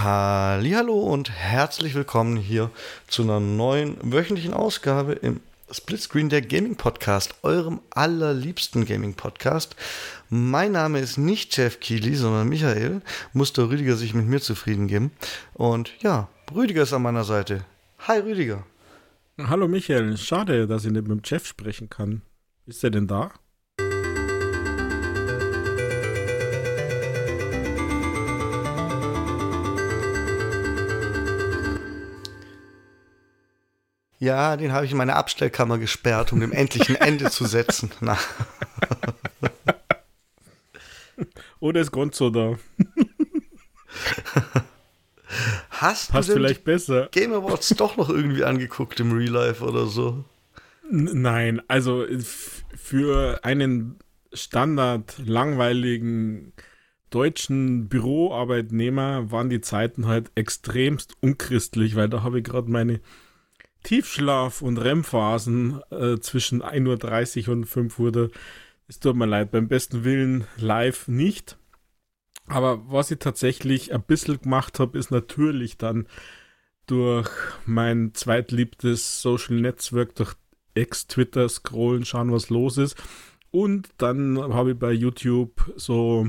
Hallihallo und herzlich willkommen hier zu einer neuen wöchentlichen Ausgabe im Splitscreen, der Gaming Podcast, eurem allerliebsten Gaming Podcast. Mein Name ist nicht Jeff Keighley, sondern Michael. Musste Rüdiger sich mit mir zufrieden geben. Und ja, Rüdiger ist an meiner Seite. Hi Rüdiger. Hallo Michael, schade, dass ich nicht mit dem Jeff sprechen kann. Ist er denn da? Ja, den habe ich in meine Abstellkammer gesperrt, um dem endlich ein Ende zu setzen. Na. Oder ist Gonzo da? Hast Passt du denn vielleicht besser. Game Awards doch noch irgendwie angeguckt im Real Life oder so? Nein, also für einen Standard langweiligen deutschen Büroarbeitnehmer waren die Zeiten halt extremst unchristlich, weil da habe ich gerade meine Tiefschlaf- und REM-Phasen zwischen 1:30 Uhr und 5 Uhr. Es tut mir leid, beim besten Willen live nicht. Aber was ich tatsächlich ein bisschen gemacht habe, ist natürlich dann durch mein zweitliebtes Social Netzwerk, durch Ex-Twitter scrollen, schauen, was los ist. Und dann habe ich bei YouTube so,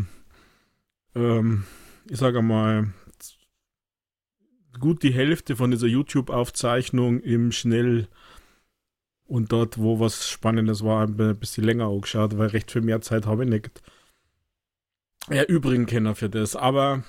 ich sage mal, gut die Hälfte von dieser YouTube-Aufzeichnung im Schnell und dort, wo was Spannendes war, ein bisschen länger angeschaut, weil recht viel mehr Zeit habe ich nicht. Ja, übrigen Kenner für das, aber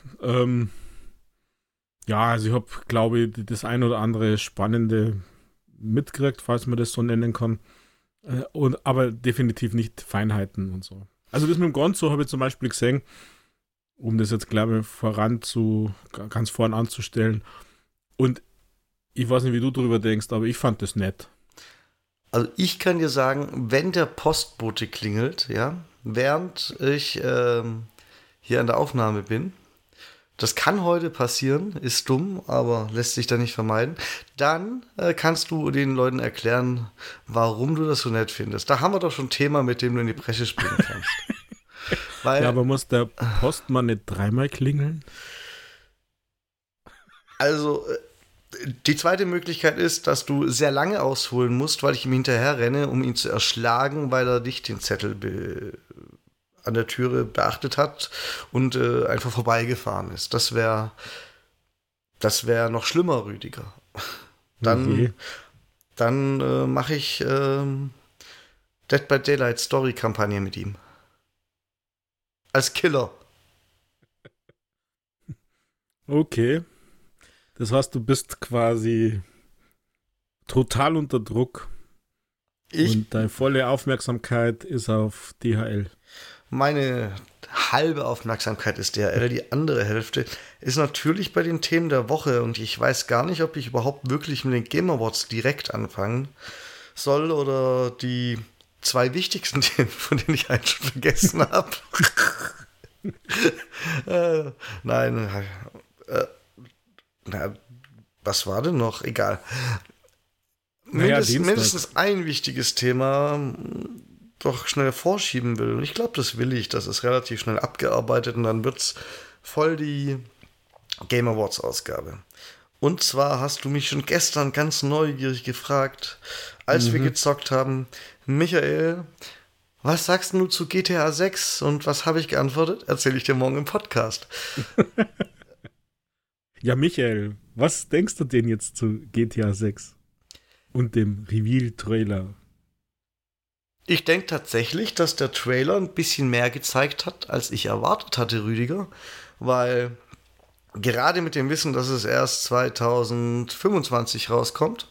ja, also ich habe, glaube ich, das ein oder andere Spannende mitgekriegt, falls man das so nennen kann, aber definitiv nicht Feinheiten und so. Also das mit dem Gonzo habe ich zum Beispiel gesehen, um das jetzt, glaube ich, ganz vorn anzustellen. Und ich weiß nicht, wie du drüber denkst, aber ich fand das nett. Also ich kann dir sagen, wenn der Postbote klingelt, ja, während ich hier an der Aufnahme bin, das kann heute passieren, ist dumm, aber lässt sich da nicht vermeiden, dann kannst du den Leuten erklären, warum du das so nett findest. Da haben wir doch schon ein Thema, mit dem du in die Bresche springen kannst. Weil, ja, aber muss der Postmann nicht dreimal klingeln? Also, die zweite Möglichkeit ist, dass du sehr lange ausholen musst, weil ich ihm hinterher renne, um ihn zu erschlagen, weil er nicht den Zettel an der Türe beachtet hat und einfach vorbeigefahren ist. Das wär noch schlimmer, Rüdiger. Dann mache ich Dead by Daylight Story-Kampagne mit ihm. Als Killer. Okay. Das heißt, du bist quasi total unter Druck. Und deine volle Aufmerksamkeit ist auf DHL. Meine halbe Aufmerksamkeit ist DHL, die andere Hälfte ist natürlich bei den Themen der Woche und ich weiß gar nicht, ob ich überhaupt wirklich mit den Game Awards direkt anfangen soll oder die zwei wichtigsten Themen, von denen ich einen schon vergessen habe. Nein. Was war denn noch? Egal. Mindestens ein wichtiges Thema doch schnell vorschieben will. Und ich glaube, das will ich. Das ist relativ schnell abgearbeitet und dann wird es voll die Game Awards Ausgabe. Und zwar hast du mich schon gestern ganz neugierig gefragt, als wir gezockt haben, Michael, was sagst du zu GTA 6? Und was habe ich geantwortet? Erzähle ich dir morgen im Podcast. Ja, Michael, was denkst du denn jetzt zu GTA 6 und dem Reveal-Trailer? Ich denke tatsächlich, dass der Trailer ein bisschen mehr gezeigt hat, als ich erwartet hatte, Rüdiger. Weil gerade mit dem Wissen, dass es erst 2025 rauskommt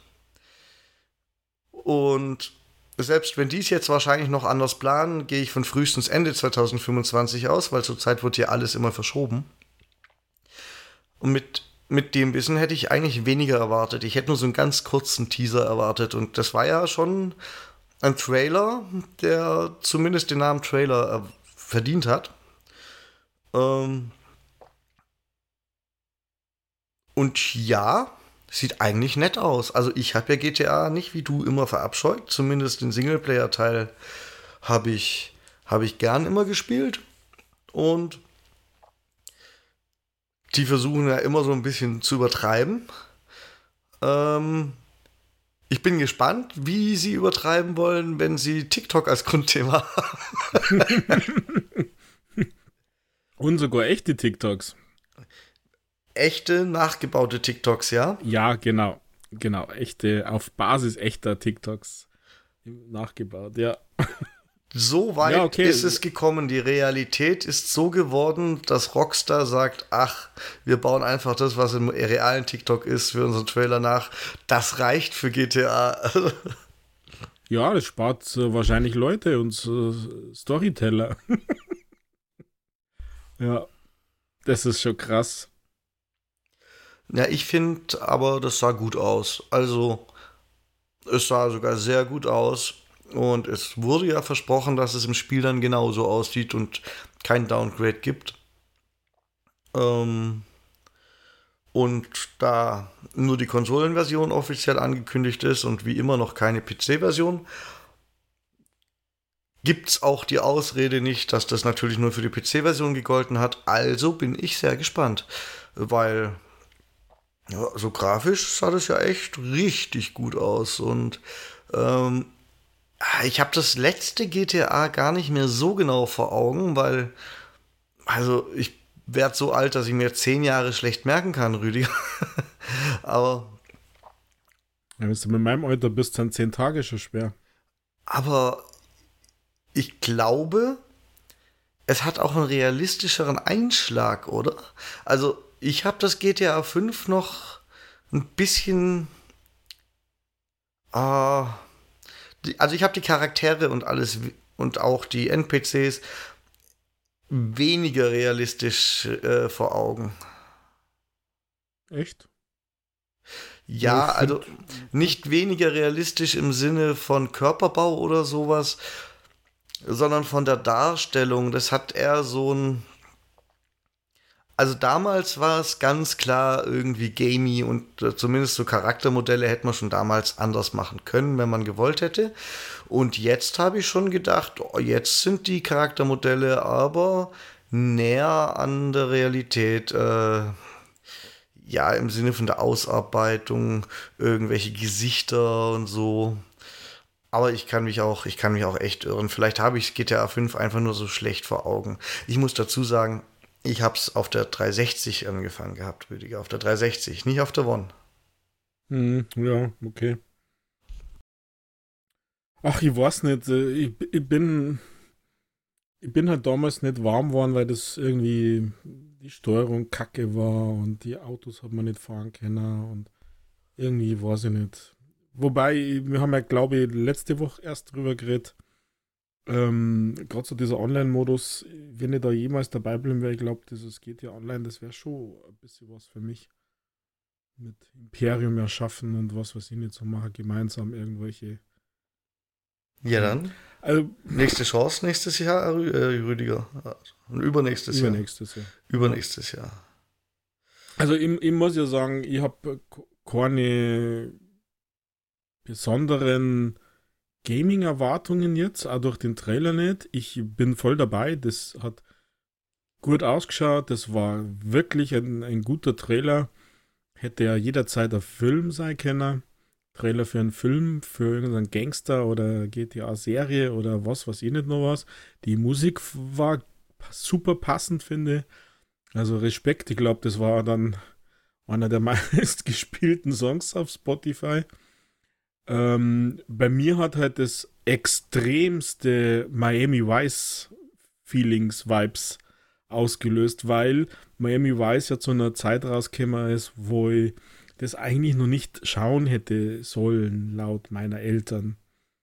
und selbst wenn die es jetzt wahrscheinlich noch anders planen, gehe ich von frühestens Ende 2025 aus, weil zurzeit wird hier alles immer verschoben. Und mit dem Wissen hätte ich eigentlich weniger erwartet. Ich hätte nur so einen ganz kurzen Teaser erwartet. Und das war ja schon ein Trailer, der zumindest den Namen Trailer verdient hat. Und ja, sieht eigentlich nett aus. Also ich habe ja GTA nicht wie du immer verabscheut. Zumindest den Singleplayer-Teil habe ich gern immer gespielt. Und die versuchen ja immer so ein bisschen zu übertreiben. Ich bin gespannt, wie sie übertreiben wollen, wenn sie TikTok als Grundthema haben. Und sogar echte TikToks. Echte, nachgebaute TikToks, ja? Ja, genau. Genau, echte, auf Basis echter TikToks nachgebaut, ja. So weit Ja, okay. ist es gekommen. Die Realität ist so geworden, dass Rockstar sagt, ach, wir bauen einfach das, was im realen TikTok ist, für unseren Trailer nach. Das reicht für GTA. Ja, das spart wahrscheinlich Leute und Storyteller. Ja, das ist schon krass. Ja, ich finde aber, das sah gut aus. Also, es sah sogar sehr gut aus. Und es wurde ja versprochen, dass es im Spiel dann genauso aussieht und kein Downgrade gibt. Und da nur die Konsolenversion offiziell angekündigt ist und wie immer noch keine PC-Version, gibt es auch die Ausrede nicht, dass das natürlich nur für die PC-Version gegolten hat. Also bin ich sehr gespannt, weil ja, so grafisch sah das ja echt richtig gut aus. Und ich habe das letzte GTA gar nicht mehr so genau vor Augen, weil, also ich werde so alt, dass ich mir 10 Jahre schlecht merken kann, Rüdiger. aber, Ja, wenn du mit meinem Alter bist, dann 10 Tage schon schwer. aber ich glaube, es hat auch einen realistischeren Einschlag, oder? Also ich habe das GTA 5 noch ein bisschen. Äh, also ich habe die Charaktere und alles und auch die NPCs weniger realistisch vor Augen. Echt? Ja, Ja, ich also finde, nicht weniger realistisch im Sinne von Körperbau oder sowas, sondern von der Darstellung. Das hat eher so ein. Also damals war es ganz klar irgendwie gamey und zumindest so Charaktermodelle hätte man schon damals anders machen können, wenn man gewollt hätte. Und jetzt habe ich schon gedacht, oh, jetzt sind die Charaktermodelle aber näher an der Realität. Ja, im Sinne von der Ausarbeitung, irgendwelche Gesichter und so. Aber ich kann mich auch echt irren. Vielleicht habe ich GTA 5 einfach nur so schlecht vor Augen. Ich muss dazu sagen, ich habe es auf der 360 angefangen gehabt, Rüdiger. Auf der 360, nicht auf der One. ja, okay. Ach, ich weiß nicht. Ich bin halt damals nicht warm geworden, weil das irgendwie die Steuerung kacke war und die Autos hat man nicht fahren können und irgendwie weiß ich nicht. Wobei, wir haben ja, glaube ich, letzte Woche erst drüber geredet. Gerade so dieser Online-Modus, wenn ich da jemals dabei bleiben wäre, ich glaube, dieses GTA Online, das wäre schon ein bisschen was für mich. Mit Imperium erschaffen und was weiß ich nicht so machen, gemeinsam irgendwelche. Ja, dann. Also, Nächste Chance nächstes Jahr, Rüdiger. Und übernächstes Jahr. übernächstes Jahr. Übernächstes Jahr. Also, ich muss ja sagen, ich habe keine besonderen Gaming-Erwartungen jetzt, auch durch den Trailer nicht. Ich bin voll dabei, das hat gut ausgeschaut, das war wirklich ein guter Trailer. Hätte ja jederzeit ein Film sein können. Trailer für einen Film, für irgendeinen Gangster oder GTA-Serie oder was weiß ich nicht noch was. Die Musik war super passend, finde ich. Also Respekt, ich glaube, das war dann einer der meistgespielten Songs auf Spotify. Bei mir hat halt das extremste Miami Vice Feelings, Vibes ausgelöst, weil Miami Vice ja zu einer Zeit rausgekommen ist, wo ich das eigentlich noch nicht schauen hätte sollen, laut meiner Eltern.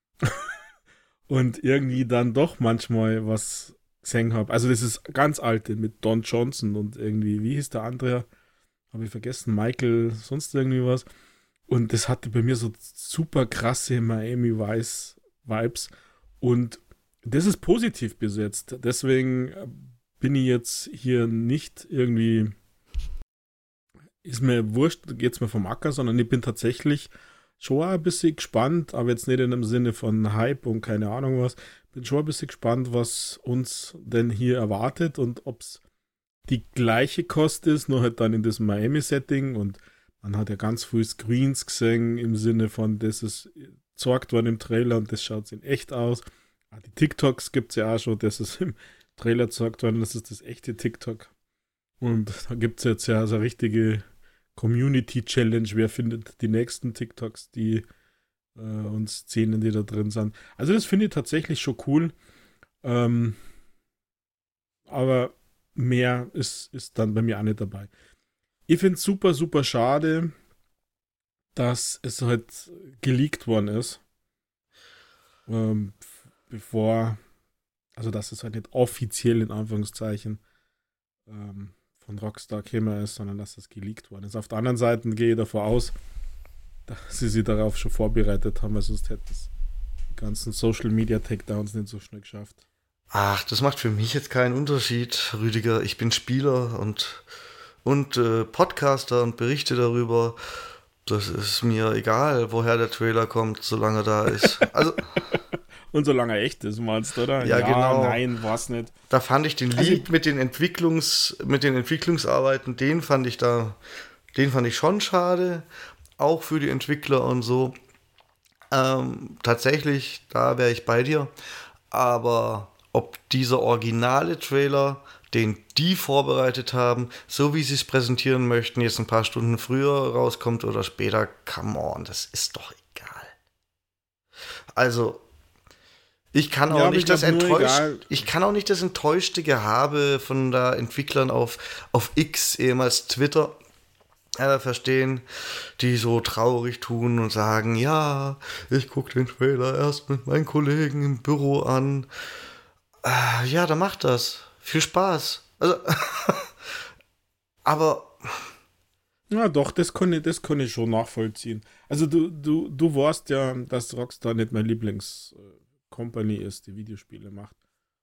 Und irgendwie dann doch manchmal was gesehen habe. Also das ist ganz alte mit Don Johnson und irgendwie, wie hieß der andere? Habe ich vergessen, Michael, sonst irgendwie was. Und das hatte bei mir so super krasse Miami Vice Vibes. Und das ist positiv besetzt. Deswegen bin ich jetzt hier nicht irgendwie, ist mir wurscht, geht es mir vom Acker, sondern ich bin tatsächlich schon ein bisschen gespannt, aber jetzt nicht in dem Sinne von Hype und keine Ahnung was. Bin schon ein bisschen gespannt, was uns denn hier erwartet und ob es die gleiche Kost ist, nur halt dann in diesem Miami-Setting und man hat ja ganz viel Screens gesehen im Sinne von, das ist gezeigt worden im Trailer und das schaut in echt aus. Die TikToks gibt es ja auch schon, das ist im Trailer gezeigt worden, das ist das echte TikTok. Und da gibt es jetzt ja so eine richtige Community-Challenge, wer findet die nächsten TikToks, die und Szenen, die da drin sind. Also das finde ich tatsächlich schon cool. Aber mehr ist dann bei mir auch nicht dabei. Ich finde es super, super schade, dass es halt geleakt worden ist. Bevor, also dass es halt nicht offiziell in Anführungszeichen von Rockstar gekommen ist, sondern dass das geleakt worden ist. Auf der anderen Seite gehe ich davon aus, dass sie sich darauf schon vorbereitet haben, weil sonst hätten es die ganzen Social Media Takedowns nicht so schnell geschafft. Ach, das macht für mich jetzt keinen Unterschied, Rüdiger. Ich bin Spieler und Podcaster und berichte darüber. Das ist mir egal, woher der Trailer kommt, solange er da ist. Also, und solange er echt ist, meinst du, oder? ja, genau. Nein, war's nicht. Da fand ich den lieb mit den Entwicklungsarbeiten, den fand ich schon schade. Auch für die Entwickler und so. Tatsächlich, da wäre ich bei dir. Aber ob dieser originale Trailer, den die vorbereitet haben, so wie sie es präsentieren möchten, jetzt ein paar Stunden früher rauskommt oder später, come on, das ist doch egal. Also, ich kann auch nicht das enttäuschte Gehabe von da Entwicklern auf X, ehemals Twitter, verstehen, die so traurig tun und sagen, ja, ich gucke den Trailer erst mit meinen Kollegen im Büro an. Ja, dann macht das. Viel Spaß. Also, aber... Ja, doch, das kann ich schon nachvollziehen. Also du weißt ja, dass Rockstar nicht meine Lieblings-Company ist, die Videospiele macht.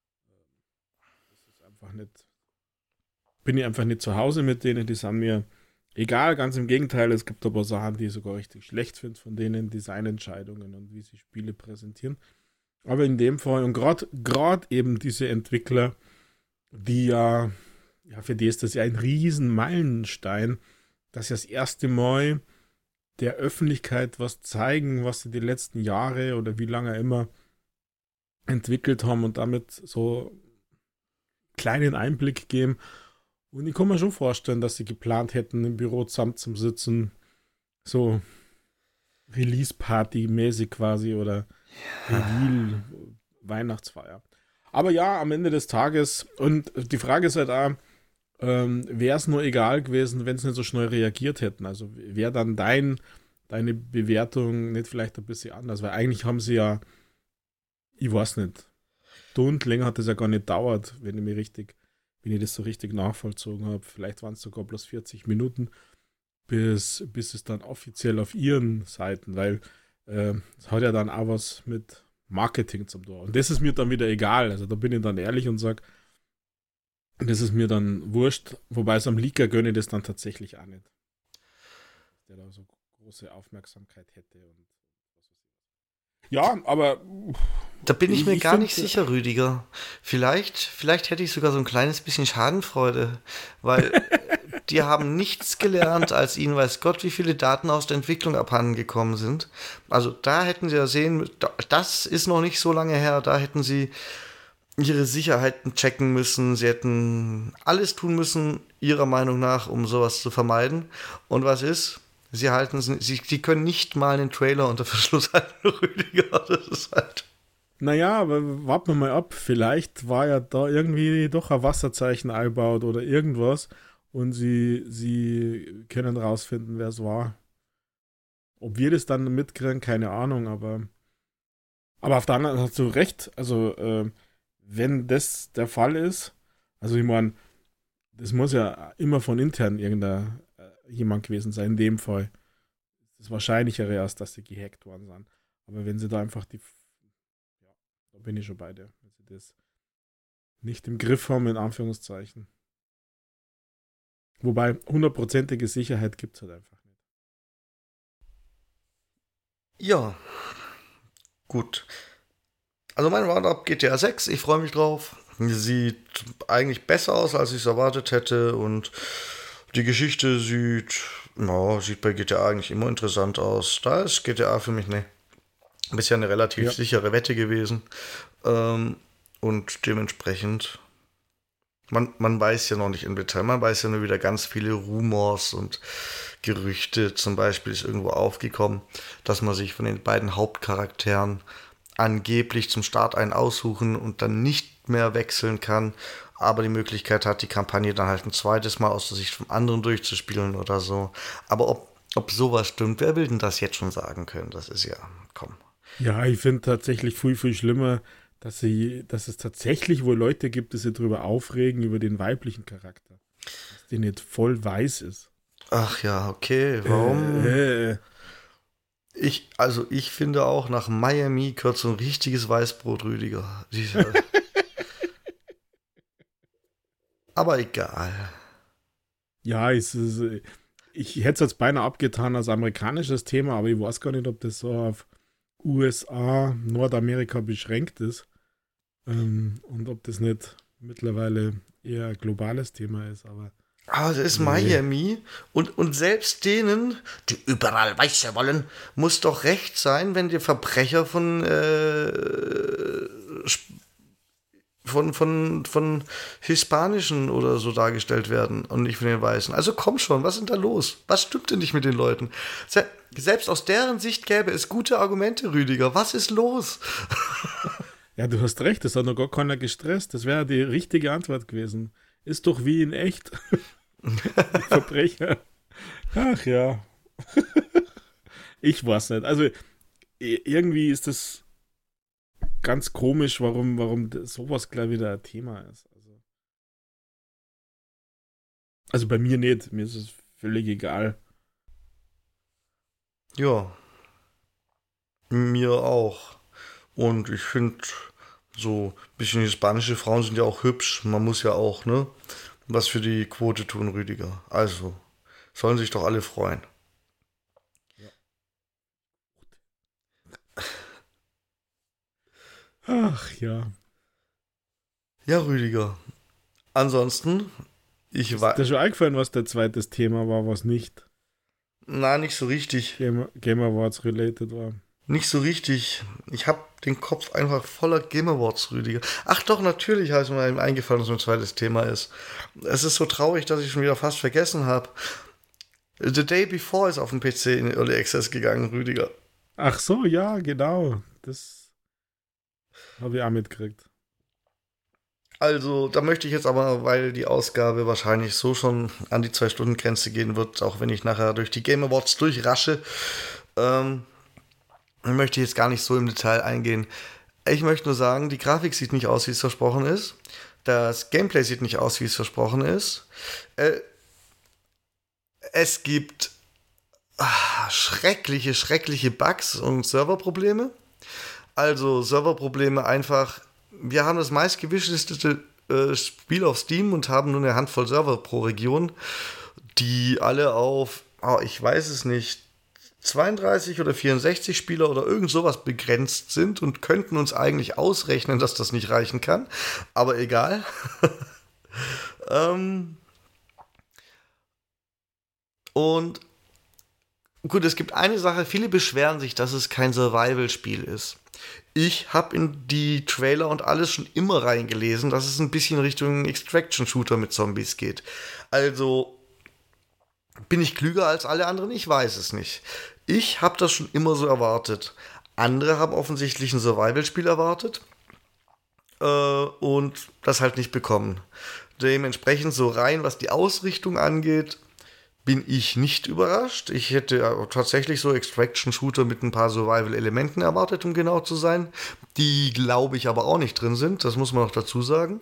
Das ist einfach nicht... Bin ich einfach nicht zu Hause mit denen, die sind mir egal, ganz im Gegenteil, es gibt aber Sachen, die ich sogar richtig schlecht finde von denen, Designentscheidungen und wie sie Spiele präsentieren. Aber in dem Fall, und gerade eben diese Entwickler, die ja, für die ist das ja ein riesen Meilenstein, dass sie das erste Mal der Öffentlichkeit was zeigen, was sie die letzten Jahre oder wie lange immer entwickelt haben und damit so einen kleinen Einblick geben. Und ich kann mir schon vorstellen, dass sie geplant hätten, im Büro zusammen zu sitzen, so Release-Party-mäßig quasi oder Reveal, Weihnachtsfeier. Aber ja, am Ende des Tages, und die Frage ist halt auch, wäre es nur egal gewesen, wenn sie nicht so schnell reagiert hätten. Also wäre dann deine Bewertung nicht vielleicht ein bisschen anders, weil eigentlich haben sie ja, ich weiß nicht, Stunden länger hat das ja gar nicht gedauert, wenn ich das so richtig nachvollzogen habe. Vielleicht waren es sogar bloß 40 Minuten, bis es dann offiziell auf ihren Seiten, weil es hat ja dann auch was mit Marketing zum Tor. Und das ist mir dann wieder egal. Also da bin ich dann ehrlich und sage, das ist mir dann wurscht, wobei es am Leaker gönne ich das dann tatsächlich auch nicht. Der da so große Aufmerksamkeit hätte und ja, aber da bin ich mir gar nicht sicher, Rüdiger. Vielleicht hätte ich sogar so ein kleines bisschen Schadenfreude, weil die haben nichts gelernt, als ihnen weiß Gott, wie viele Daten aus der Entwicklung abhanden gekommen sind. Also da hätten sie ja sehen, das ist noch nicht so lange her, da hätten sie ihre Sicherheiten checken müssen, sie hätten alles tun müssen, ihrer Meinung nach, um sowas zu vermeiden. Und was ist? Sie können nicht mal einen Trailer unter Verschluss halten, Rüdiger. Das ist halt. Naja, aber warten wir mal ab. Vielleicht war ja da irgendwie doch ein Wasserzeichen eingebaut oder irgendwas und sie können rausfinden, wer es war. Ob wir das dann mitkriegen, keine Ahnung, aber auf der anderen Seite hast du recht. Also, wenn das der Fall ist, also ich meine, das muss ja immer von intern irgendein jemand gewesen sein, in dem Fall. Das Wahrscheinlichere erst, dass sie gehackt worden sind. Aber wenn sie da einfach ja, da bin ich schon bei dir. Wenn sie das nicht im Griff haben, in Anführungszeichen. Wobei, 100%ige Sicherheit gibt es halt einfach nicht. Ja, gut. Also mein Roundup GTA 6, ich freue mich drauf. Sieht eigentlich besser aus, als ich es erwartet hätte. Und die Geschichte sieht bei GTA eigentlich immer interessant aus. Da ist GTA für mich bisher eine relativ sichere Wette gewesen. Und dementsprechend, man weiß ja noch nicht im Detail, man weiß ja nur wieder ganz viele Rumors und Gerüchte. Zum Beispiel ist irgendwo aufgekommen, dass man sich von den beiden Hauptcharakteren angeblich zum Start einen aussuchen und dann nicht mehr wechseln kann, aber die Möglichkeit hat, die Kampagne dann halt ein zweites Mal aus der Sicht vom anderen durchzuspielen oder so. Aber ob sowas stimmt, wer will denn das jetzt schon sagen können? Das ist ja, komm. Ja, ich finde tatsächlich viel, viel schlimmer, dass es tatsächlich wohl Leute gibt, die sich darüber aufregen, über den weiblichen Charakter. Dass der nicht voll weiß ist. Ach ja, okay, warum? Ich finde auch, nach Miami gehört so ein richtiges Weißbrot, Rüdiger. Aber egal. Ja, ich hätte es jetzt beinahe abgetan als amerikanisches Thema, aber ich weiß gar nicht, ob das so auf USA, Nordamerika beschränkt ist. Und ob das nicht mittlerweile eher ein globales Thema ist, aber. Aber es ist Miami und selbst denen, die überall Weiße wollen, muss doch recht sein, wenn die Verbrecher von Hispanischen oder so dargestellt werden und nicht von den Weißen. Also komm schon, was ist denn da los? Was stimmt denn nicht mit den Leuten? Selbst aus deren Sicht gäbe es gute Argumente, Rüdiger. Was ist los? Ja, du hast recht, das hat noch gar keiner gestresst. Das wäre die richtige Antwort gewesen. Ist doch wie in echt. Verbrecher. Ach ja. Ich weiß nicht. Also irgendwie ist das ganz komisch, warum sowas gleich wieder ein Thema ist. Also bei mir nicht. Mir ist es völlig egal. Ja. Mir auch. Und ich finde, so ein bisschen hispanische Frauen sind ja auch hübsch. Man muss ja auch, ne? Was für die Quote tun, Rüdiger. Also, sollen sich doch alle freuen. Ja. Ach ja. Ja, Rüdiger. Ansonsten, Ist dir schon eingefallen, was der zweites Thema war, was nicht? Na, nicht so richtig. Game Awards related war. Nicht so richtig. Ich habe den Kopf einfach voller Game Awards, Rüdiger. Ach doch, natürlich ist mir eben eingefallen, dass mein zweites Thema ist. Es ist so traurig, dass ich schon wieder fast vergessen habe. The Day Before ist auf dem PC in Early Access gegangen, Rüdiger. Ach so, ja, genau. Das habe ich auch mitgekriegt. Also, da möchte ich jetzt aber, weil die Ausgabe wahrscheinlich so schon an die 2-Stunden-Grenze gehen wird, auch wenn ich nachher durch die Game Awards durchrasche, möchte ich jetzt gar nicht so im Detail eingehen. Ich möchte nur sagen, die Grafik sieht nicht aus, wie es versprochen ist. Das Gameplay sieht nicht aus, wie es versprochen ist. Es gibt schreckliche Bugs und Serverprobleme. Also Serverprobleme einfach. Wir haben das meistgewischteste Spiel auf Steam und haben nur eine Handvoll Server pro Region, die alle auf, ich weiß es nicht, 32 oder 64 Spieler oder irgend sowas begrenzt sind und könnten uns eigentlich ausrechnen, dass das nicht reichen kann. Aber egal. Und gut, es gibt eine Sache, viele beschweren sich, dass es kein Survival-Spiel ist. Ich habe in die Trailer und alles schon immer reingelesen, dass es ein bisschen Richtung Extraction-Shooter mit Zombies geht. Also bin ich klüger als alle anderen? Ich weiß es nicht. Ich habe das schon immer so erwartet. Andere haben offensichtlich ein Survival-Spiel erwartet und das halt nicht bekommen. Dementsprechend so rein, was die Ausrichtung angeht, bin ich nicht überrascht. Ich hätte tatsächlich so Extraction-Shooter mit ein paar Survival-Elementen erwartet, um genau zu sein. Die, glaube ich, aber auch nicht drin sind. Das muss man noch dazu sagen.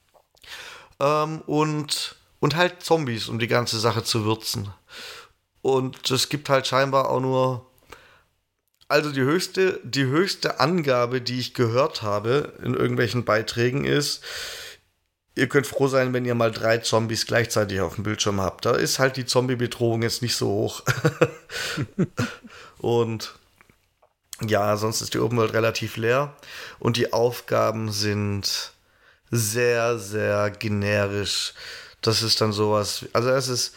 Und halt Zombies, um die ganze Sache zu würzen. Und es gibt halt scheinbar auch nur... Also die höchste Angabe, die ich gehört habe in irgendwelchen Beiträgen ist... Ihr könnt froh sein, wenn ihr mal 3 Zombies gleichzeitig auf dem Bildschirm habt. Da ist halt die Zombie-Bedrohung jetzt nicht so hoch. Und ja, sonst ist die Open World relativ leer. Und die Aufgaben sind sehr, sehr generisch. Das ist dann sowas, also es ist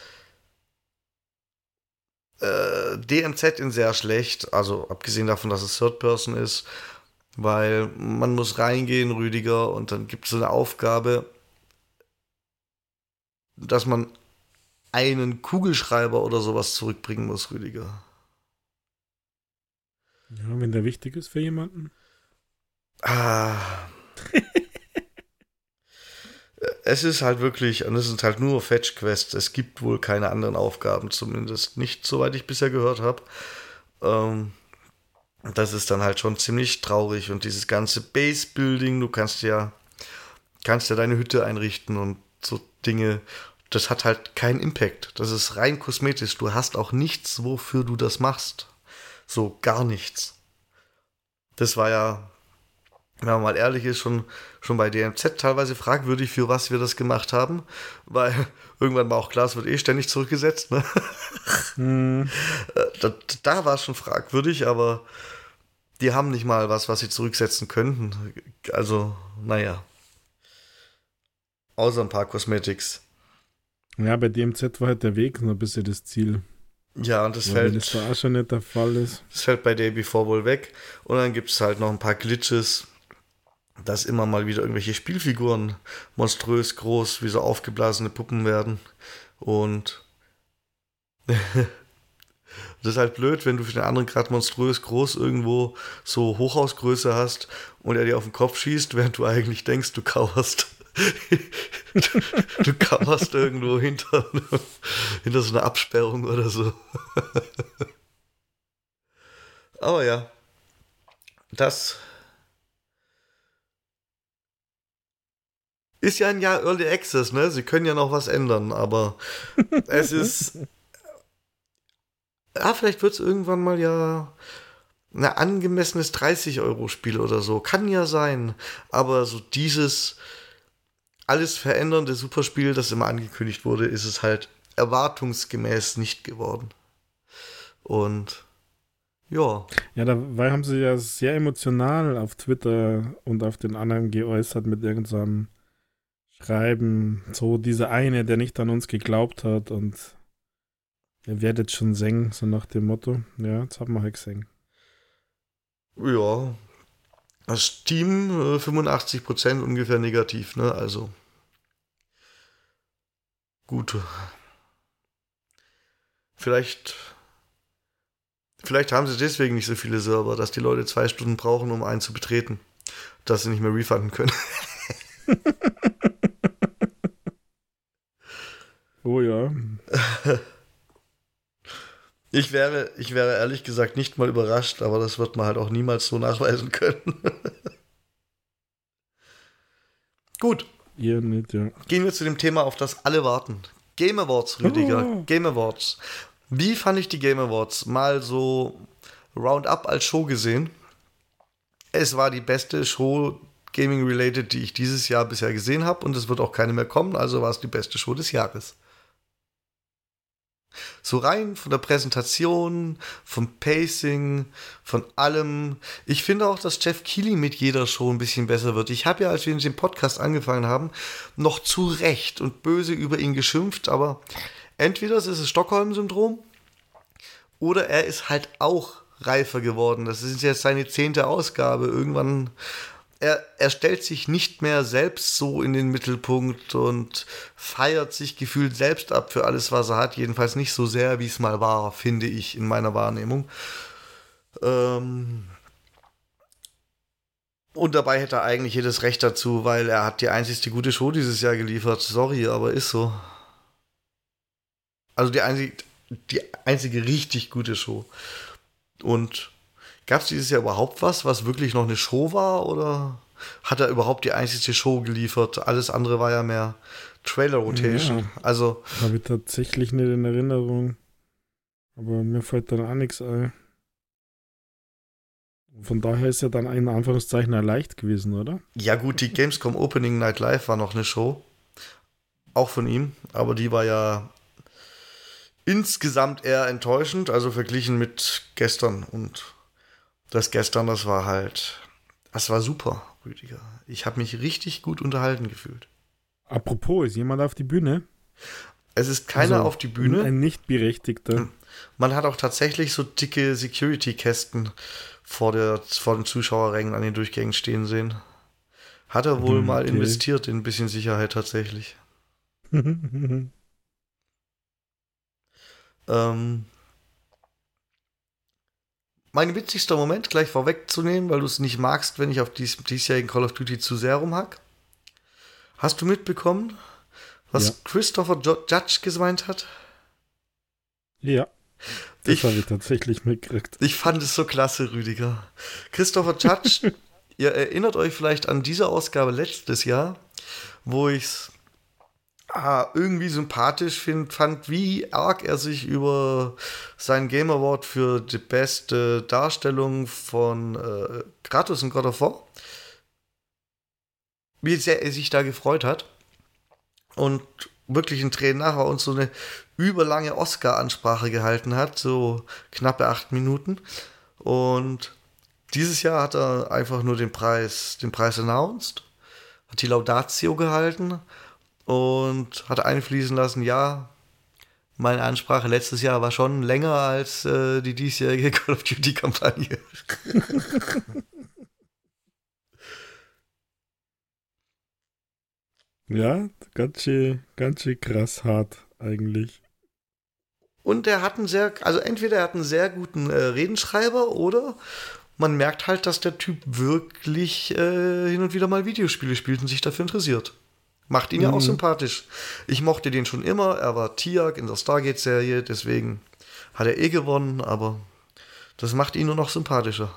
DMZ in sehr schlecht, also abgesehen davon, dass es Third Person ist, weil man muss reingehen, Rüdiger, und dann gibt es so eine Aufgabe, dass man einen Kugelschreiber oder sowas zurückbringen muss, Rüdiger. Ja, wenn der wichtig ist für jemanden. Ah. Es ist halt wirklich, und es sind halt nur Fetch-Quests. Es gibt wohl keine anderen Aufgaben, zumindest nicht, soweit ich bisher gehört habe. Das ist dann halt schon ziemlich traurig. Und dieses ganze Base-Building, du kannst ja deine Hütte einrichten und so Dinge. Das hat halt keinen Impact. Das ist rein kosmetisch. Du hast auch nichts, wofür du das machst. So gar nichts. Das war ja, wenn man mal ehrlich ist, schon bei DMZ teilweise fragwürdig, für was wir das gemacht haben. Weil irgendwann war auch klar, es wird eh ständig zurückgesetzt. Ne? Da war es schon fragwürdig, aber die haben nicht mal was sie zurücksetzen könnten. Also, naja. Außer ein paar Cosmetics. Ja, bei DMZ war halt der Weg noch ein bisschen das Ziel. Ja, und das fällt. Wenn das da auch schon nicht der Fall ist. Das fällt bei Day Before wohl weg. Und dann gibt es halt noch ein paar Glitches, dass immer mal wieder irgendwelche Spielfiguren monströs groß, wie so aufgeblasene Puppen werden. Und das ist halt blöd, wenn du für den anderen gerade monströs groß irgendwo so Hochhausgröße hast und er dir auf den Kopf schießt, während du eigentlich denkst, du kauerst. Du kauerst irgendwo hinter so einer Absperrung oder so. Aber ja, das ist ja ein Jahr Early Access, ne? Sie können ja noch was ändern, aber es ist. Ja, vielleicht wird es irgendwann mal ja ein angemessenes 30-Euro-Spiel oder so. Kann ja sein. Aber so dieses alles verändernde Superspiel, das immer angekündigt wurde, ist es halt erwartungsgemäß nicht geworden. Und ja. Ja, dabei haben sie ja sehr emotional auf Twitter und auf den anderen geäußert mit irgendeinem Schreiben. So dieser eine, der nicht an uns geglaubt hat und ihr werdet schon singen, so nach dem Motto. Ja, jetzt haben wir halt gesungen. Ja. Das Steam 85% ungefähr negativ, ne? Also. Gut. Vielleicht haben sie deswegen nicht so viele Server, dass die Leute 2 Stunden brauchen, um einen zu betreten. Dass sie nicht mehr refunden können. Oh ja. Ich wäre ehrlich gesagt nicht mal überrascht, aber das wird man halt auch niemals so nachweisen können. Gut. Ihr nicht, ja. Gehen wir zu dem Thema, auf das alle warten. Game Awards, Rüdiger. Oh. Game Awards. Wie fand ich die Game Awards? Mal so Roundup als Show gesehen. Es war die beste Show Gaming-related, die ich dieses Jahr bisher gesehen habe, und es wird auch keine mehr kommen, also war es die beste Show des Jahres. So rein von der Präsentation, vom Pacing, von allem. Ich finde auch, dass Jeff Keighley mit jeder Show ein bisschen besser wird. Ich habe ja, als wir mit dem Podcast angefangen haben, noch zu Recht und böse über ihn geschimpft, aber entweder es ist das Stockholm-Syndrom oder er ist halt auch reifer geworden. Das ist jetzt seine 10. Ausgabe. Irgendwann er stellt sich nicht mehr selbst so in den Mittelpunkt und feiert sich gefühlt selbst ab für alles, was er hat. Jedenfalls nicht so sehr, wie es mal war, finde ich, in meiner Wahrnehmung. Und dabei hätte er eigentlich jedes Recht dazu, weil er hat die einzigste gute Show dieses Jahr geliefert. Sorry, aber ist so. Also die einzige richtig gute Show. Und gab es dieses Jahr überhaupt was wirklich noch eine Show war? Oder hat er überhaupt die einzige Show geliefert? Alles andere war ja mehr Trailer-Rotation. Ja, also habe ich tatsächlich nicht in Erinnerung. Aber mir fällt dann auch nichts ein. Von daher ist ja dann in Anführungszeichen leicht gewesen, oder? Ja gut, die Gamescom Opening Night Live war noch eine Show. Auch von ihm. Aber die war ja insgesamt eher enttäuschend. Also verglichen mit gestern. Und das gestern, das war super. Rüdiger. Ich habe mich richtig gut unterhalten gefühlt. Apropos, ist jemand auf die Bühne? Es ist keiner Also, auf die Bühne. Ein Nichtberechtigter. Man hat auch tatsächlich so dicke Security-Kästen vor den Zuschauerrängen an den Durchgängen stehen sehen. Hat er wohl mal Okay. investiert in ein bisschen Sicherheit tatsächlich. Ähm, mein witzigster Moment, gleich vorwegzunehmen, weil du es nicht magst, wenn ich auf diesjährigen Call of Duty zu sehr rumhack. Hast du mitbekommen, was Ja. Christopher Judge gemeint hat? Ja, das Ich, habe ich tatsächlich mitgekriegt. ich fand es so klasse, Rüdiger. Christopher Judge, ihr erinnert euch vielleicht an diese Ausgabe letztes Jahr, wo ich es irgendwie sympathisch fand, wie arg er sich über seinen Game Award für die beste Darstellung von Kratos in God of War, wie sehr er sich da gefreut hat und wirklich in Tränen nachher und so eine überlange Oscar-Ansprache gehalten hat, so knappe 8 Minuten. Und dieses Jahr hat er einfach nur den Preis announced, hat die Laudatio gehalten und hat einfließen lassen, ja, meine Ansprache letztes Jahr war schon länger als die diesjährige Call of Duty-Kampagne. Ja, ganz schön krass hart eigentlich. Und er hat also entweder er hat einen sehr guten Redenschreiber oder man merkt halt, dass der Typ wirklich hin und wieder mal Videospiele spielt und sich dafür interessiert. Macht ihn ja auch Mhm. sympathisch. Ich mochte den schon immer. Er war Tiak in der Stargate-Serie, deswegen hat er gewonnen, aber das macht ihn nur noch sympathischer.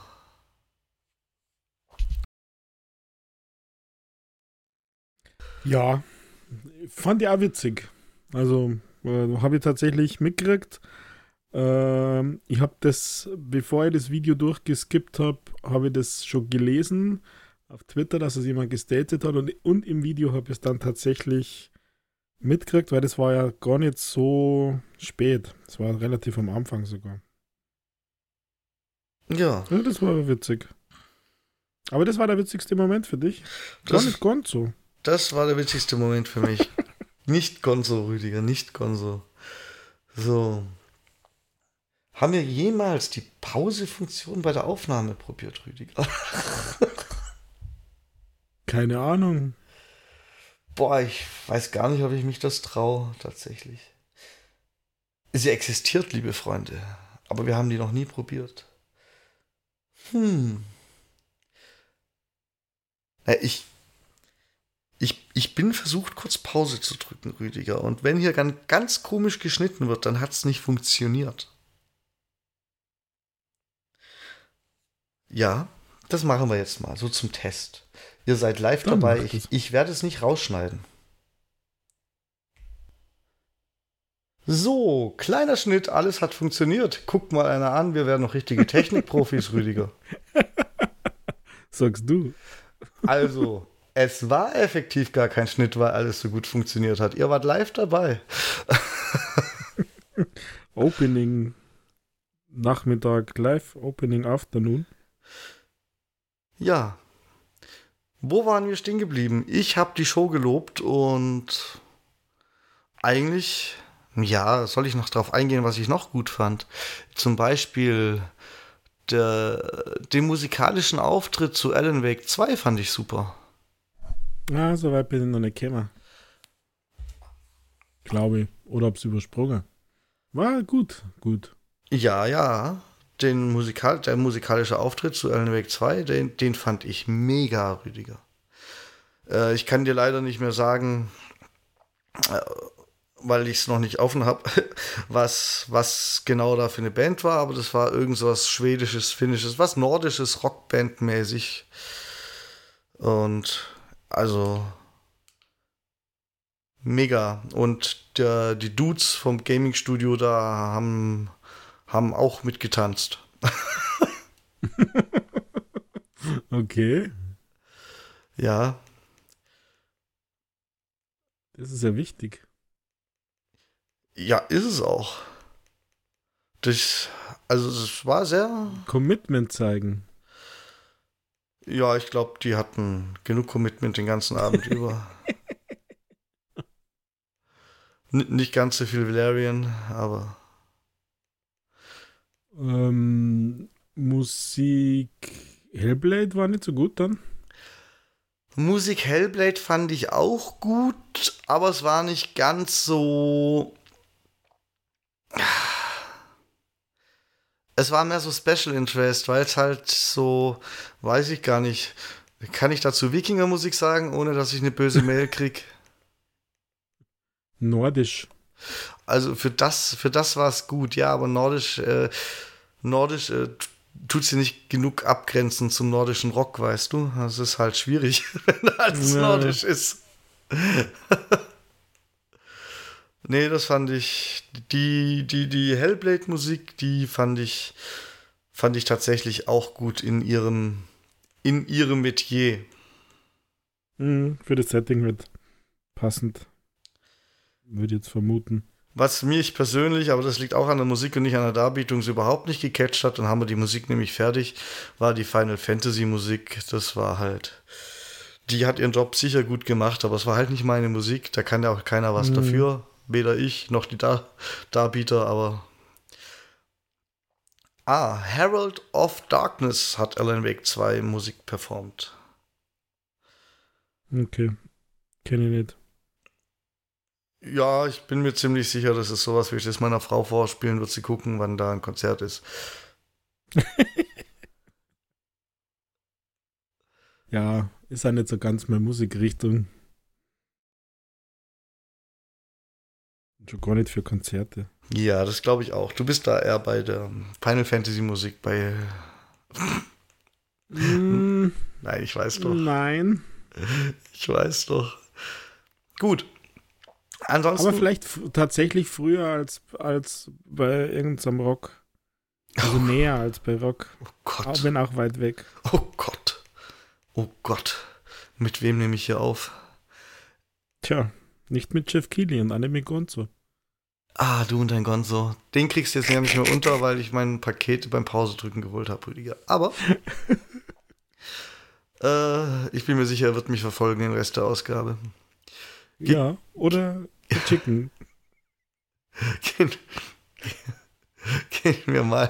Ja, fand ich auch witzig. Also, habe ich tatsächlich mitgekriegt. Ich habe das, bevor ich das Video durchgeskippt habe, habe ich das schon gelesen auf Twitter, dass es jemand gestatet hat und im Video habe ich es dann tatsächlich mitgekriegt, weil das war ja gar nicht so spät. Es war relativ am Anfang sogar. Ja, Also das war witzig. Aber das war der witzigste Moment für dich? Gar das, nicht ganz so. das war der witzigste Moment für mich. Nicht Gonzo, Rüdiger, nicht Gonzo. So. Haben wir jemals die Pause-Funktion bei der Aufnahme probiert, Rüdiger? Keine Ahnung. Boah, ich weiß gar nicht, ob ich mich das traue, tatsächlich. Sie existiert, liebe Freunde, aber wir haben die noch nie probiert. Hm. Ich bin versucht, kurz Pause zu drücken, Rüdiger. Und wenn hier ganz komisch geschnitten wird, dann hat es nicht funktioniert. Ja, das machen wir jetzt mal, so zum Test. Ihr seid live Dann dabei. macht es. Ich werde es nicht rausschneiden. So, kleiner Schnitt, alles hat funktioniert. Guckt mal einer an, wir werden noch richtige Technikprofis, Rüdiger. Sagst du. Also, es war effektiv gar kein Schnitt, weil alles so gut funktioniert hat. Ihr wart live dabei. Opening Nachmittag live, Opening Afternoon. Ja, wo waren wir stehen geblieben? Ich habe die Show gelobt und eigentlich, ja, soll ich noch drauf eingehen, was ich noch gut fand? Zum Beispiel den musikalischen Auftritt zu Alan Wake 2 fand ich super. Ah, so weit bin ich noch nicht gekommen. Glaube ich. Oder hab's übersprungen. War gut, gut. Ja, ja, der musikalische Auftritt zu Alan Wake 2, den fand ich mega, Rüdiger. Ich kann dir leider nicht mehr sagen, weil ich es noch nicht offen habe, was genau da für eine Band war, aber das war irgend so was Schwedisches, Finnisches, was Nordisches, Rockband-mäßig. Und also mega. Und die Dudes vom Gaming-Studio da haben auch mitgetanzt. Okay. Ja, Das ist ja wichtig. ja, ist es auch. Das, also es war sehr, Commitment zeigen. Ja, ich glaube, die hatten genug Commitment den ganzen Abend über. Nicht ganz so viel Valerian, aber Musik Hellblade war nicht so gut dann. Musik Hellblade fand ich auch gut, aber es war nicht ganz so. Es war mehr so Special Interest, weil es halt so, weiß ich gar nicht. Kann ich dazu Wikingermusik sagen, ohne dass ich eine böse Mail krieg? Nordisch. Also für das war es gut, ja, aber Nordisch tut sie nicht genug abgrenzen zum nordischen Rock, weißt du? Das ist halt schwierig, wenn alles Ja, nordisch ist. Nee, das fand ich, die Hellblade-Musik, die fand ich tatsächlich auch gut in ihrem Metier. für das Setting wird passend, würde ich jetzt vermuten. Was mich persönlich, aber das liegt auch an der Musik und nicht an der Darbietung, so überhaupt nicht gecatcht hat, dann haben wir die Musik nämlich fertig, war die Final Fantasy Musik. Das war halt, die hat ihren Job sicher gut gemacht, aber es war halt nicht meine Musik. Da kann ja auch keiner was Mhm. dafür. Weder ich noch die Darbieter, aber. Herald of Darkness hat Alan Wake 2 Musik performt. Okay, kenne ich nicht. Ja, ich bin mir ziemlich sicher, das ist sowas, wie ich das meiner Frau vorspielen, wird sie gucken, wann da ein Konzert ist. Ja, ist ja nicht so ganz meine Musikrichtung. Schon gar nicht für Konzerte. Ja, das glaube ich auch. Du bist da eher bei der Final Fantasy Musik, Mm, Nein, ich weiß doch. nein. Ich weiß doch. Gut. Aber Ansonsten. vielleicht tatsächlich früher als bei irgendeinem Rock. Also näher als bei Rock. Oh Auch Gott. wenn auch weit weg. Oh Gott. Oh Gott. Mit wem nehme ich hier auf? Tja, nicht mit Jeff Keighley und Anime Gonzo. Du und dein Gonzo. Den kriegst du jetzt nämlich mehr unter, weil ich mein Paket beim Pausedrücken geholt habe, Rüdiger. Aber ich bin mir sicher, er wird mich verfolgen den Rest der Ausgabe. Ge Ja, oder The Chicken. gehen, gehen wir mal.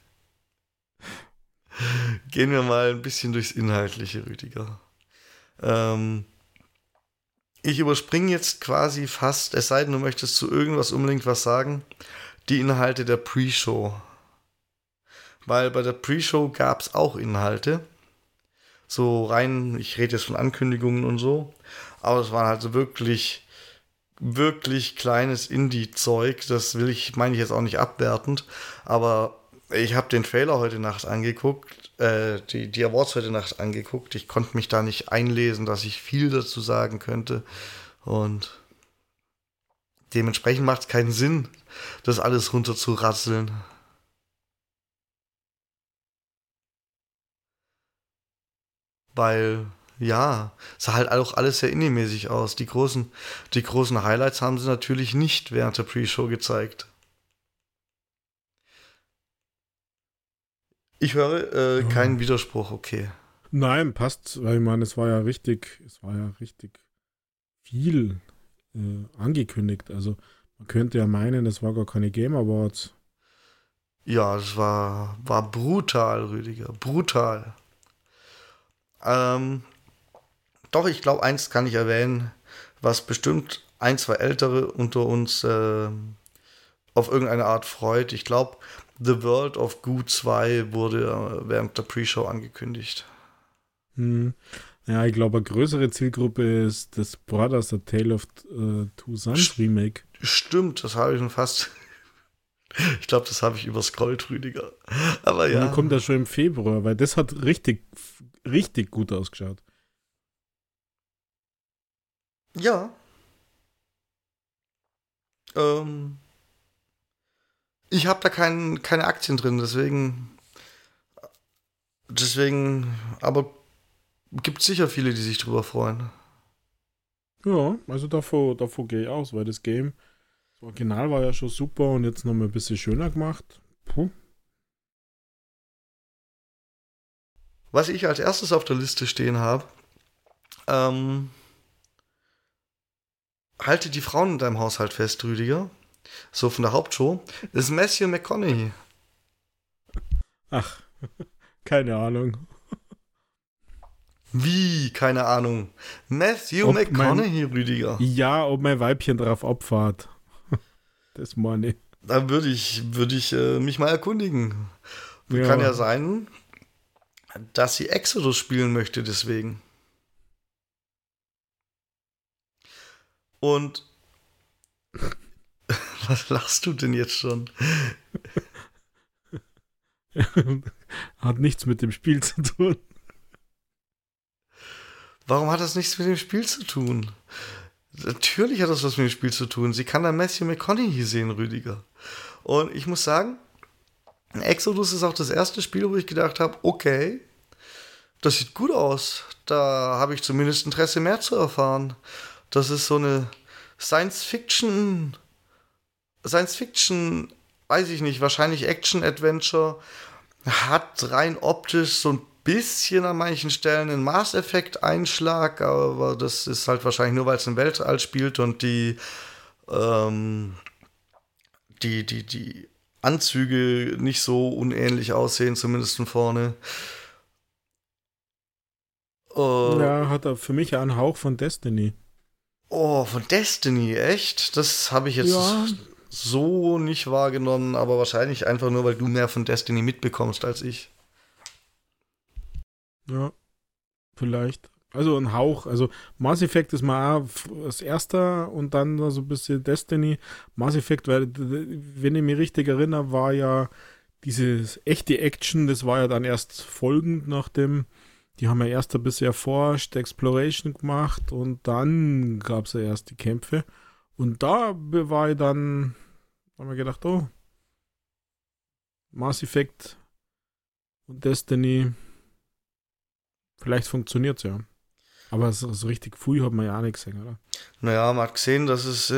Gehen wir mal ein bisschen durchs Inhaltliche, Rüdiger. Ähm, Ich überspringe jetzt quasi fast, es sei denn, du möchtest zu irgendwas unbedingt was sagen, die Inhalte der Pre-Show. Weil bei der Pre-Show gab es auch Inhalte. So rein, ich rede jetzt von Ankündigungen und so. Aber es war halt so wirklich, wirklich kleines Indie-Zeug. Das meine ich jetzt auch nicht abwertend. Aber ich habe den Trailer heute Nacht angeguckt, die Awards heute Nacht angeguckt. Ich konnte mich da nicht einlesen, dass ich viel dazu sagen könnte. Und dementsprechend macht es keinen Sinn, das alles runter zu rasseln. Weil, ja, sah halt auch alles sehr indie-mäßig aus. Die großen Highlights haben sie natürlich nicht während der Pre-Show gezeigt. Ich höre Ja. keinen Widerspruch, okay. Nein, passt, weil ich meine, es war ja richtig viel angekündigt. Also man könnte ja meinen, es war gar keine Game Awards. Ja, das war brutal, Rüdiger. Brutal. Ähm, doch, ich glaube, eins kann ich erwähnen, was bestimmt ein, zwei Ältere unter uns auf irgendeine Art freut. Ich glaube, The World of Goo 2 wurde während der Pre-Show angekündigt. Hm. Ja, ich glaube, eine größere Zielgruppe ist das Brothers A Tale of Two Sons Remake. Stimmt, das habe ich schon fast. Ich glaube, das habe ich überscrollt, Rüdiger. Aber Und dann ja. kommt er schon im Februar, weil das hat richtig, richtig gut ausgeschaut. Ja. Ähm, Ich habe da keine Aktien drin, deswegen, aber gibt sicher viele, die sich drüber freuen. Ja, also davor gehe ich aus, weil das Game, das Original war ja schon super und jetzt nochmal ein bisschen schöner gemacht. Puh. Was ich als erstes auf der Liste stehen habe, halte die Frauen in deinem Haushalt fest, Rüdiger. So von der Hauptshow. Ist Matthew McConaughey. Ach, keine Ahnung. Wie? Keine Ahnung. Matthew McConaughey, Rüdiger. Ja, ob mein Weibchen drauf abfahrt. Das meine ich. Da würde ich mich mal erkundigen. Ja. Kann ja sein, dass sie Exodus spielen möchte, deswegen. Und was lachst du denn jetzt schon? Hat nichts mit dem Spiel zu tun. Warum hat das nichts mit dem Spiel zu tun? Natürlich hat das was mit dem Spiel zu tun. Sie kann da Matthew McConaughey sehen, Rüdiger. Und ich muss sagen, Exodus ist auch das erste Spiel, wo ich gedacht habe, okay, das sieht gut aus. Da habe ich zumindest Interesse mehr zu erfahren. Das ist so eine Science-Fiction, weiß ich nicht, wahrscheinlich Action-Adventure, hat rein optisch so ein bisschen an manchen Stellen einen Mass-Effect-Einschlag, aber das ist halt wahrscheinlich nur, weil es im Weltall spielt und die Anzüge nicht so unähnlich aussehen, zumindest von vorne. Ja, hat er für mich einen Hauch von Destiny. Oh, von Destiny, echt? Das habe ich jetzt so nicht wahrgenommen, aber wahrscheinlich einfach nur, weil du mehr von Destiny mitbekommst als ich. Ja, vielleicht. Also ein Hauch. Also Mass Effect ist mal auch das erste und dann so ein bisschen Destiny. Mass Effect, weil, wenn ich mich richtig erinnere, war ja dieses echte Action, das war ja dann erst folgend nach dem, die haben ja erst ein bisschen erforscht, Exploration gemacht und dann gab es ja erst die Kämpfe. Und da war ich dann, haben wir gedacht, oh, Mass Effect und Destiny, vielleicht funktioniert es ja. Aber so richtig früh hat man ja auch nicht gesehen, oder? Naja, man hat gesehen, dass es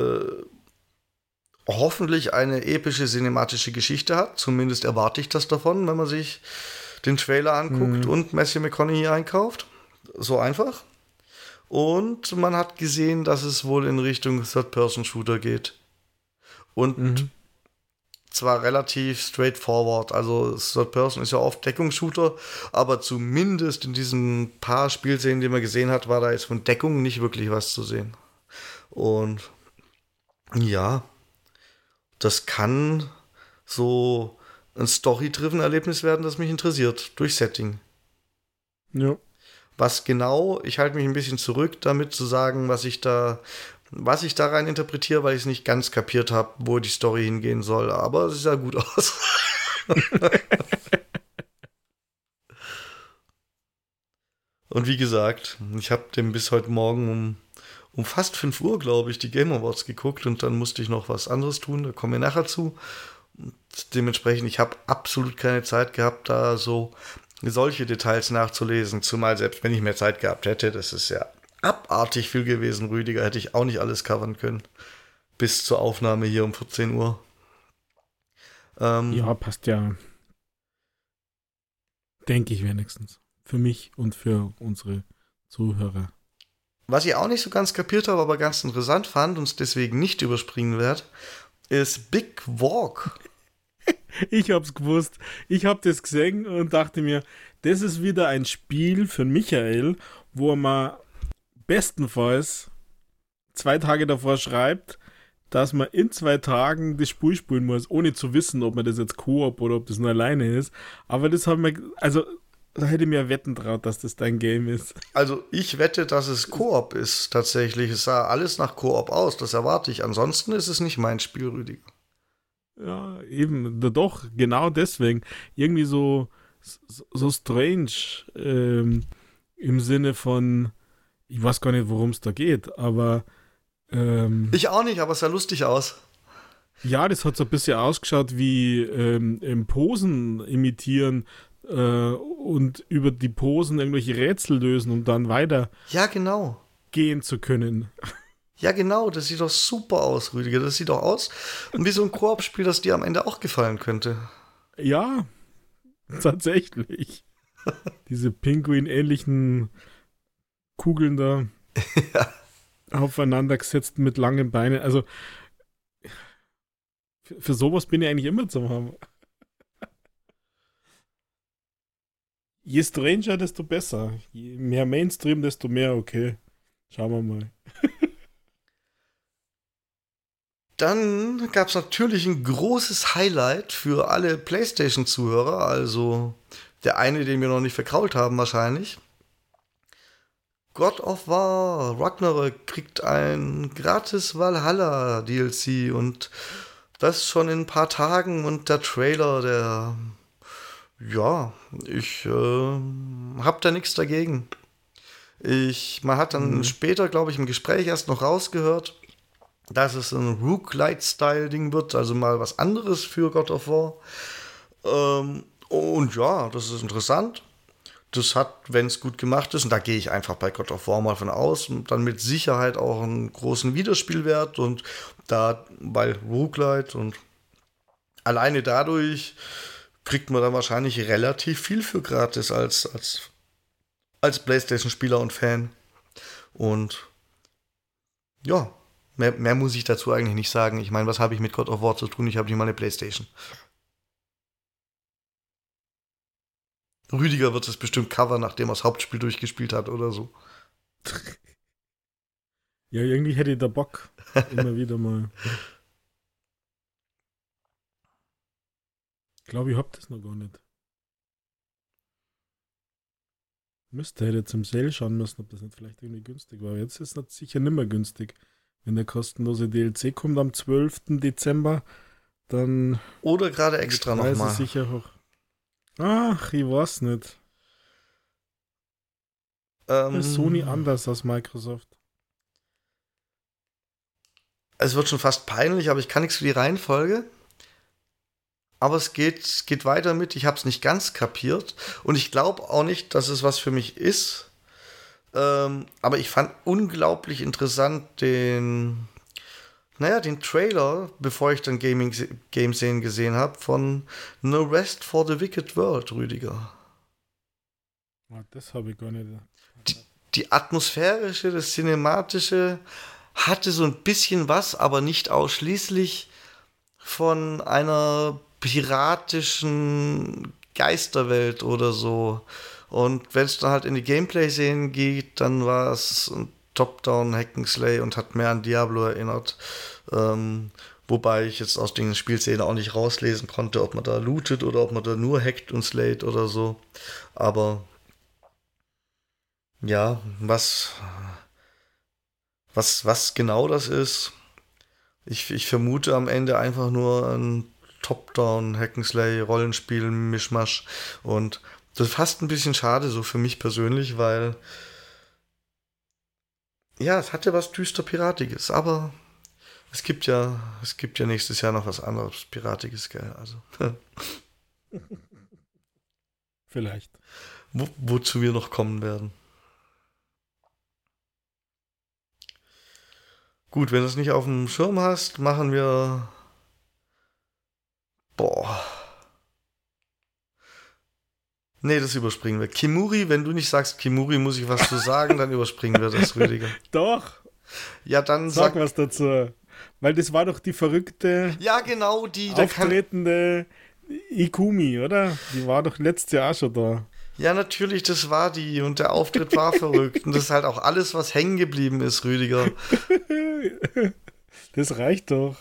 hoffentlich eine epische cinematische Geschichte hat. Zumindest erwarte ich das davon, wenn man sich den Trailer anguckt und Matthew McConaughey einkauft. So einfach. Und man hat gesehen, dass es wohl in Richtung Third-Person-Shooter geht. Und zwar relativ straightforward. Also Third-Person ist ja oft Deckungsshooter, aber zumindest in diesen paar Spielszenen, die man gesehen hat, war da jetzt von Deckung nicht wirklich was zu sehen. Und ja, das kann so ein story-driven Erlebnis werden, das mich interessiert, durch Setting. Ja. Was genau, ich halte mich ein bisschen zurück, damit zu sagen, was ich da rein interpretiere, weil ich es nicht ganz kapiert habe, wo die Story hingehen soll. Aber es sah gut aus. Und wie gesagt, ich habe dem bis heute Morgen um fast 5 Uhr, glaube ich, die Game Awards geguckt und dann musste ich noch was anderes tun, da kommen wir nachher zu. Und dementsprechend, ich habe absolut keine Zeit gehabt, da so solche Details nachzulesen, zumal selbst wenn ich mehr Zeit gehabt hätte, das ist ja abartig viel gewesen, Rüdiger, hätte ich auch nicht alles covern können. Bis zur Aufnahme hier um 14 Uhr. Ja, passt ja. Denke ich wenigstens. Für mich und für unsere Zuhörer. Was ich auch nicht so ganz kapiert habe, aber ganz interessant fand und es deswegen nicht überspringen werde, ist Big Walk. Ich hab's gewusst. Ich hab das gesehen und dachte mir, das ist wieder ein Spiel für Michael, wo er mal bestenfalls 2 Tage davor schreibt, dass man in 2 Tagen das Spiel spielen muss, ohne zu wissen, ob man das jetzt Koop oder ob das nur alleine ist. Aber das haben wir, also da hätte ich mir wetten traut, dass das dein Game ist. Also ich wette, dass es Koop ist tatsächlich. Es sah alles nach Koop aus, das erwarte ich. Ansonsten ist es nicht mein Spiel, Rüdiger. Ja, eben, doch, genau deswegen. Irgendwie so strange im Sinne von, ich weiß gar nicht, worum es da geht, aber ich auch nicht, aber es sah lustig aus. Ja, das hat so ein bisschen ausgeschaut wie Posen imitieren und über die Posen irgendwelche Rätsel lösen, um dann weiter gehen zu können. Ja, genau, das sieht doch super aus, Rüdiger. Das sieht doch aus wie so ein Koop-Spiel, das dir am Ende auch gefallen könnte. Ja, tatsächlich. Diese Pinguin-ähnlichen Kugeln da Ja. aufeinander gesetzt mit langen Beinen. Also für sowas bin ich eigentlich immer zu haben. Je stranger, desto besser. Je mehr Mainstream, desto mehr okay. Schauen wir mal. Dann gab es natürlich ein großes Highlight für alle PlayStation-Zuhörer, also der eine, den wir noch nicht verkrault haben wahrscheinlich. God of War Ragnarök kriegt ein gratis Valhalla DLC und das schon in ein paar Tagen und der Trailer, der ja, ich hab da nichts dagegen. Man hat dann später, glaube ich, im Gespräch erst noch rausgehört, dass es ein Roguelite-Style-Ding wird, also mal was anderes für God of War. Und ja, das ist interessant. Das hat, wenn es gut gemacht ist, und da gehe ich einfach bei God of War mal von aus, und dann mit Sicherheit auch einen großen Wiederspielwert und da, weil Roguelite und alleine dadurch kriegt man dann wahrscheinlich relativ viel für gratis als PlayStation-Spieler und Fan. Und ja, mehr muss ich dazu eigentlich nicht sagen. Ich meine, was habe ich mit God of War zu tun? Ich habe nicht mal eine PlayStation. Rüdiger wird es bestimmt covern, nachdem er das Hauptspiel durchgespielt hat oder so. Ja, irgendwie hätte ich da Bock. Immer wieder mal. Ich glaube, ich hab das noch gar nicht. Müsste halt jetzt im Sale schauen müssen, ob das nicht vielleicht irgendwie günstig war. Jetzt ist es sicher nicht mehr günstig. Wenn der kostenlose DLC kommt am 12. Dezember, dann Oder gerade extra nochmal. sicher hoch. Ach, ich weiß nicht. Ist Sony anders als Microsoft. Es wird schon fast peinlich, aber ich kann nichts für die Reihenfolge. Aber es geht weiter mit, ich habe es nicht ganz kapiert. Und ich glaube auch nicht, dass es was für mich ist. Aber ich fand unglaublich interessant den Trailer, bevor ich dann Game-Szenen gesehen habe, von No Rest for the Wicked World, Rüdiger. Das habe ich gar nicht. Die atmosphärische, das cinematische hatte so ein bisschen was, aber nicht ausschließlich von einer piratischen Geisterwelt oder so. Und wenn es dann halt in die Gameplay-Szenen geht, dann war es ein Top-Down Hack'n'Slay und hat mehr an Diablo erinnert. Wobei ich jetzt aus den Spielszenen auch nicht rauslesen konnte, ob man da lootet oder ob man da nur hackt und slayt oder so. Aber ja, was genau das ist, ich vermute am Ende einfach nur ein Top-Down, Hack'n'Slay, Rollenspiel, Mischmasch. Und das ist fast ein bisschen schade, so für mich persönlich, weil ja, es hatte was düster Piratiges, aber es gibt ja nächstes Jahr noch was anderes Piratiges, gell? Also. Vielleicht. Wozu wir noch kommen werden. Gut, wenn du es nicht auf dem Schirm hast, machen wir. Boah. Nee, das überspringen wir. Kimuri, wenn du nicht sagst Kimuri, muss ich was zu sagen, dann überspringen wir das, Rüdiger. Doch. Ja, dann sag was dazu. Weil das war doch die verrückte, ja, genau, die auftretende Ikumi, oder? Die war doch letztes Jahr auch schon da. Ja, natürlich, das war die und der Auftritt war verrückt. Und das ist halt auch alles, was hängen geblieben ist, Rüdiger. Das reicht doch.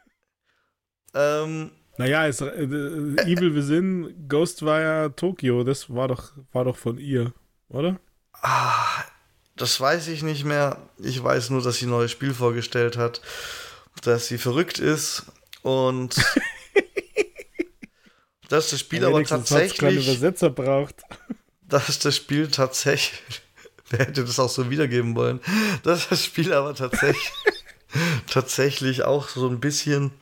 Naja, Evil Within, Ghostwire Tokyo, das war doch von ihr, oder? Das weiß ich nicht mehr. Ich weiß nur, dass sie ein neues Spiel vorgestellt hat, dass sie verrückt ist und dass das Spiel aber tatsächlich keinen Übersetzer braucht. Dass das Spiel tatsächlich, wer hätte das auch so wiedergeben wollen, dass das Spiel aber tatsächlich auch so ein bisschen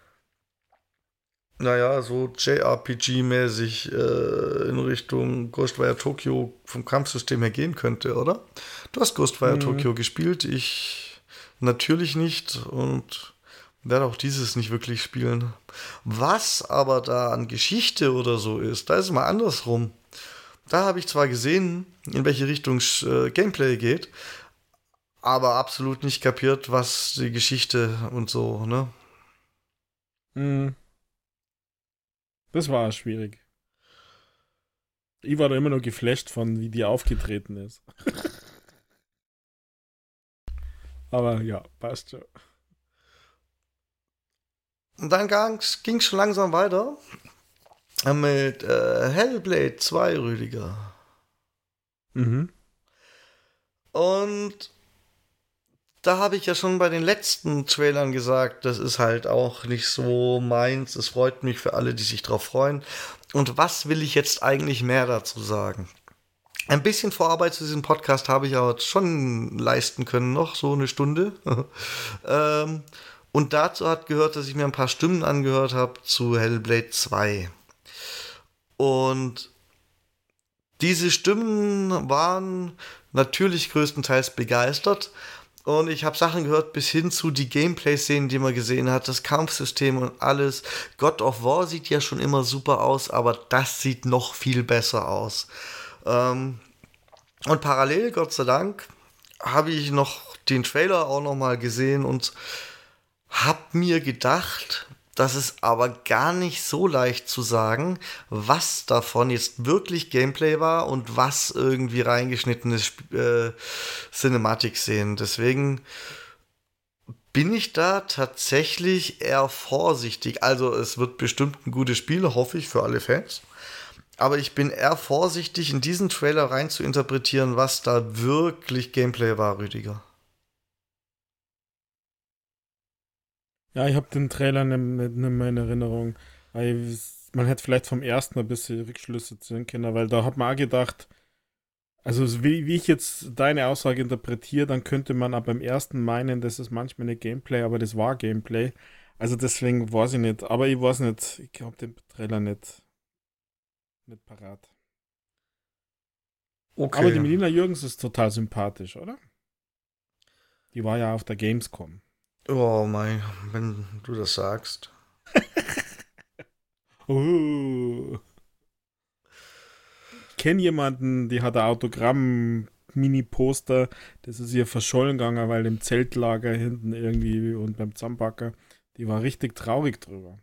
so JRPG-mäßig in Richtung Ghostwire Tokyo vom Kampfsystem her gehen könnte, oder? Du hast Ghostwire Tokyo gespielt, ich natürlich nicht und werde auch dieses nicht wirklich spielen. Was aber da an Geschichte oder so ist, da ist es mal andersrum. Da habe ich zwar gesehen, in welche Richtung Gameplay geht, aber absolut nicht kapiert, was die Geschichte und so, ne? Hm, das war schwierig. Ich war da immer nur geflasht von, wie die aufgetreten ist. Aber ja, passt schon. Und dann ging es schon langsam weiter mit Hellblade 2, Rüdiger. Mhm. Und da habe ich ja schon bei den letzten Trailern gesagt, das ist halt auch nicht so meins. Es freut mich für alle, die sich drauf freuen. Und was will ich jetzt eigentlich mehr dazu sagen? Ein bisschen Vorarbeit zu diesem Podcast habe ich aber schon leisten können, noch so eine Stunde. Und dazu hat gehört, dass ich mir ein paar Stimmen angehört habe zu Hellblade 2. Und diese Stimmen waren natürlich größtenteils begeistert. Und ich habe Sachen gehört bis hin zu die Gameplay-Szenen, die man gesehen hat, das Kampfsystem und alles. God of War sieht ja schon immer super aus, aber das sieht noch viel besser aus. Und parallel, Gott sei Dank, habe ich noch den Trailer auch noch mal gesehen und habe mir gedacht, das ist aber gar nicht so leicht zu sagen, was davon jetzt wirklich Gameplay war und was irgendwie reingeschnittene Cinematic-Szenen. Deswegen bin ich da tatsächlich eher vorsichtig. Also es wird bestimmt ein gutes Spiel, hoffe ich, für alle Fans. Aber ich bin eher vorsichtig, in diesen Trailer rein zu interpretieren, was da wirklich Gameplay war, Rüdiger. Ja, ich habe den Trailer nicht mehr in Erinnerung. Man hätte vielleicht vom ersten ein bisschen Rückschlüsse ziehen können, weil da hat man auch gedacht, also so wie ich jetzt deine Aussage interpretiere, dann könnte man auch beim ersten meinen, das ist manchmal nicht Gameplay, aber das war Gameplay. Also deswegen weiß ich nicht. Aber ich weiß nicht, ich habe den Trailer nicht parat. Aber die Okay. Melina Jürgens ist total sympathisch, oder? Die war ja auf der Gamescom. Oh mein, wenn du das sagst. Oh. Ich kenne jemanden, die hat ein Autogramm-Mini-Poster. Das ist ihr verschollen gegangen, weil im Zeltlager hinten irgendwie und beim Zampacker. Die war richtig traurig drüber.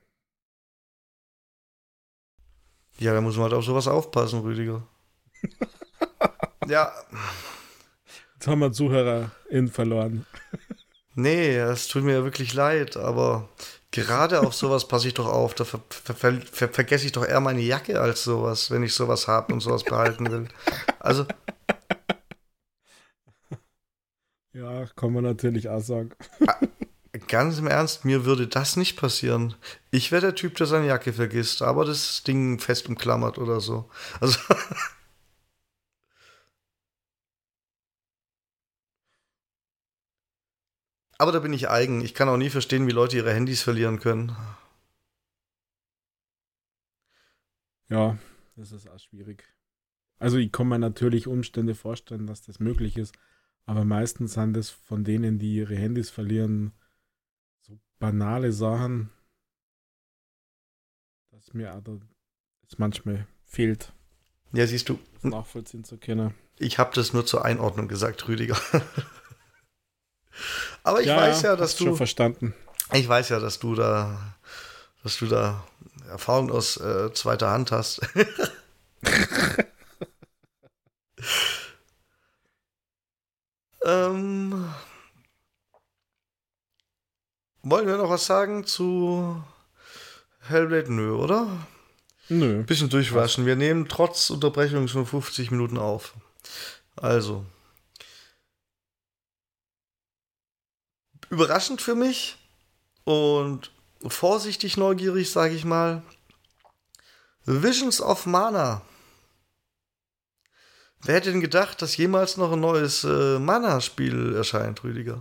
Ja, da muss man halt auf sowas aufpassen, Rüdiger. Ja, Jetzt haben wir einen ZuhörerInnen verloren. nee, es tut mir ja wirklich leid, aber gerade auf sowas passe ich doch auf. Da vergesse ich doch eher meine Jacke als sowas, wenn ich sowas habe und sowas behalten will. Also, Ja, kann man natürlich auch sagen. ganz im Ernst, mir würde das nicht passieren. Ich wäre der Typ, der seine Jacke vergisst, aber das Ding fest umklammert oder so. Also, aber da bin ich eigen. Ich kann auch nie verstehen, wie Leute ihre Handys verlieren können. Ja, das ist auch schwierig. Also ich kann mir natürlich Umstände vorstellen, dass das möglich ist. Aber meistens sind das von denen, die ihre Handys verlieren, so banale Sachen, dass mir auch da es manchmal fehlt, Ja, siehst du, das nachvollziehen zu können. ich habe das nur zur Einordnung gesagt, Rüdiger. Aber ich Ja, weiß ja, ja, dass hast schon du, verstanden. ich weiß ja, dass du da Erfahrung aus zweiter Hand hast. ähm, wollen wir noch was sagen zu Hellblade? Nö, oder? Nö, Bisschen passt. durchwaschen. Wir nehmen trotz Unterbrechung schon 50 Minuten auf. Also, überraschend für mich und vorsichtig neugierig, sage ich mal. Visions of Mana. Wer hätte denn gedacht, dass jemals noch ein neues Mana-Spiel erscheint, Rüdiger?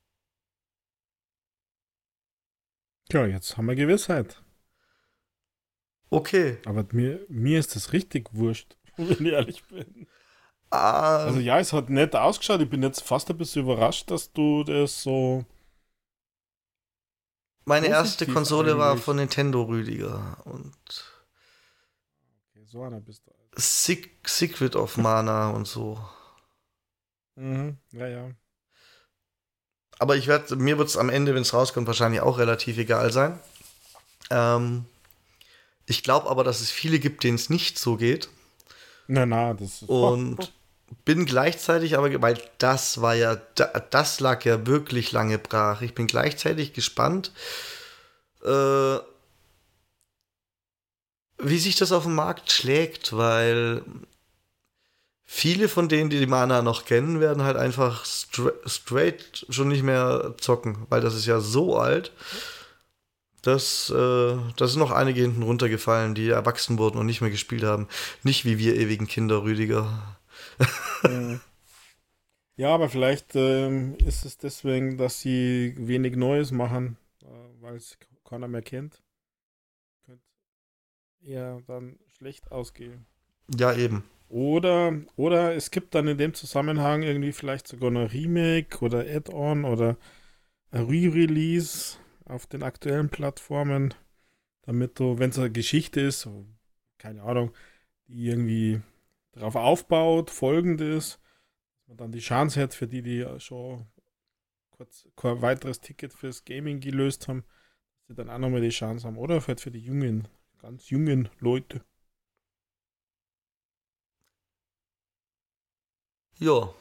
Tja, jetzt haben wir Gewissheit. Okay. Aber mir ist das richtig wurscht, wenn ich ehrlich bin. Ah, Also ja, es hat nett ausgeschaut. Ich bin jetzt fast ein bisschen überrascht, dass du das so meine erste positiv Konsole war von eigentlich. Nintendo, Rüdiger. Und Okay, so einer bist du also. Secret of Mana und so. Mhm. Ja, ja. Aber mir wird es am Ende, wenn es rauskommt, wahrscheinlich auch relativ egal sein. Ähm, Ich glaube aber, dass es viele gibt, denen es nicht so geht. Na, das ist. Und bin gleichzeitig aber, weil das war ja, das lag ja wirklich lange brach. Ich bin gleichzeitig gespannt, äh, wie sich das auf dem Markt schlägt, weil viele von denen, die Mana noch kennen, werden halt einfach straight schon nicht mehr zocken, weil das ist ja so alt. Das sind noch einige hinten runtergefallen, die erwachsen wurden und nicht mehr gespielt haben. Nicht wie wir ewigen Kinder, Rüdiger. Mhm. Ja, aber vielleicht ist es deswegen, dass sie wenig Neues machen, weil es keiner mehr kennt. Könnte eher dann schlecht ausgehen. Ja, eben. Oder es gibt dann in dem Zusammenhang irgendwie vielleicht sogar ein Remake oder Add-on oder ein Re-Release auf den aktuellen Plattformen, damit du, wenn es eine Geschichte ist, so, keine Ahnung, die irgendwie darauf aufbaut, folgend ist, dass man dann die Chance hat, für die, die schon kurz kein weiteres Ticket fürs Gaming gelöst haben, dass sie dann auch nochmal die Chance haben. Oder vielleicht für die jungen, ganz jungen Leute. Ja.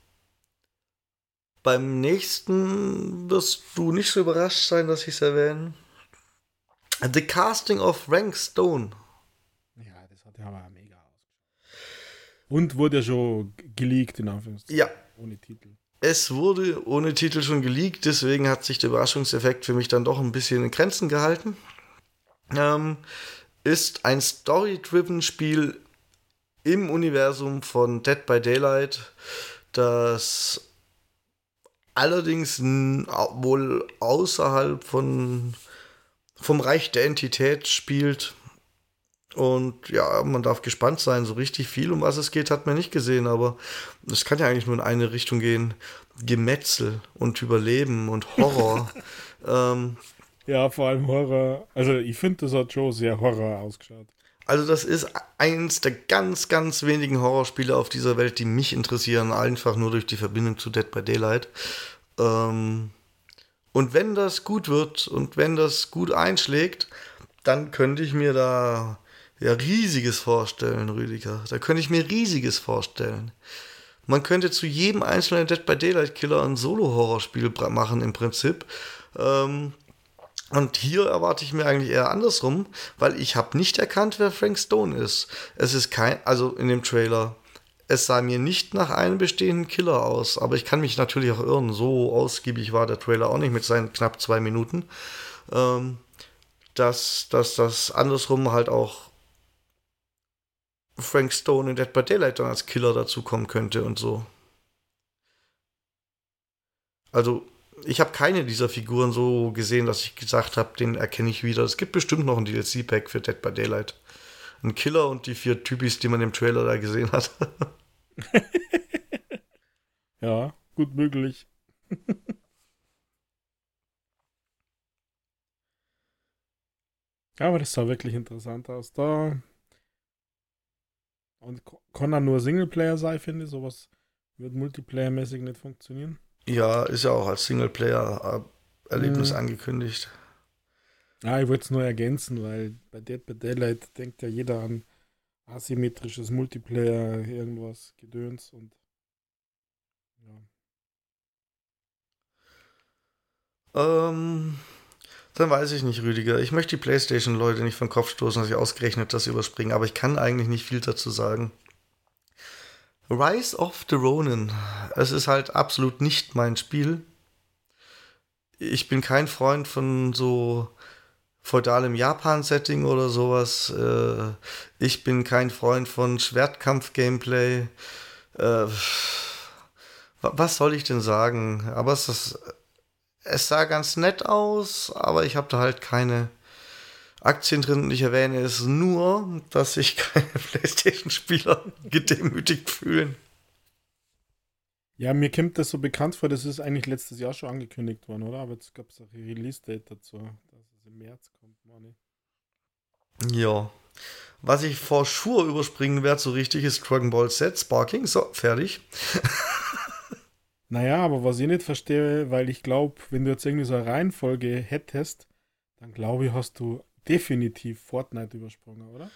Beim nächsten wirst du nicht so überrascht sein, dass ich es erwähne. The Casting of Frank Stone. Ja, das hat ja aber mega aus. Und wurde ja schon geleakt, in Ja, Anführungszeichen, ohne Titel. es wurde ohne Titel schon geleakt, deswegen hat sich der Überraschungseffekt für mich dann doch ein bisschen in Grenzen gehalten. Ähm, Ist ein Story-driven Spiel im Universum von Dead by Daylight, das allerdings wohl außerhalb vom Reich der Entität spielt. Und ja, man darf gespannt sein. So richtig viel, um was es geht, hat man nicht gesehen. Aber es kann ja eigentlich nur in eine Richtung gehen. Gemetzel und Überleben und Horror. ähm, Ja, vor allem Horror. Also ich finde, das hat schon sehr Horror ausgeschaut. also das ist eins der ganz, ganz wenigen Horrorspiele auf dieser Welt, die mich interessieren. Einfach nur durch die Verbindung zu Dead by Daylight. Ähm, und wenn das gut wird und wenn das gut einschlägt, dann könnte ich mir da ja riesiges vorstellen, Rüdiger. Da könnte ich mir riesiges vorstellen. Man könnte zu jedem einzelnen Dead by Daylight Killer ein Solo-Horrorspiel machen im Prinzip. Ähm, und hier erwarte ich mir eigentlich eher andersrum, weil ich habe nicht erkannt, wer Frank Stone ist. Es ist also in dem Trailer. Es sah mir nicht nach einem bestehenden Killer aus, aber ich kann mich natürlich auch irren. So ausgiebig war der Trailer auch nicht mit seinen knapp 2 Minuten. Ähm, dass das andersrum halt auch Frank Stone in Dead by Daylight dann als Killer dazukommen könnte und so. Also, ich habe keine dieser Figuren so gesehen, dass ich gesagt habe, den erkenne ich wieder. Es gibt bestimmt noch ein DLC-Pack für Dead by Daylight. Ein Killer und die 4 Typis, die man im Trailer da gesehen hat. Ja, gut möglich. Ja, aber das sah wirklich interessant aus. Da und kann er nur Singleplayer sein, finde ich. Sowas wird multiplayermäßig nicht funktionieren. Ja, ist ja auch als Singleplayer-Erlebnis Hm. angekündigt. Ja, ich wollte es nur ergänzen, weil bei Dead by Daylight denkt ja jeder an asymmetrisches Multiplayer, irgendwas, Gedöns und ja. Ähm, Dann weiß ich nicht, Rüdiger. Ich möchte die PlayStation-Leute nicht vom Kopf stoßen, dass ich ausgerechnet das überspringen, aber ich kann eigentlich nicht viel dazu sagen. Rise of the Ronin. Es ist halt absolut nicht mein Spiel. Ich bin kein Freund von so feudalem Japan-Setting oder sowas. Ich bin kein Freund von Schwertkampf-Gameplay. Äh, Was soll ich denn sagen? Aber es sah ganz nett aus, aber ich habe da halt keine Aktien drin und ich erwähne es nur, dass sich keine PlayStation-Spieler gedemütigt fühlen. Ja, mir kommt das so bekannt vor, das ist eigentlich letztes Jahr schon angekündigt worden, oder? Aber jetzt gab es auch ein Release-Date dazu, dass es im März kommt, meine ich. Ja. Was ich for sure überspringen werde, so richtig, ist Dragon Ball Z, Sparking. So, fertig. Naja, aber was ich nicht verstehe, weil ich glaube, wenn du jetzt irgendwie so eine Reihenfolge hättest, dann glaube ich, hast du definitiv Fortnite übersprungen, oder?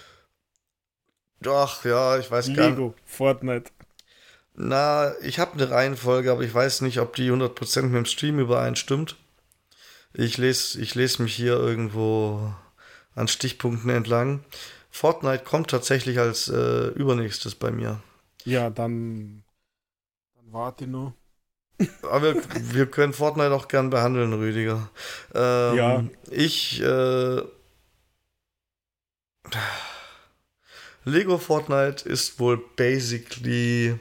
Ach ja, ich weiß gar nicht. Lego, Fortnite. Na, ich habe eine Reihenfolge, aber ich weiß nicht, ob die 100% mit dem Stream übereinstimmt. Ich lese mich hier irgendwo an Stichpunkten entlang. Fortnite kommt tatsächlich als übernächstes bei mir. Ja, dann warte nur. Aber wir können Fortnite auch gern behandeln, Rüdiger. Ja, Lego Fortnite ist wohl basically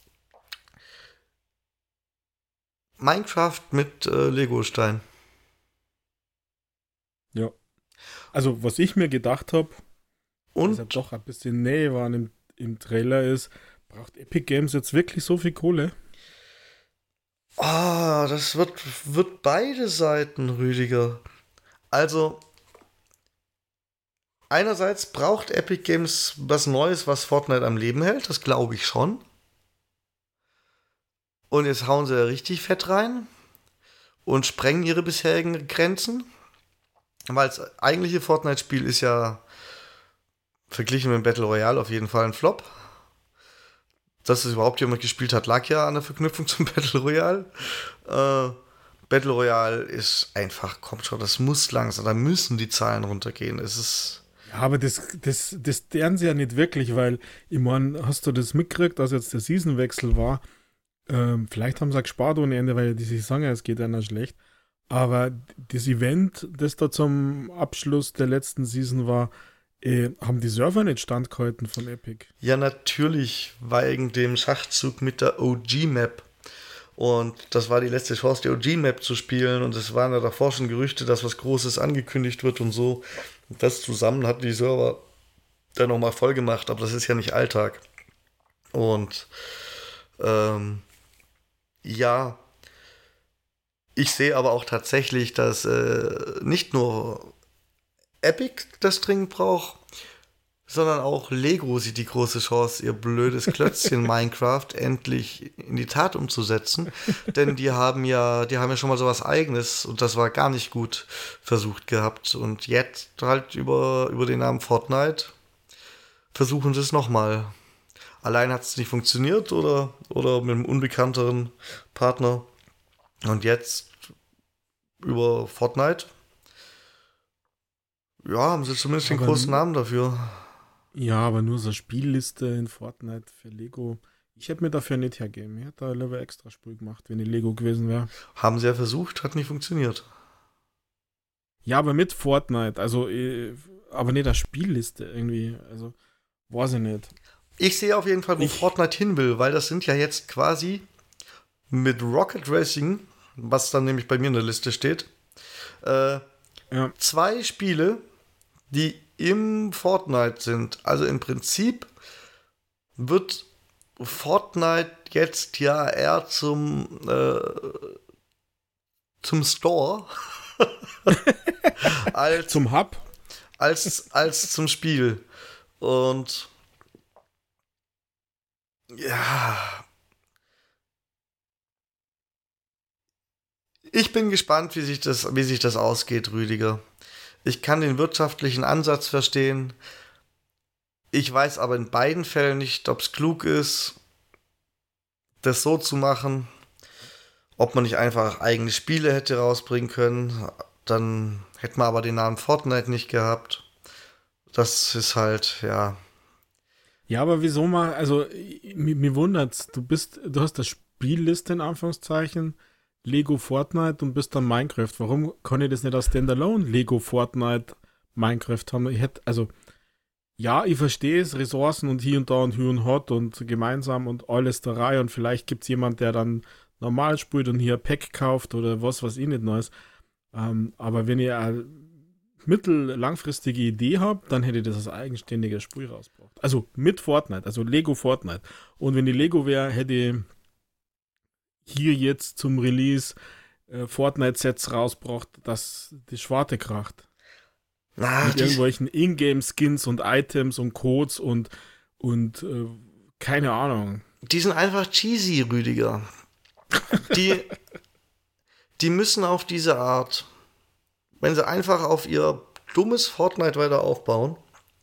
Minecraft mit Lego-Stein. ja. Also, was ich mir gedacht habe, was ja Und doch ein bisschen Nähe waren im Trailer ist, braucht Epic Games jetzt wirklich so viel Kohle? das wird beide Seiten, Rüdiger. Also, einerseits braucht Epic Games was Neues, was Fortnite am Leben hält, das glaube ich schon. Und jetzt hauen sie da richtig fett rein und sprengen ihre bisherigen Grenzen. Weil das eigentliche Fortnite-Spiel ist ja verglichen mit dem Battle Royale auf jeden Fall ein Flop. Dass es überhaupt jemand gespielt hat, lag ja an der Verknüpfung zum Battle Royale. Battle Royale ist einfach, kommt schon, das muss langsam, da müssen die Zahlen runtergehen. Es ist. Ja, aber das deren sie ja nicht wirklich, weil, ich meine, hast du das mitgekriegt, dass jetzt der Seasonwechsel war? Vielleicht haben sie auch gespart ohne Ende, weil die sich sagen, es geht einer schlecht. Aber das Event, das da zum Abschluss der letzten Season war, haben die Server nicht standgehalten von Epic. Ja, natürlich wegen dem Schachzug mit der OG-Map. Und das war die letzte Chance, die OG-Map zu spielen. Und es waren ja davor schon Gerüchte, dass was Großes angekündigt wird und so. Das zusammen hat die Server dann nochmal voll gemacht. Aber das ist ja nicht Alltag. Und ja, ich sehe aber auch tatsächlich, dass nicht nur Epic das dringend braucht, sondern auch Lego sieht die große Chance, ihr blödes Klötzchen Minecraft endlich in die Tat umzusetzen. Denn die haben ja schon mal sowas Eigenes und das war gar nicht gut versucht gehabt. Und jetzt halt über den Namen Fortnite versuchen sie es nochmal. Allein hat es nicht funktioniert oder mit einem unbekannteren Partner. Und jetzt über Fortnite, ja, haben sie zumindest den Aber, großen Namen dafür. ja, aber nur so eine Spielliste in Fortnite für Lego. Ich hätte mir dafür nicht hergeben. Ich hätte da lieber extra Spiel gemacht, wenn ich Lego gewesen wäre. Haben sie ja versucht, hat nicht funktioniert. Ja, aber mit Fortnite. Also, aber nicht als Spielliste irgendwie. Also, weiß ich nicht. Ich sehe auf jeden Fall, wo Fortnite hin will, weil das sind ja jetzt quasi mit Rocket Racing, was dann nämlich bei mir in der Liste steht, Ja. 2 Spiele, die im Fortnite sind. Also im Prinzip wird Fortnite jetzt ja eher zum Store als, Zum Hub. als zum Spiel. Und ja, ich bin gespannt, wie sich das ausgeht, Rüdiger. Ich kann den wirtschaftlichen Ansatz verstehen. Ich weiß aber in beiden Fällen nicht, ob es klug ist, das so zu machen. Ob man nicht einfach eigene Spiele hätte rausbringen können. Dann hätte man aber den Namen Fortnite nicht gehabt. Das ist halt, ja. Ja, aber wieso mal, also mir wundert's, du hast das Spielliste in Anführungszeichen, Lego Fortnite und bist dann Minecraft. Warum kann ich das nicht als Standalone Lego Fortnite Minecraft haben? Ich hätte, also, ja, ich verstehe es, Ressourcen und hier und da und Hü und Hot und gemeinsam und alles der Reihe und vielleicht gibt es jemand, der dann normal spielt und hier ein Pack kauft oder was ich nicht Neues. Aber wenn ihr eine langfristige Idee habt, dann hätte ich das als eigenständiges Spiel rausgebracht. Also mit Fortnite, also Lego Fortnite. Und wenn die Lego wäre, hätte ich hier jetzt zum Release Fortnite-Sets rausgebracht, dass die Schwarte kracht. Mit irgendwelchen Ingame-Skins und Items und Codes und keine Ahnung. Die sind einfach cheesy, Rüdiger. Die müssen auf diese Art, wenn sie einfach auf ihr dummes Fortnite weiter aufbauen,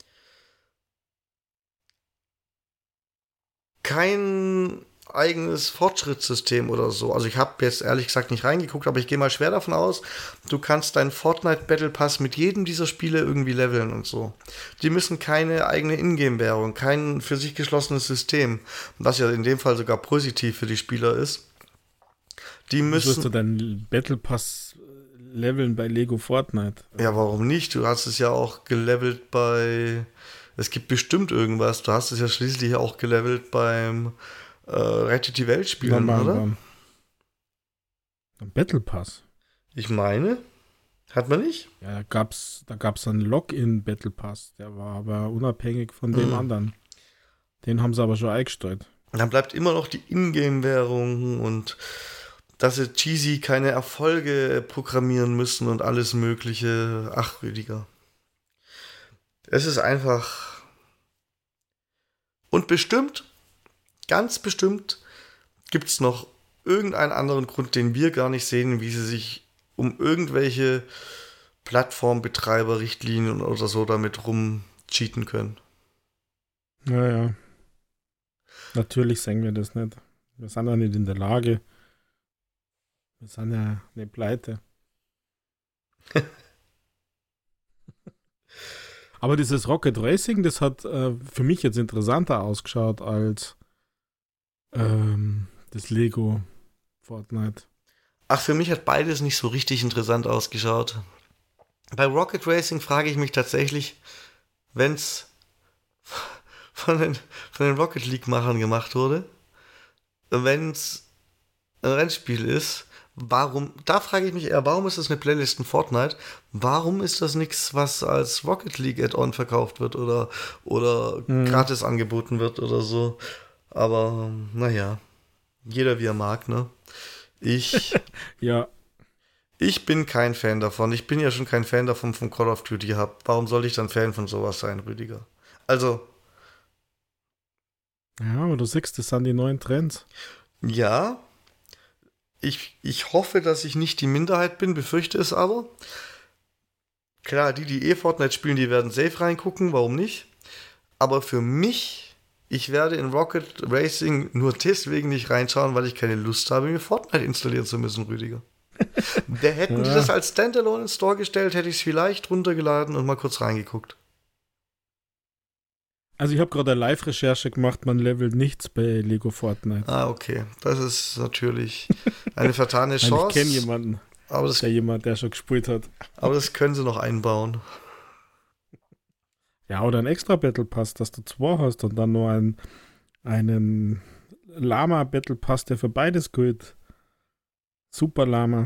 kein eigenes Fortschrittssystem oder so. Also ich habe jetzt ehrlich gesagt nicht reingeguckt, aber ich gehe mal schwer davon aus, du kannst deinen Fortnite Battle Pass mit jedem dieser Spiele irgendwie leveln und so. Die müssen keine eigene Ingame-Währung, kein für sich geschlossenes System, was ja in dem Fall sogar positiv für die Spieler ist. Die müssen. Wirst du deinen Battle Pass leveln bei Lego Fortnite? Ja, warum nicht? Du hast es ja auch gelevelt bei. Es gibt bestimmt irgendwas. Du hast es ja schließlich auch gelevelt beim Rettet die Welt spielen, oder? Ein Battle Pass. Ich meine. Hat man nicht? Ja, da gab's einen Login Battle Pass. Der war aber unabhängig von dem anderen. Den haben sie aber schon eingestellt. Dann bleibt immer noch die Ingame-Währung und dass sie cheesy keine Erfolge programmieren müssen und alles Mögliche. Ach, Rüdiger. Es ist einfach. Und bestimmt, ganz bestimmt, gibt es noch irgendeinen anderen Grund, den wir gar nicht sehen, wie sie sich um irgendwelche Plattformbetreiber-Richtlinien oder so damit rumcheaten können. Ja. Natürlich sehen wir das nicht. Wir sind ja nicht in der Lage. Wir sind ja nicht pleite. Aber dieses Rocket Racing, das hat für mich jetzt interessanter ausgeschaut als das Lego Fortnite. Ach, für mich hat beides nicht so richtig interessant ausgeschaut. Bei Rocket Racing frage ich mich tatsächlich, wenn es von den Rocket League-Machern gemacht wurde, wenn es ein Rennspiel ist, da frage ich mich eher, warum ist das eine Playlist in Fortnite? Warum ist das nichts, was als Rocket League Add-on verkauft wird oder gratis angeboten wird oder so? Aber naja, jeder wie er mag, ne? Ja. Ich bin kein Fan davon. Ich bin ja schon kein Fan davon von Call of Duty hab. Warum soll ich dann Fan von sowas sein, Rüdiger? Also. Ja, aber du siehst, das sind die neuen Trends. Ja. Ich hoffe, dass ich nicht die Minderheit bin, befürchte es aber. Klar, die Fortnite spielen, die werden safe reingucken, warum nicht? Aber für mich, ich werde in Rocket Racing nur deswegen nicht reinschauen, weil ich keine Lust habe, mir Fortnite installieren zu müssen, Rüdiger. Hätten die das als Standalone in den Store gestellt, hätte ich es vielleicht runtergeladen und mal kurz reingeguckt. Also ich habe gerade eine Live-Recherche gemacht, man levelt nichts bei Lego Fortnite. Ah, okay. Das ist natürlich eine vertane Chance. Ich kenne jemanden, der schon gespielt hat. Aber das können sie noch einbauen. Ja, oder ein extra Battle Pass, dass du 2 hast und dann nur einen Lama Battle Pass, der für beides gilt. Super Lama.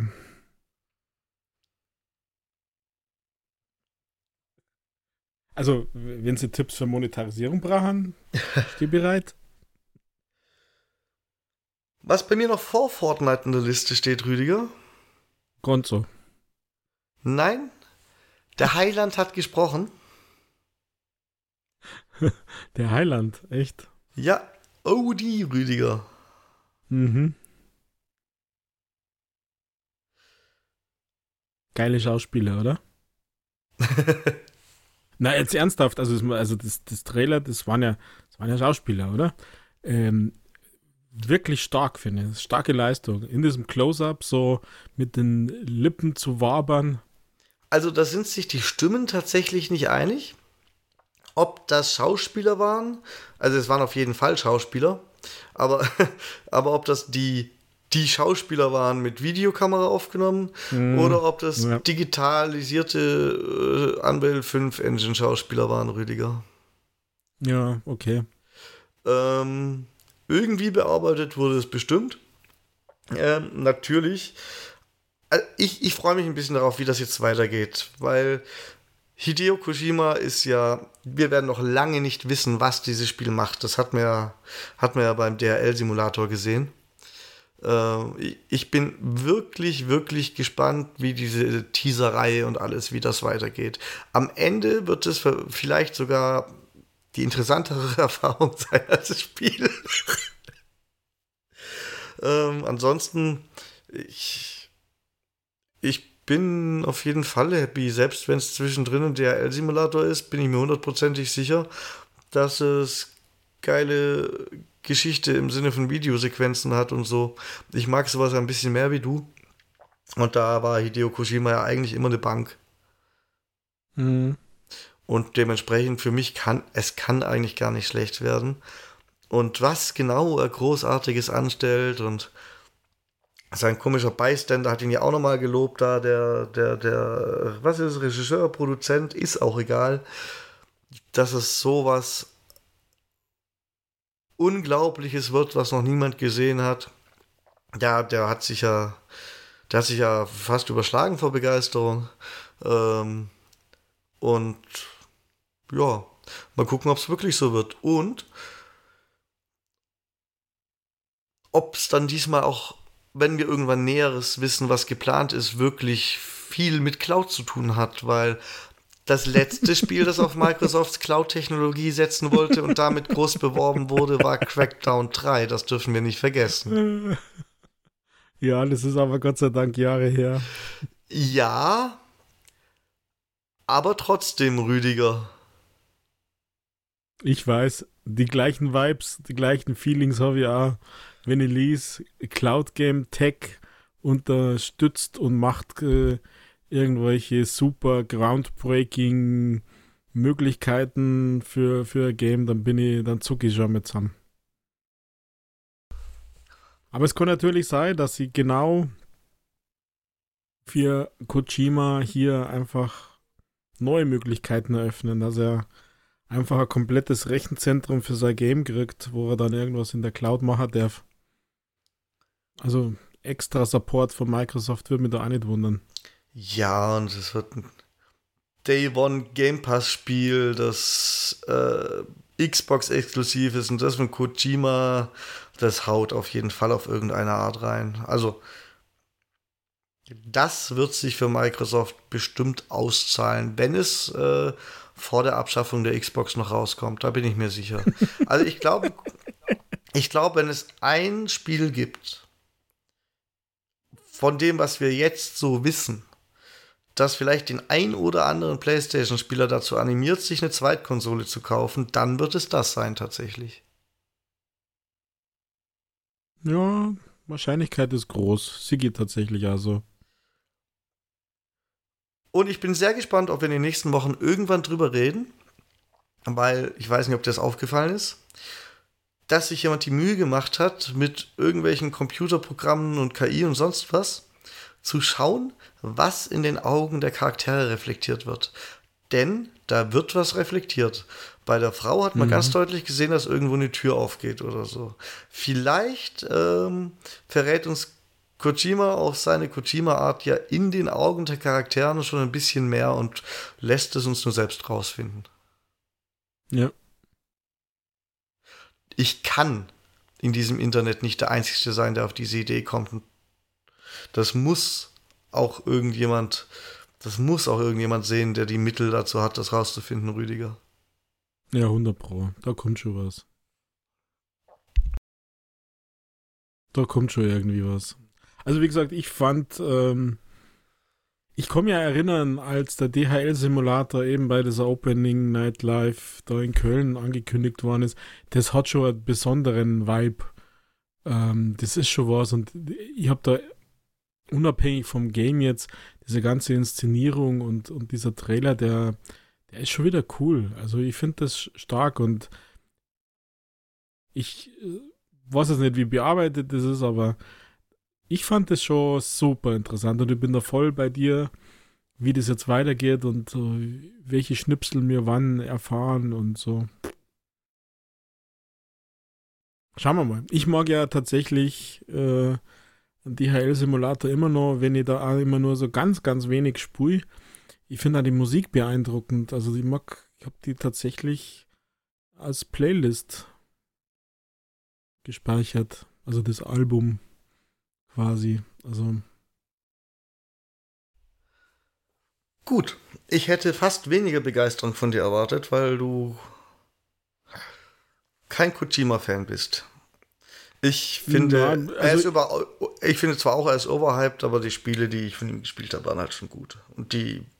Also, wenn Sie Tipps für Monetarisierung brauchen, stehe bereit. Was bei mir noch vor Fortnite in der Liste steht, Rüdiger? Gonzo. Nein, der Heiland hat gesprochen. Der Heiland, echt? Ja, die Rüdiger. Mhm. Geile Schauspieler, oder? Na, jetzt ernsthaft, also das Trailer, das waren ja Schauspieler, oder? Wirklich stark, finde ich. Starke Leistung. In diesem Close-Up so mit den Lippen zu wabern. Also da sind sich die Stimmen tatsächlich nicht einig, ob das Schauspieler waren. Also es waren auf jeden Fall Schauspieler. Aber ob das die Schauspieler waren mit Videokamera aufgenommen oder ob das digitalisierte Unreal 5 Engine Schauspieler waren, Rüdiger. Ja, okay. Irgendwie bearbeitet wurde es bestimmt. Natürlich. Ich freue mich ein bisschen darauf, wie das jetzt weitergeht, weil Hideo Kojima ist ja, wir werden noch lange nicht wissen, was dieses Spiel macht. Das hat man ja beim DRL-Simulator gesehen. Ich bin wirklich, wirklich gespannt, wie diese Teaserei und alles, wie das weitergeht. Am Ende wird es vielleicht sogar die interessantere Erfahrung sein als das Spiel. Ansonsten, ich bin auf jeden Fall happy. Selbst wenn es zwischendrin ein DHL-Simulator ist, bin ich mir hundertprozentig sicher, dass es geile Geschichte im Sinne von Videosequenzen hat und so. Ich mag sowas ein bisschen mehr wie du. Und da war Hideo Kojima ja eigentlich immer eine Bank. Mhm. Und dementsprechend für mich kann eigentlich gar nicht schlecht werden. Und was genau er Großartiges anstellt und sein komischer Bystander hat ihn ja auch nochmal gelobt, da was ist, Regisseur, Produzent, ist auch egal, dass es sowas Unglaubliches wird, was noch niemand gesehen hat. Ja, der hat sich ja fast überschlagen vor Begeisterung. Ähm, und ja, mal gucken, ob es wirklich so wird. Und ob es dann diesmal auch, wenn wir irgendwann Näheres wissen, was geplant ist, wirklich viel mit Cloud zu tun hat, weil das letzte Spiel, das auf Microsofts Cloud-Technologie setzen wollte und damit groß beworben wurde, war Crackdown 3. Das dürfen wir nicht vergessen. Ja, das ist aber Gott sei Dank Jahre her. Ja, aber trotzdem, Rüdiger. Ich weiß, die gleichen Vibes, die gleichen Feelings habe ich auch, wenn ich lese, Cloud Game Tech unterstützt und macht irgendwelche super groundbreaking Möglichkeiten für ein Game, dann zucke ich schon mit zusammen. Aber es kann natürlich sein, dass sie genau für Kojima hier einfach neue Möglichkeiten eröffnen, dass er einfach ein komplettes Rechenzentrum für sein Game kriegt, wo er dann irgendwas in der Cloud machen darf. Also extra Support von Microsoft würde mich da auch nicht wundern. Ja, und es wird ein Day One Game Pass Spiel, das Xbox exklusiv ist und das von Kojima, das haut auf jeden Fall auf irgendeine Art rein. Also das wird sich für Microsoft bestimmt auszahlen, wenn es vor der Abschaffung der Xbox noch rauskommt. Da bin ich mir sicher. Also ich glaube, wenn es ein Spiel gibt, von dem, was wir jetzt so wissen, das vielleicht den ein oder anderen PlayStation-Spieler dazu animiert, sich eine Zweitkonsole zu kaufen, dann wird es das sein tatsächlich. Ja, Wahrscheinlichkeit ist groß. Sie geht tatsächlich also. Und ich bin sehr gespannt, ob wir in den nächsten Wochen irgendwann drüber reden, weil ich weiß nicht, ob dir das aufgefallen ist, dass sich jemand die Mühe gemacht hat, mit irgendwelchen Computerprogrammen und KI und sonst was zu schauen, was in den Augen der Charaktere reflektiert wird. Denn da wird was reflektiert. Bei der Frau hat man ganz deutlich gesehen, dass irgendwo eine Tür aufgeht oder so. Vielleicht verrät uns Kojima auf seine Kojima-Art ja in den Augen der Charakteren schon ein bisschen mehr und lässt es uns nur selbst rausfinden. Ja. Ich kann in diesem Internet nicht der Einzige sein, der auf diese Idee kommt. Das muss auch irgendjemand, sehen, der die Mittel dazu hat, das rauszufinden, Rüdiger. Ja, 100 Pro. Da kommt schon was. Da kommt schon irgendwie was. Also wie gesagt, ich fand, ich kann mich ja erinnern, als der DHL-Simulator eben bei dieser Opening Night Live da in Köln angekündigt worden ist, das hat schon einen besonderen Vibe. Das ist schon was und ich habe da unabhängig vom Game jetzt diese ganze Inszenierung und dieser Trailer, der ist schon wieder cool. Also ich finde das stark und ich weiß jetzt nicht, wie bearbeitet das ist, aber ich fand das schon super interessant und ich bin da voll bei dir, wie das jetzt weitergeht und welche Schnipsel wir wann erfahren und so. Schauen wir mal. Ich mag ja tatsächlich DHL-Simulator immer noch, wenn ich da auch immer nur so ganz, ganz wenig spule. Ich finde auch die Musik beeindruckend. Also ich habe die tatsächlich als Playlist gespeichert. Also das Album. quasi. Also, Gut, ich hätte fast weniger Begeisterung von dir erwartet, weil du kein Kojima-Fan bist. Ich na, finde, also, ich finde zwar auch, er ist overhyped, aber die Spiele, die ich von ihm gespielt habe, waren halt schon gut. Und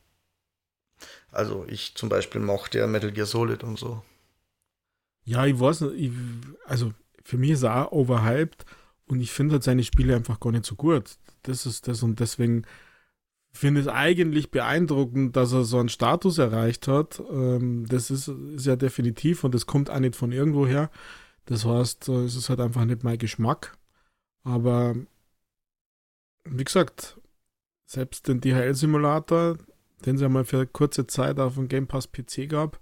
also ich zum Beispiel mochte ja Metal Gear Solid und so. ja, ich weiß nicht, also für mich ist er auch overhyped und ich finde halt seine Spiele einfach gar nicht so gut. Das ist das und deswegen finde ich es eigentlich beeindruckend, dass er so einen Status erreicht hat. Das ist ja definitiv und das kommt auch nicht von irgendwoher. Das heißt, es ist halt einfach nicht mein Geschmack. Aber wie gesagt, selbst den DHL-Simulator, den es ja mal für kurze Zeit auf dem Game Pass PC gab,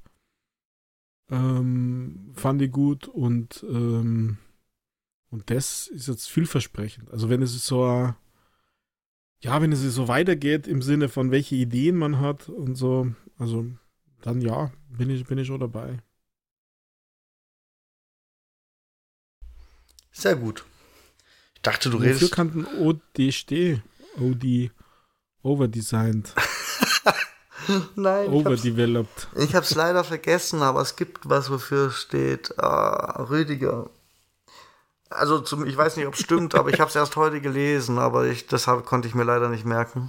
fand ich gut und das ist jetzt vielversprechend. Also wenn es so, ja, wenn es so weitergeht im Sinne von welche Ideen man hat und so, also dann ja, bin ich schon dabei. Sehr gut. Ich dachte, du Wofür redest. kann denn OD stehen? OD overdesigned, Nein, overdeveloped. ich hab's leider vergessen, aber es gibt was, wofür steht Rüdiger. Also ich weiß nicht, ob es stimmt, aber ich habe es erst heute gelesen, aber deshalb konnte ich mir leider nicht merken.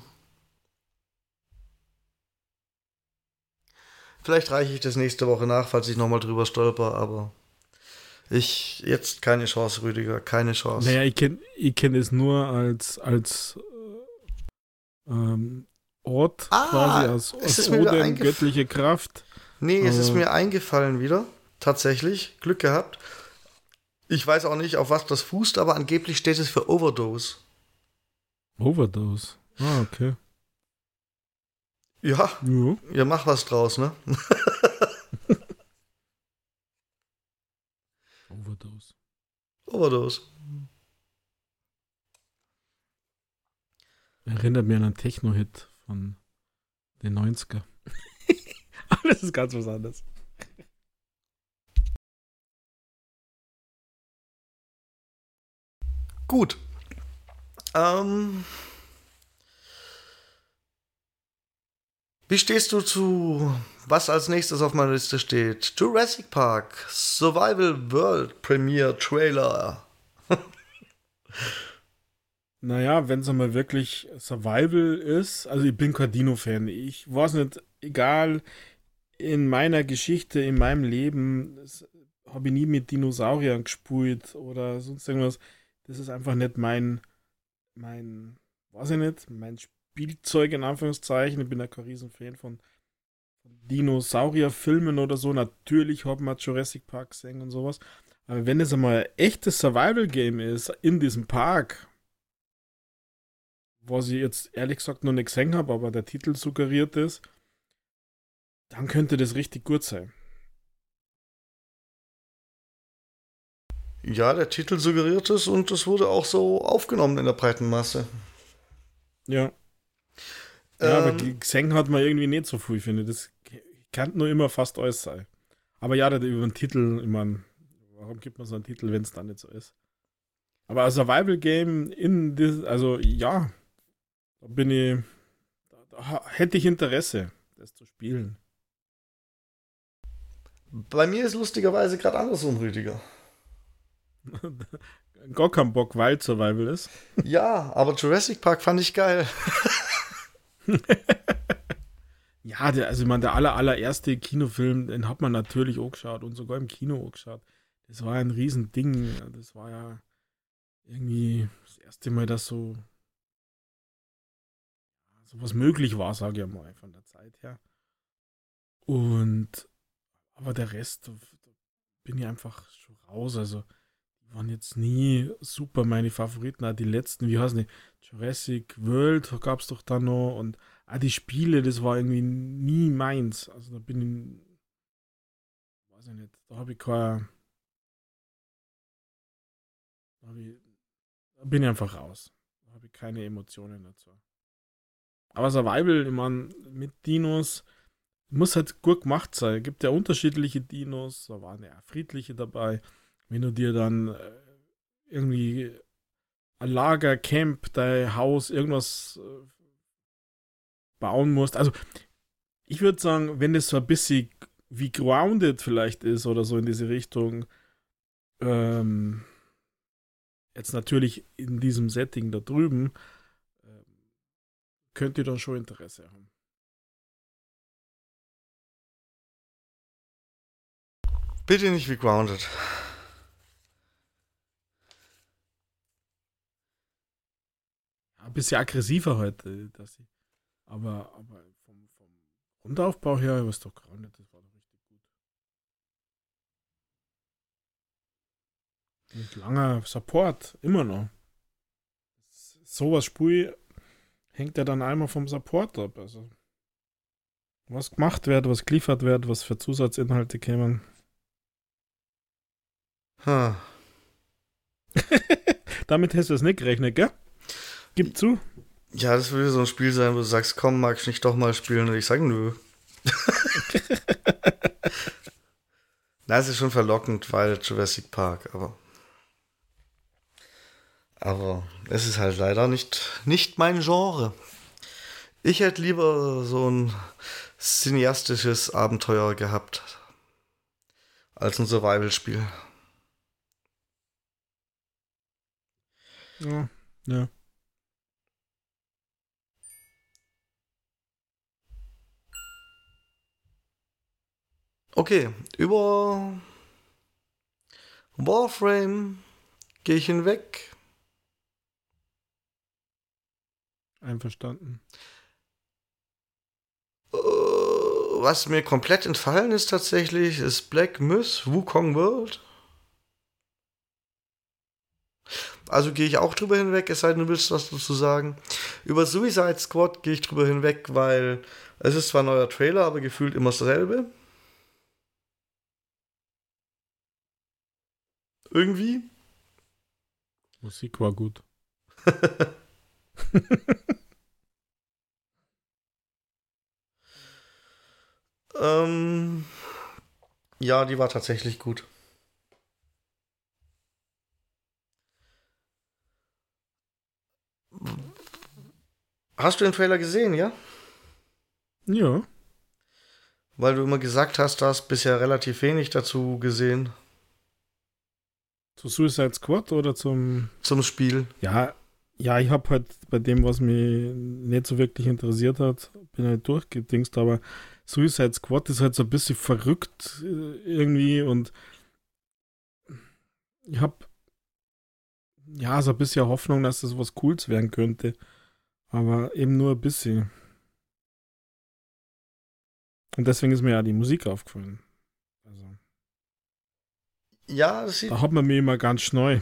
Vielleicht reiche ich das nächste Woche nach, falls ich nochmal drüber stolper, aber jetzt keine Chance, Rüdiger, keine Chance. Naja, ich kenn es nur als ähm, Ort quasi, Es aus ist mir wieder Odem, eingefallen. göttliche Kraft. Nee, es ist Aber mir eingefallen wieder. Tatsächlich. Glück gehabt. Ich weiß auch nicht, auf was das fußt, aber angeblich steht es für Overdose. Overdose. Ah, okay. Ja, Ja. ja, mach was draus, ne? Overdose. Overdose. Erinnert mich an einen Techno-Hit von den 90er. Aber das ist ganz was anderes. Gut. Ähm, wie stehst du zu, was als nächstes auf meiner Liste steht? Jurassic Park Survival World Premiere Trailer. Naja, wenn es einmal wirklich Survival ist, also ich bin kein Dino-Fan. Ich weiß nicht, egal in meiner Geschichte, in meinem Leben, habe ich nie mit Dinosauriern gespielt oder sonst irgendwas. Das ist einfach nicht weiß ich nicht, mein Spielzeug in Anführungszeichen. Ich bin ja kein Riesenfan von Dinosaurier-Filmen oder so. Natürlich haben wir Jurassic Park gesehen und sowas. Aber wenn es einmal ein echtes Survival-Game ist, in diesem Park, was ich jetzt ehrlich gesagt noch nicht gesehen habe, aber der Titel suggeriert ist, dann könnte das richtig gut sein. Ja, der Titel suggeriert es und es wurde auch so aufgenommen in der breiten Masse. Ja. Ja, aber Ähm, gesehen hat man irgendwie nicht so viel, finde ich. Das kann nur immer fast alles sein. Aber ja, über den Titel, ich meine, warum gibt man so einen Titel, wenn es dann nicht so ist? Aber ein Survival-Game also ja, da bin ich, hätte ich Interesse, das zu spielen. bei mir ist lustigerweise gerade andersrum, Rüdiger. Gar kein Bock, weil Survival ist. Ja, aber Jurassic Park fand ich geil. Ja, also ich meine, der allererste Kinofilm, den hat man natürlich auch geschaut und sogar im Kino auch geschaut. Das war ein Riesending. Das war ja irgendwie das erste Mal, dass so was möglich war, sage ich mal, von der Zeit her. Und aber der Rest, da bin ich einfach schon raus. Also, die waren jetzt nie super meine Favoriten. Auch die letzten, wie heißen die? Jurassic World gab es doch dann noch. Und auch die Spiele, das war irgendwie nie meins. Also, da bin ich, weiß ich nicht, da bin ich einfach raus. Da habe ich keine Emotionen dazu. Aber Survival, ich meine, mit Dinos muss halt gut gemacht sein. Es gibt ja unterschiedliche Dinos, da waren ja friedliche dabei. Wenn du dir dann irgendwie ein Lager, Camp, dein Haus, irgendwas bauen musst. Also ich würde sagen, wenn es so ein bisschen wie Grounded vielleicht ist oder so in diese Richtung, ähm, jetzt natürlich in diesem Setting da drüben, könnt ihr dann schon Interesse haben. Bitte nicht wie Grounded. Ein bisschen aggressiver heute, dass ich. Aber vom Grundaufbau her, was doch Grounded, das war doch richtig gut. Und langer Support, immer noch. Sowas Spui hängt ja dann einmal vom Support ab. Also, was gemacht wird, was geliefert wird, was für Zusatzinhalte kämen. Hm. Damit hast du es nicht gerechnet, gell? Gib zu. Ja, das würde so ein Spiel sein, wo du sagst, komm, mag ich nicht doch mal spielen? Und ich sage, nö. Na, es ist schon verlockend, weil Jurassic Park, aber es ist halt leider nicht mein Genre. Ich hätte lieber so ein cineastisches Abenteuer gehabt als ein Survival-Spiel. Ja, ja. Okay, über Warframe gehe ich hinweg. Einverstanden. Was mir komplett entfallen ist tatsächlich, ist Black Myth Wukong World. Also gehe ich auch drüber hinweg, es sei denn, du willst was dazu sagen. Über Suicide Squad gehe ich drüber hinweg, weil es ist zwar ein neuer Trailer, aber gefühlt immer dasselbe. Irgendwie. Musik war gut. ähm, ja, die war tatsächlich gut. Hast du den Trailer gesehen, ja? Ja. Weil du immer gesagt hast, du hast bisher relativ wenig dazu gesehen. Zu Suicide Squad oder zum. Zum Spiel. Ja, ich habe halt bei dem, was mich nicht so wirklich interessiert hat, bin halt durchgedingst, aber Suicide Squad ist halt so ein bisschen verrückt irgendwie und ich habe ja so ein bisschen Hoffnung, dass das was Cooles werden könnte, aber eben nur ein bisschen. Und deswegen ist mir ja die Musik aufgefallen. Also, Ja, das sieht. da hat man mich immer ganz neu.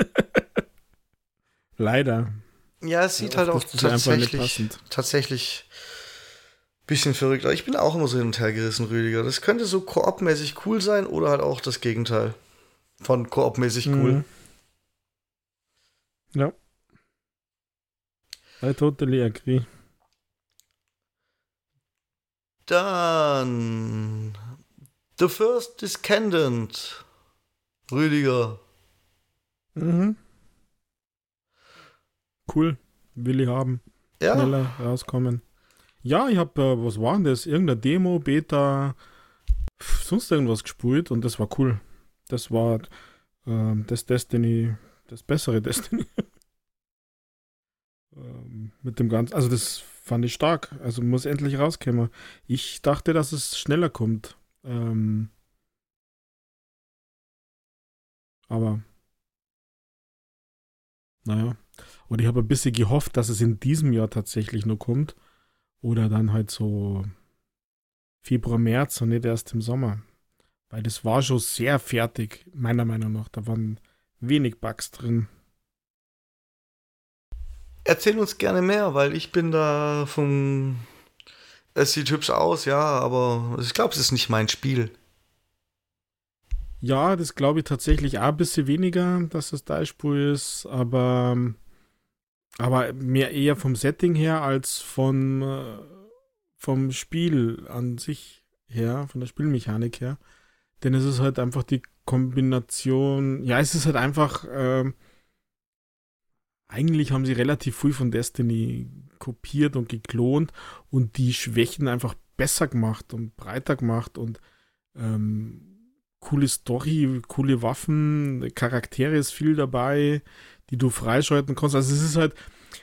Leider. Ja, es sieht halt Oft auch ist das ja einfach nicht passend. tatsächlich ein bisschen verrückt. Aber ich bin auch immer so hin und her gerissen, Rüdiger. Das könnte so koopmäßig cool sein oder halt auch das Gegenteil von koopmäßig cool. Mhm. Ja. I totally agree. Dann The First Descendant, Rüdiger. Mhm. Cool. Will ich haben. Ja, Schneller rauskommen. Ja, ich habe, was war denn das? Irgendeine Demo, Beta, sonst irgendwas gespielt und das war cool. Das war das Destiny, das bessere Destiny. Mit dem Ganzen, also das fand ich stark. Also muss endlich rauskommen. Ich dachte, dass es schneller kommt. Aber naja. Und ich habe ein bisschen gehofft, dass es in diesem Jahr tatsächlich noch kommt. Oder dann halt so Februar, März und nicht erst im Sommer. Weil das war schon sehr fertig, meiner Meinung nach. Da waren wenig Bugs drin. erzähl uns gerne mehr, weil ich bin da vom. Es sieht hübsch aus, ja, aber ich glaube, es ist nicht mein Spiel. Ja, das glaube ich tatsächlich auch ein bisschen weniger, dass das Deichspur ist, aber mehr eher vom Setting her als vom Spiel an sich her, von der Spielmechanik her. Denn es ist halt einfach die Kombination, ja, es ist halt einfach eigentlich haben sie relativ viel von Destiny kopiert und geklont und die Schwächen einfach besser gemacht und breiter gemacht und coole Story, coole Waffen, Charaktere ist viel dabei, die du freischalten kannst. Also es ist halt,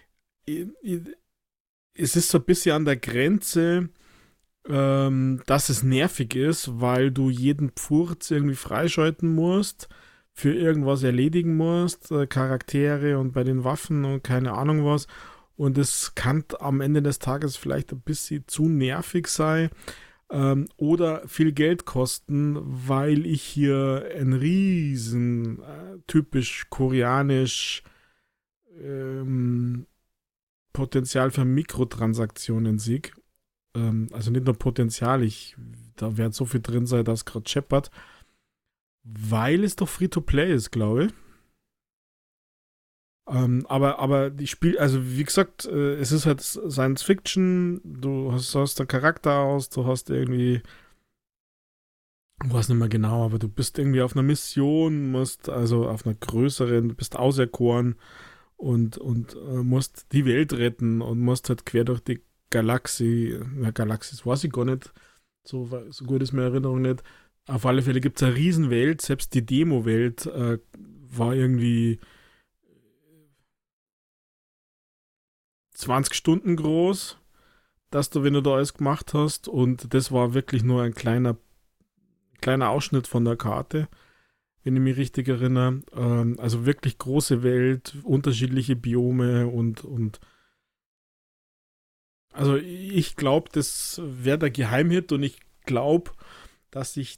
es ist so ein bisschen an der Grenze, dass es nervig ist, weil du jeden Pfurz irgendwie freischalten musst, für irgendwas erledigen musst, Charaktere und bei den Waffen und keine Ahnung was. Und es kann am Ende des Tages vielleicht ein bisschen zu nervig sein oder viel Geld kosten, weil ich hier ein riesen typisch koreanisch Potenzial für Mikrotransaktionen sehe. Also nicht nur Potenzial, da wird so viel drin sein, dass gerade scheppert, weil es doch Free-to-Play ist, glaube ich. Aber die Spiel, also wie gesagt, es ist halt Science Fiction, du hast einen Charakter aus, du hast irgendwie, ich weiß nicht mehr genau, aber du bist irgendwie auf einer Mission, musst also auf einer größeren, du bist auserkoren und musst die Welt retten und musst halt quer durch die Galaxie, Galaxis weiß ich gar nicht, so gut ist meine Erinnerung nicht. Auf alle Fälle gibt es eine Riesenwelt, selbst die Demo-Welt war irgendwie 20 Stunden groß, dass du, wenn du da alles gemacht hast, und das war wirklich nur ein kleiner Ausschnitt von der Karte, wenn ich mich richtig erinnere. Also wirklich große Welt, unterschiedliche Biome und also ich glaube, das wäre der Geheimhit und ich glaube, dass ich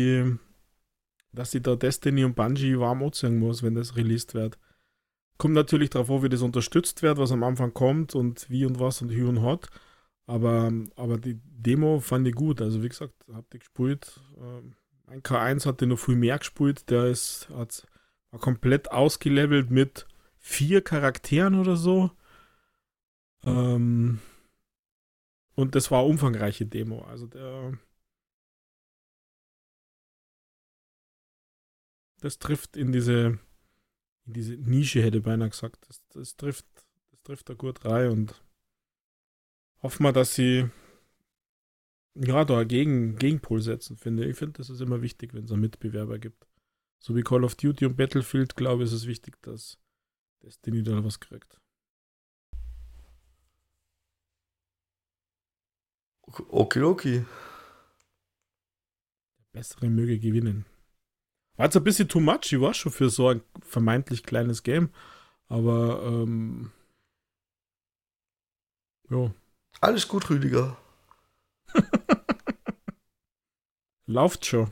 da Destiny und Bungie warm anziehen muss, wenn das released wird. Kommt natürlich darauf an, wie das unterstützt wird, was am Anfang kommt und wie und was und Hü und Hot. Aber die Demo fand ich gut. Also wie gesagt, habt ihr gespielt. Ein K1 hatte noch viel mehr gespielt. War komplett ausgelevelt mit 4 Charakteren oder so. Und das war eine umfangreiche Demo. Also das trifft in diese Nische, hätte ich beinahe gesagt. Das trifft da gut rein und hoffen wir, dass sie ja da Gegenpol setzen, finde ich. Ich finde, das ist immer wichtig, wenn es einen Mitbewerber gibt. So wie Call of Duty und Battlefield, glaube ich, ist es wichtig, dass Destiny da was kriegt. Okay. Der Bessere möge gewinnen. War jetzt ein bisschen too much, ich war schon für so ein vermeintlich kleines Game. Aber, ja. Alles gut, Rüdiger. Läuft schon.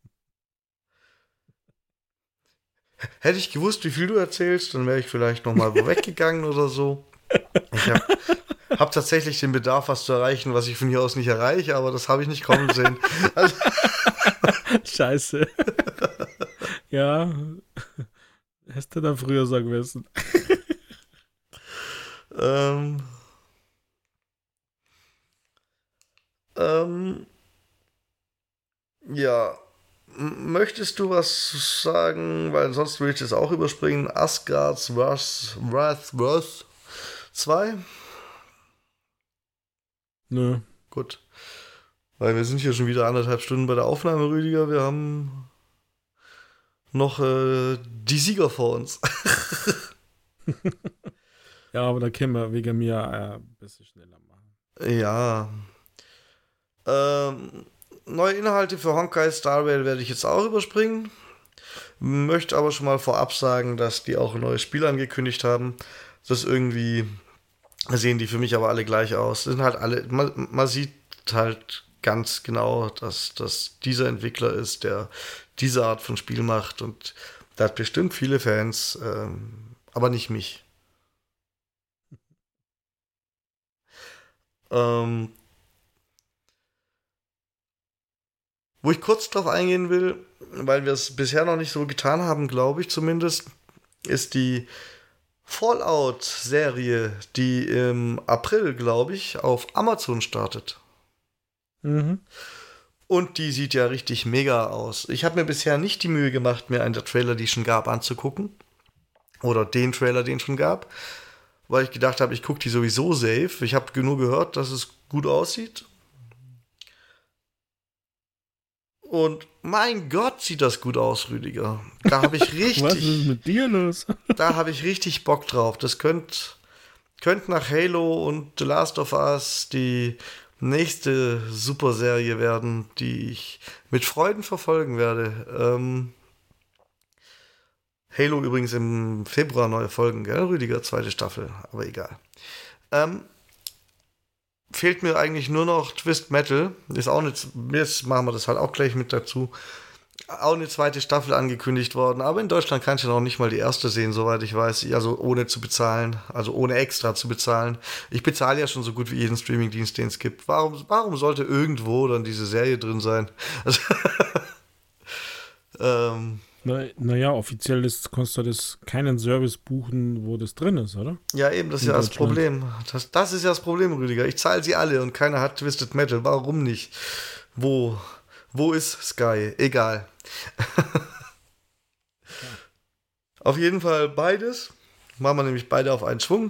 Hätte ich gewusst, wie viel du erzählst, dann wäre ich vielleicht nochmal weggegangen oder so. Ich hab tatsächlich den Bedarf, was zu erreichen, was ich von hier aus nicht erreiche, aber das habe ich nicht kommen sehen. Also Scheiße. Ja. Hättest du da früher sagen müssen. Ja. Möchtest du was sagen? Weil sonst würde ich das auch überspringen. Asgard's Wrath 2? Nö. Gut. Weil wir sind hier schon wieder 1,5 Stunden bei der Aufnahme, Rüdiger. Wir haben noch die Sieger vor uns. Ja, aber da können wir wegen mir ein bisschen schneller machen. Ja. Neue Inhalte für Honkai Star Rail werde ich jetzt auch überspringen. Möchte aber schon mal vorab sagen, dass die auch ein neues Spiel angekündigt haben. Das irgendwie sehen die für mich aber alle gleich aus. Das sind halt alle, man sieht halt ganz genau, dass das dieser Entwickler ist, der diese Art von Spiel macht, und der hat bestimmt viele Fans, aber nicht mich. Wo ich kurz drauf eingehen will, weil wir es bisher noch nicht so getan haben, glaube ich zumindest, ist die Fallout-Serie, die im April, glaube ich, auf Amazon startet. Mhm. Und die sieht ja richtig mega aus. Ich habe mir bisher nicht die Mühe gemacht, mir einen der Trailer, die es schon gab, anzugucken. Oder den Trailer, den es schon gab. Weil ich gedacht habe, ich gucke die sowieso safe. Ich habe nur gehört, dass es gut aussieht. Und mein Gott, sieht das gut aus, Rüdiger. Da habe ich richtig. Was ist mit dir los? Da habe ich richtig Bock drauf. Das könnte nach Halo und The Last of Us die nächste Superserie werden, die ich mit Freuden verfolgen werde. Halo übrigens im Februar neue Folgen, gell, Rüdiger? Zweite Staffel, aber egal. Fehlt mir eigentlich nur noch Twist Metal. Ist auch nicht, jetzt machen wir das halt auch gleich mit dazu. Auch eine zweite Staffel angekündigt worden, aber in Deutschland kannst du noch nicht mal die erste sehen, soweit ich weiß. Also ohne zu bezahlen, also ohne extra zu bezahlen. Ich bezahle ja schon so gut wie jeden Streamingdienst, den es gibt. Warum sollte irgendwo dann diese Serie drin sein? Also Naja, offiziell kannst du das keinen Service buchen, wo das drin ist, oder? ja, eben, das ist ja das Problem. Das ist ja das Problem, Rüdiger. Ich zahle sie alle und keiner hat Twisted Metal. Warum nicht? Wo ist Sky? Egal. Auf jeden Fall beides. Machen wir nämlich beide auf einen Schwung.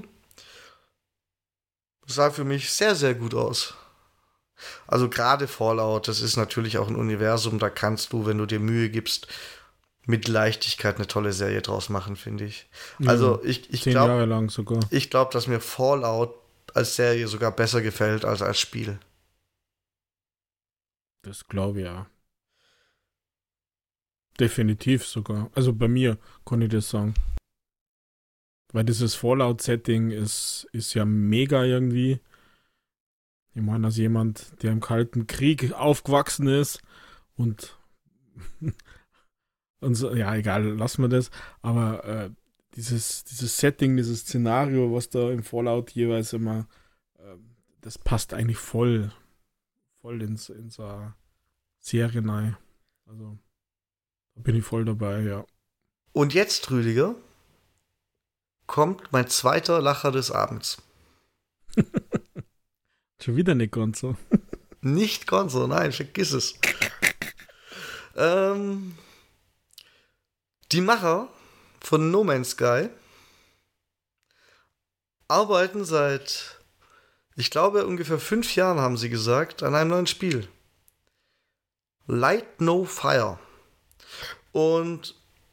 Das sah für mich sehr, sehr gut aus. Also gerade Fallout, das ist natürlich auch ein Universum, da kannst du, wenn du dir Mühe gibst, mit Leichtigkeit eine tolle Serie draus machen, finde ich. Ja, also ich 10 Jahre lang sogar. Ich glaube, dass mir Fallout als Serie sogar besser gefällt als Spiel. Das glaube ich ja. Definitiv sogar. Also bei mir konnte ich das sagen. Weil dieses Fallout-Setting ist ja mega irgendwie. Ich meine, als jemand, der im Kalten Krieg aufgewachsen ist und so, ja, egal, lassen wir das. Aber dieses Setting, dieses Szenario, was da im Fallout jeweils immer, das passt eigentlich voll in so eine Serie rein. Also, da bin ich voll dabei, ja. Und jetzt, Rüdiger, kommt mein zweiter Lacher des Abends. Schon wieder nicht Gonzo. Nicht Gonzo, nein, vergiss es. Die Macher von No Man's Sky arbeiten seit, ich glaube, ungefähr 5 Jahren, haben sie gesagt, an einem neuen Spiel. Light No Fire. Und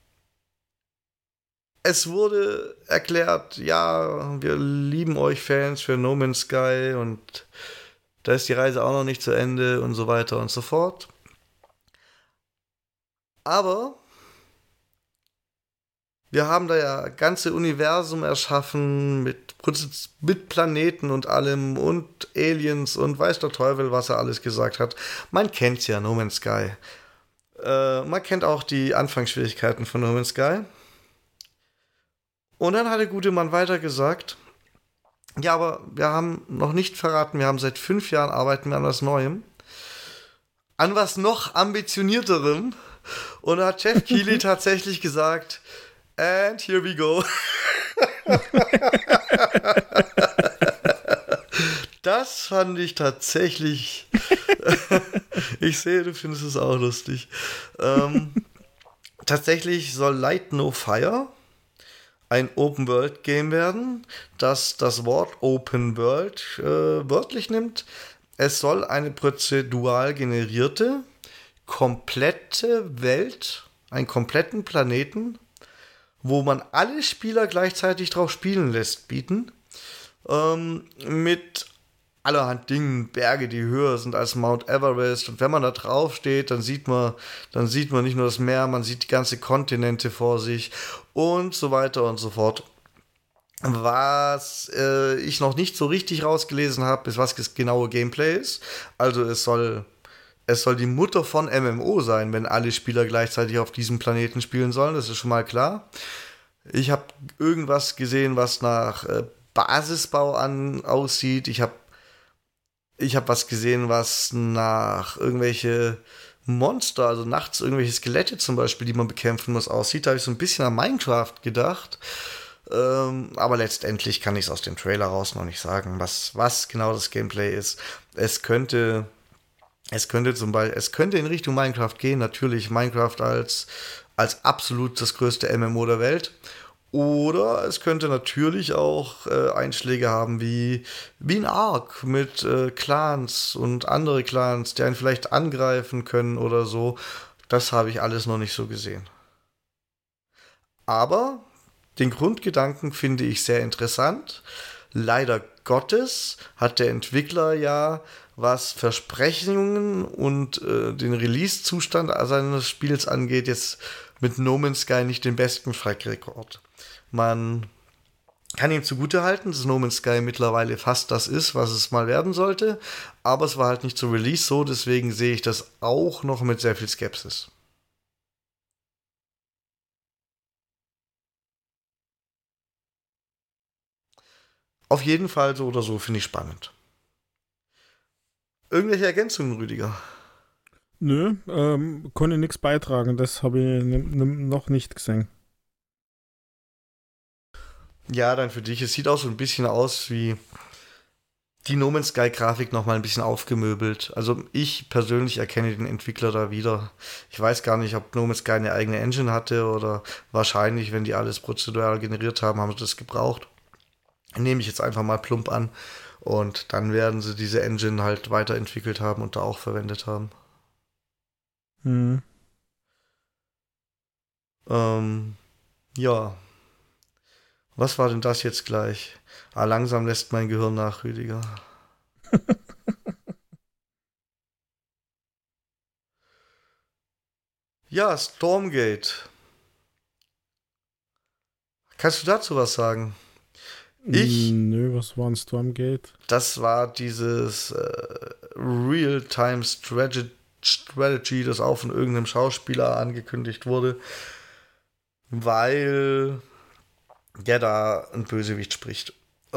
es wurde erklärt, ja, wir lieben euch Fans für No Man's Sky und da ist die Reise auch noch nicht zu Ende und so weiter und so fort. Aber wir haben da ja ganze Universum erschaffen mit Planeten und allem und Aliens und weiß der Teufel, was er alles gesagt hat. Man kennt's ja, No Man's Sky. Man kennt auch die Anfangsschwierigkeiten von No Man's Sky. Und dann hat der gute Mann weiter gesagt, ja, aber wir haben noch nicht verraten, wir haben seit 5 Jahren arbeiten wir an was Neuem. An was noch ambitionierterem. Und da hat Jeff Keighley tatsächlich gesagt, and here we go. Das fand ich tatsächlich. Ich sehe, du findest es auch lustig. Tatsächlich soll Light No Fire ein Open-World-Game werden, das das Wort Open World wörtlich nimmt. Es soll eine prozedural generierte, komplette Welt, einen kompletten Planeten, wo man alle Spieler gleichzeitig drauf spielen lässt, bieten. Mit allerhand Dingen, Berge, die höher sind als Mount Everest. Und wenn man da drauf steht, dann sieht man nicht nur das Meer, man sieht die ganze Kontinente vor sich und so weiter und so fort. Was ich noch nicht so richtig rausgelesen habe, ist, was das genaue Gameplay ist. Also es soll die Mutter von MMO sein, wenn alle Spieler gleichzeitig auf diesem Planeten spielen sollen. Das ist schon mal klar. Ich habe irgendwas gesehen, was nach Basisbau aussieht. Ich habe was gesehen, was nach irgendwelche Monster, also nachts irgendwelche Skelette zum Beispiel, die man bekämpfen muss, aussieht. Da habe ich so ein bisschen an Minecraft gedacht. Aber letztendlich kann ich es aus dem Trailer raus noch nicht sagen, was genau das Gameplay ist. Es könnte in Richtung Minecraft gehen, natürlich Minecraft als absolut das größte MMO der Welt. Oder es könnte natürlich auch Einschläge haben wie ein Ark mit Clans und andere Clans, die einen vielleicht angreifen können oder so. Das habe ich alles noch nicht so gesehen. Aber den Grundgedanken finde ich sehr interessant. Leider Gottes hat der Entwickler ja, was Versprechungen und den Release-Zustand seines Spiels angeht, jetzt mit No Man's Sky nicht den besten Track-Rekord. Man kann ihm zugutehalten, dass No Man's Sky mittlerweile fast das ist, was es mal werden sollte, aber es war halt nicht zum Release so, deswegen sehe ich das auch noch mit sehr viel Skepsis. Auf jeden Fall so oder so finde ich spannend. Irgendwelche Ergänzungen, Rüdiger? Nö, konnte nichts beitragen. Das habe ich noch nicht gesehen. Ja, dann für dich. Es sieht auch so ein bisschen aus wie die No Man's Sky Grafik noch mal ein bisschen aufgemöbelt. Also ich persönlich erkenne den Entwickler da wieder. Ich weiß gar nicht, ob No Man's Sky eine eigene Engine hatte oder wahrscheinlich, wenn die alles prozedural generiert haben, haben sie das gebraucht. Nehme ich jetzt einfach mal plump an. Und dann werden sie diese Engine halt weiterentwickelt haben und da auch verwendet haben. Hm. Ja. Was war denn das jetzt gleich? Langsam lässt mein Gehirn nach, Rüdiger. Ja, Stormgate. Kannst du dazu was sagen? Nö, was war ein Stormgate? Das war dieses Real-Time Strategy, das auch von irgendeinem Schauspieler angekündigt wurde, weil der da ein Bösewicht spricht.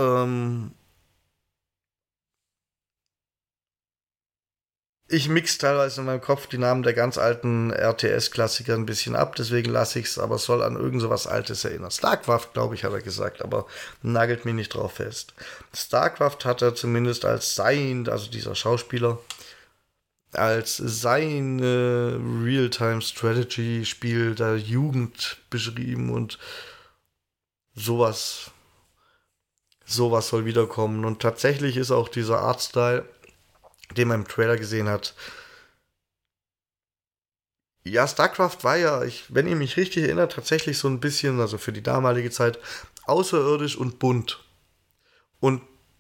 Ich mix teilweise in meinem Kopf die Namen der ganz alten RTS-Klassiker ein bisschen ab, deswegen lasse ich es, aber es soll an irgend so was Altes erinnern. StarCraft, glaube ich, hat er gesagt, aber nagelt mich nicht drauf fest. StarCraft hat er zumindest als sein, also dieser Schauspieler, als sein Real-Time-Strategy-Spiel der Jugend beschrieben und sowas, sowas soll wiederkommen. Und tatsächlich ist auch dieser Artstyle, den man im Trailer gesehen hat. Ja, StarCraft war ja, wenn ihr mich richtig erinnert, tatsächlich so ein bisschen, also für die damalige Zeit, außerirdisch und bunt. Und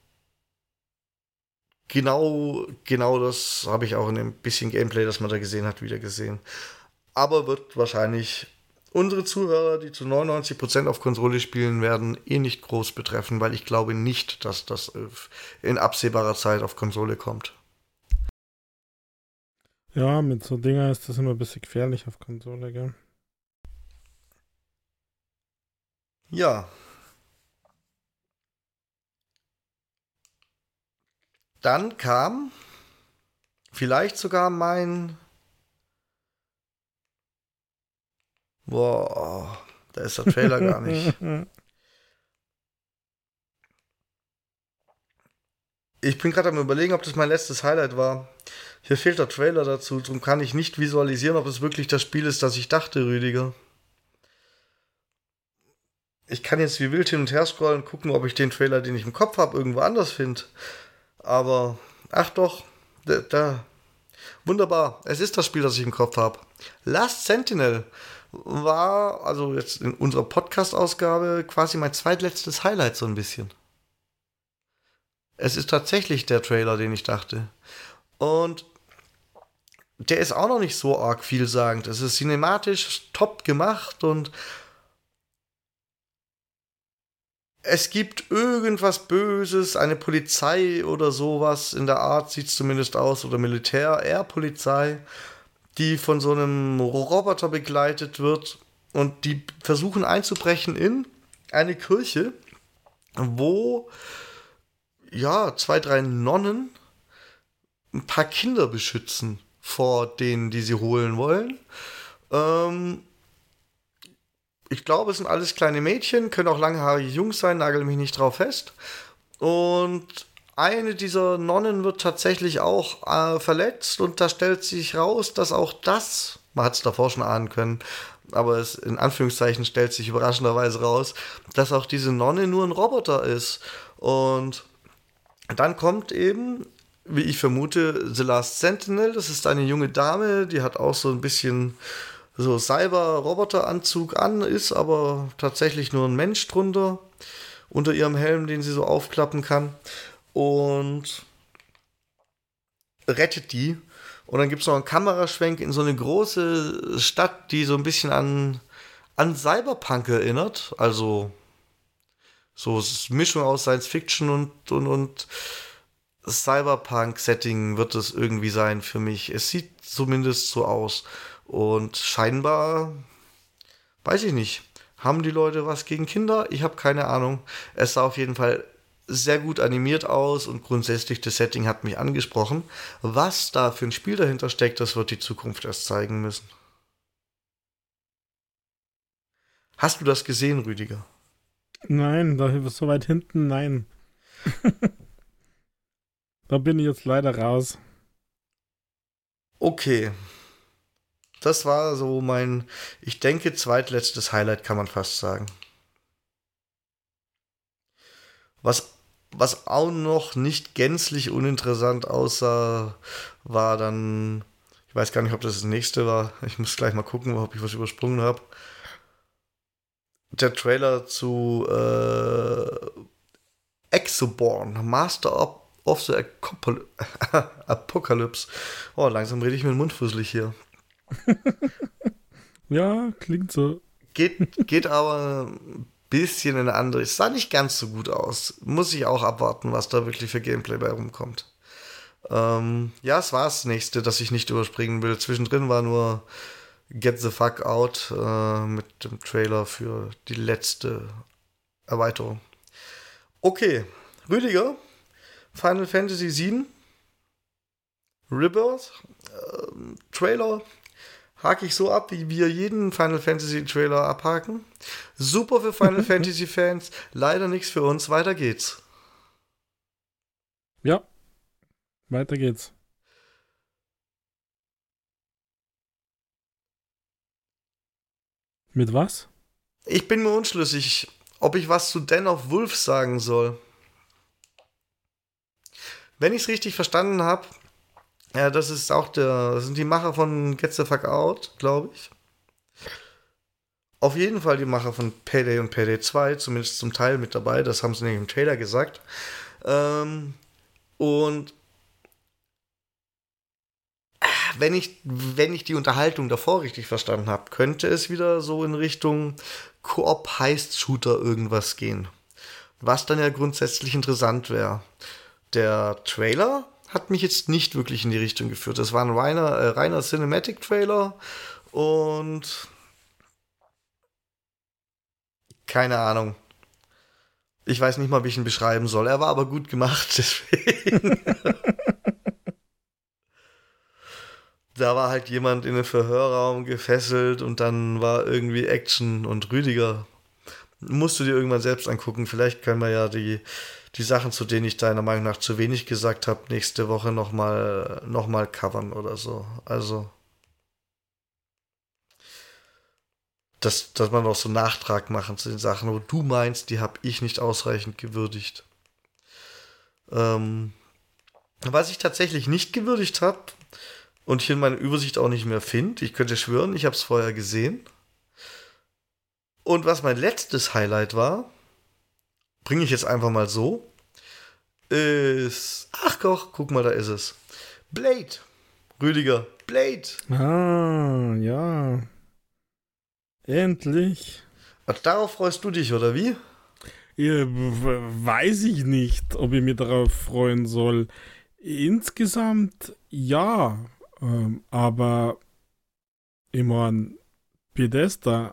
genau das habe ich auch in dem bisschen Gameplay, das man da gesehen hat, wieder gesehen. Aber wird wahrscheinlich unsere Zuhörer, die zu 99% auf Konsole spielen werden, eh nicht groß betreffen, weil ich glaube nicht, dass das in absehbarer Zeit auf Konsole kommt. Ja, mit so Dinger ist das immer ein bisschen gefährlich auf Konsole, gell? Ja. Dann kam vielleicht sogar mein... Boah, da ist der Trailer gar nicht. Ich bin gerade am Überlegen, ob das mein letztes Highlight war. Hier fehlt der Trailer dazu, darum kann ich nicht visualisieren, ob es wirklich das Spiel ist, das ich dachte, Rüdiger. Ich kann jetzt wie wild hin und her scrollen und gucken, ob ich den Trailer, den ich im Kopf habe, irgendwo anders finde. Aber, ach doch, da. Wunderbar, es ist das Spiel, das ich im Kopf habe. Last Sentinel war, also jetzt in unserer Podcast-Ausgabe, quasi mein zweitletztes Highlight so ein bisschen. Es ist tatsächlich der Trailer, den ich dachte. Und der ist auch noch nicht so arg vielsagend. Es ist cinematisch top gemacht und es gibt irgendwas Böses, eine Polizei oder sowas in der Art, sieht es zumindest aus, oder Militär, eher Polizei, die von so einem Roboter begleitet wird und die versuchen einzubrechen in eine Kirche, wo ja 2, 3 Nonnen ein paar Kinder beschützen vor denen, die sie holen wollen. Ich glaube, es sind alles kleine Mädchen, können auch langhaarige Jungs sein, nagel mich nicht drauf fest. Und eine dieser Nonnen wird tatsächlich auch verletzt und da stellt sich raus, dass auch das Man hat es davor schon ahnen können. Aber es in Anführungszeichen stellt sich überraschenderweise raus, dass auch diese Nonne nur ein Roboter ist. Und dann kommt eben, wie ich vermute, The Last Sentinel. Das ist eine junge Dame, die hat auch so ein bisschen so Cyber-Roboter-Anzug an, ist aber tatsächlich nur ein Mensch drunter, unter ihrem Helm, den sie so aufklappen kann. Und rettet die. Und dann gibt es noch einen Kameraschwenk in so eine große Stadt, die so ein bisschen an Cyberpunk erinnert. Also so Mischung aus Science Fiction und Cyberpunk-Setting wird es irgendwie sein für mich. Es sieht zumindest so aus. Und scheinbar, weiß ich nicht, haben die Leute was gegen Kinder? Ich habe keine Ahnung. Es sah auf jeden Fall sehr gut animiert aus und grundsätzlich das Setting hat mich angesprochen. Was da für ein Spiel dahinter steckt, das wird die Zukunft erst zeigen müssen. Hast du das gesehen, Rüdiger? Nein, da so weit hinten, nein. Da bin ich jetzt leider raus. Okay. Das war so mein, ich denke, zweitletztes Highlight, kann man fast sagen. Was auch noch nicht gänzlich uninteressant aussah, war dann, ich weiß gar nicht, ob das nächste war, ich muss gleich mal gucken, ob ich was übersprungen habe. Der Trailer zu Exoborn, of the Apocalypse. Oh, langsam rede ich mit dem Mund fusselig hier. Ja, klingt so. Geht aber ein bisschen in eine andere. Es sah nicht ganz so gut aus. Muss ich auch abwarten, was da wirklich für Gameplay bei rumkommt. Ja, es war das nächste, das ich nicht überspringen will. Zwischendrin war nur Get the Fuck Out mit dem Trailer für die letzte Erweiterung. Okay, Rüdiger, Final Fantasy VII Rebirth Trailer hake ich so ab, wie wir jeden Final Fantasy Trailer abhaken. Super für Final Fantasy Fans, leider nichts für uns. Weiter geht's. Ja, weiter geht's. Mit was? Ich bin mir unschlüssig, ob ich was zu Den of Wolves sagen soll. Wenn ich es richtig verstanden habe, ja, das sind die Macher von Get the Fuck Out, glaube ich. Auf jeden Fall die Macher von Payday und Payday 2, zumindest zum Teil mit dabei, das haben sie nämlich im Trailer gesagt. Und wenn ich die Unterhaltung davor richtig verstanden habe, könnte es wieder so in Richtung Koop-Heist-Shooter irgendwas gehen. Was dann ja grundsätzlich interessant wäre. Der Trailer hat mich jetzt nicht wirklich in die Richtung geführt. Das war ein reiner Cinematic-Trailer und keine Ahnung. Ich weiß nicht mal, wie ich ihn beschreiben soll. Er war aber gut gemacht, deswegen. Da war halt jemand in einem Verhörraum gefesselt und dann war irgendwie Action und Rüdiger. Musst du dir irgendwann selbst angucken. Vielleicht können wir ja die Sachen, zu denen ich deiner Meinung nach zu wenig gesagt habe, nächste Woche noch mal covern oder so. Also, dass man noch so Nachtrag machen zu den Sachen, wo du meinst, die habe ich nicht ausreichend gewürdigt. Was ich tatsächlich nicht gewürdigt habe und hier in meiner Übersicht auch nicht mehr finde, ich könnte schwören, ich habe es vorher gesehen. Und was mein letztes Highlight war, bringe ich jetzt einfach mal so, ist, ach doch, guck mal, da ist es. Blade. Rüdiger, Blade. Ah, ja. Endlich. Ach, darauf freust du dich, oder wie? Ja, weiß ich nicht, ob ich mich darauf freuen soll. Insgesamt ja, aber ich mein, Bethesda.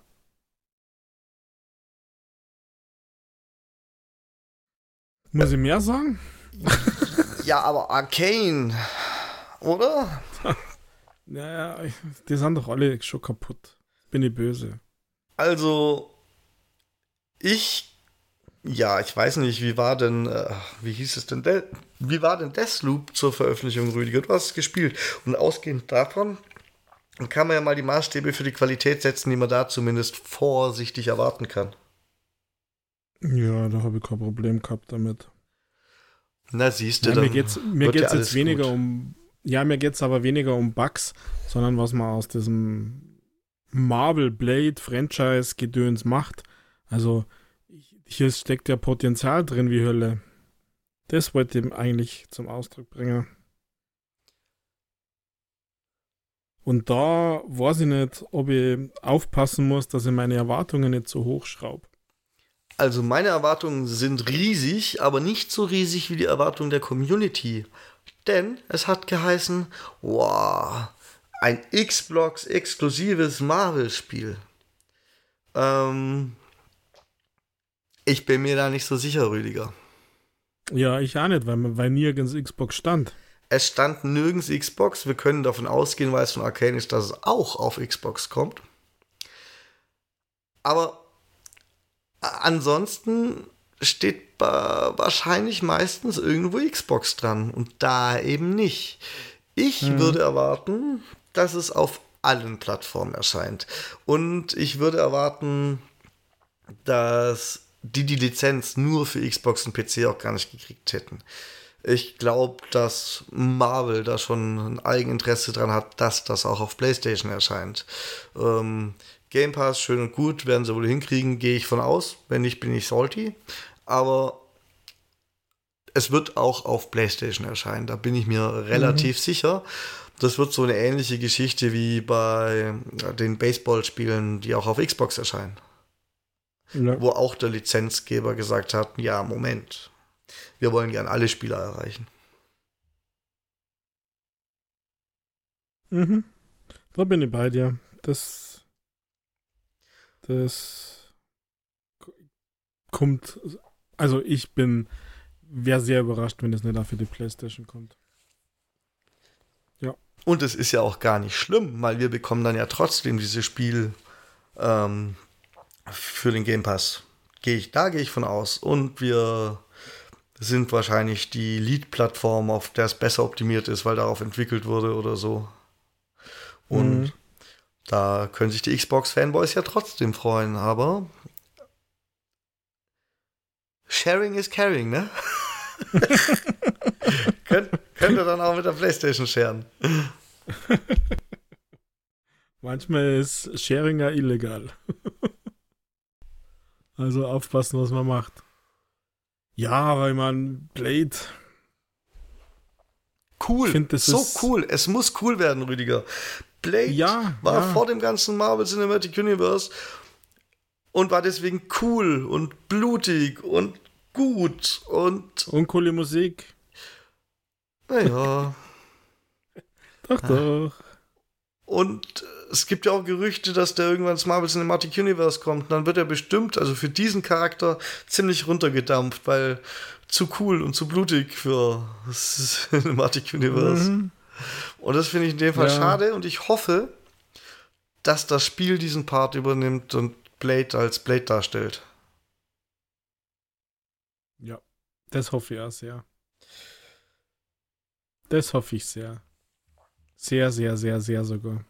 Muss ich mehr sagen? Ja, aber Arcane, oder? Naja, die sind doch alle schon kaputt. Bin ich böse. Also, ich weiß nicht, wie hieß es denn, wie war denn Deathloop zur Veröffentlichung, Rüdiger? Du hast es gespielt. Und ausgehend davon Dann kann man ja mal die Maßstäbe für die Qualität setzen, die man da zumindest vorsichtig erwarten kann. Ja, da habe ich kein Problem gehabt damit. Na, siehst du, Ja, dann mir wird ja geht's jetzt alles weniger gut. mir geht's aber weniger um Bugs, sondern was man aus diesem Marvel Blade Franchise Gedöns macht. Also, hier steckt ja Potenzial drin wie Hölle. Das wollte ich eigentlich zum Ausdruck bringen. Und da weiß ich nicht, ob ich aufpassen muss, dass ich meine Erwartungen nicht so hochschraube. Also meine Erwartungen sind riesig, aber nicht so riesig wie die Erwartungen der Community. Denn es hat geheißen, wow, ein Xbox exklusives Marvel-Spiel. Ähm, ich bin mir da nicht so sicher, Rüdiger. Ja, ich auch nicht, weil nirgends Xbox stand. Es stand nirgends Xbox. Wir können davon ausgehen, weil es von Arcane ist, dass es auch auf Xbox kommt. Aber ansonsten steht wahrscheinlich meistens irgendwo Xbox dran und da eben nicht. Ich Mhm. würde erwarten, dass es auf allen Plattformen erscheint. Und ich würde erwarten, dass die Lizenz nur für Xbox und PC auch gar nicht gekriegt hätten. Ich glaube, dass Marvel da schon ein Eigeninteresse dran hat, dass das auch auf PlayStation erscheint. Game Pass, schön und gut, werden sie wohl hinkriegen, gehe ich von aus. Wenn nicht, bin ich salty. Aber es wird auch auf PlayStation erscheinen, da bin ich mir Mhm. relativ sicher. Das wird so eine ähnliche Geschichte wie bei den Baseballspielen, die auch auf Xbox erscheinen. Ja. Wo auch der Lizenzgeber gesagt hat, ja, Moment, wir wollen gern alle Spieler erreichen. Mhm. Da bin ich bei dir. Das kommt. Also wäre sehr überrascht, wenn es nicht auch für die PlayStation kommt. Ja. Und es ist ja auch gar nicht schlimm, weil wir bekommen dann ja trotzdem dieses Spiel ähm, für den Game Pass. Da gehe ich von aus. Und wir sind wahrscheinlich die Lead-Plattform, auf der es besser optimiert ist, weil darauf entwickelt wurde oder so. Mhm. Und da können sich die Xbox-Fanboys ja trotzdem freuen, aber Sharing is caring, ne? Könnt ihr dann auch mit der PlayStation sharen. Manchmal ist Sharing ja illegal. Also aufpassen, was man macht. Ja, aber ich meine, Blade, ich Cool, finde, das so ist. cool. Es muss cool werden, Rüdiger. Blade Ja, war ja. vor dem ganzen Marvel Cinematic Universe und war deswegen cool und blutig und gut und Und coole Musik. naja. Doch, doch. Und es gibt ja auch Gerüchte, dass der irgendwann ins Marvel Cinematic Universe kommt. Und dann wird er bestimmt, also für diesen Charakter, ziemlich runtergedampft, weil zu cool und zu blutig für das Cinematic Universe. Mhm. Und das finde ich in dem Fall Ja, schade und ich hoffe, dass das Spiel diesen Part übernimmt und Blade als Blade darstellt. ja. Das hoffe ich auch sehr. Das hoffe ich sehr. Sehr, sehr, sehr, sehr sogar.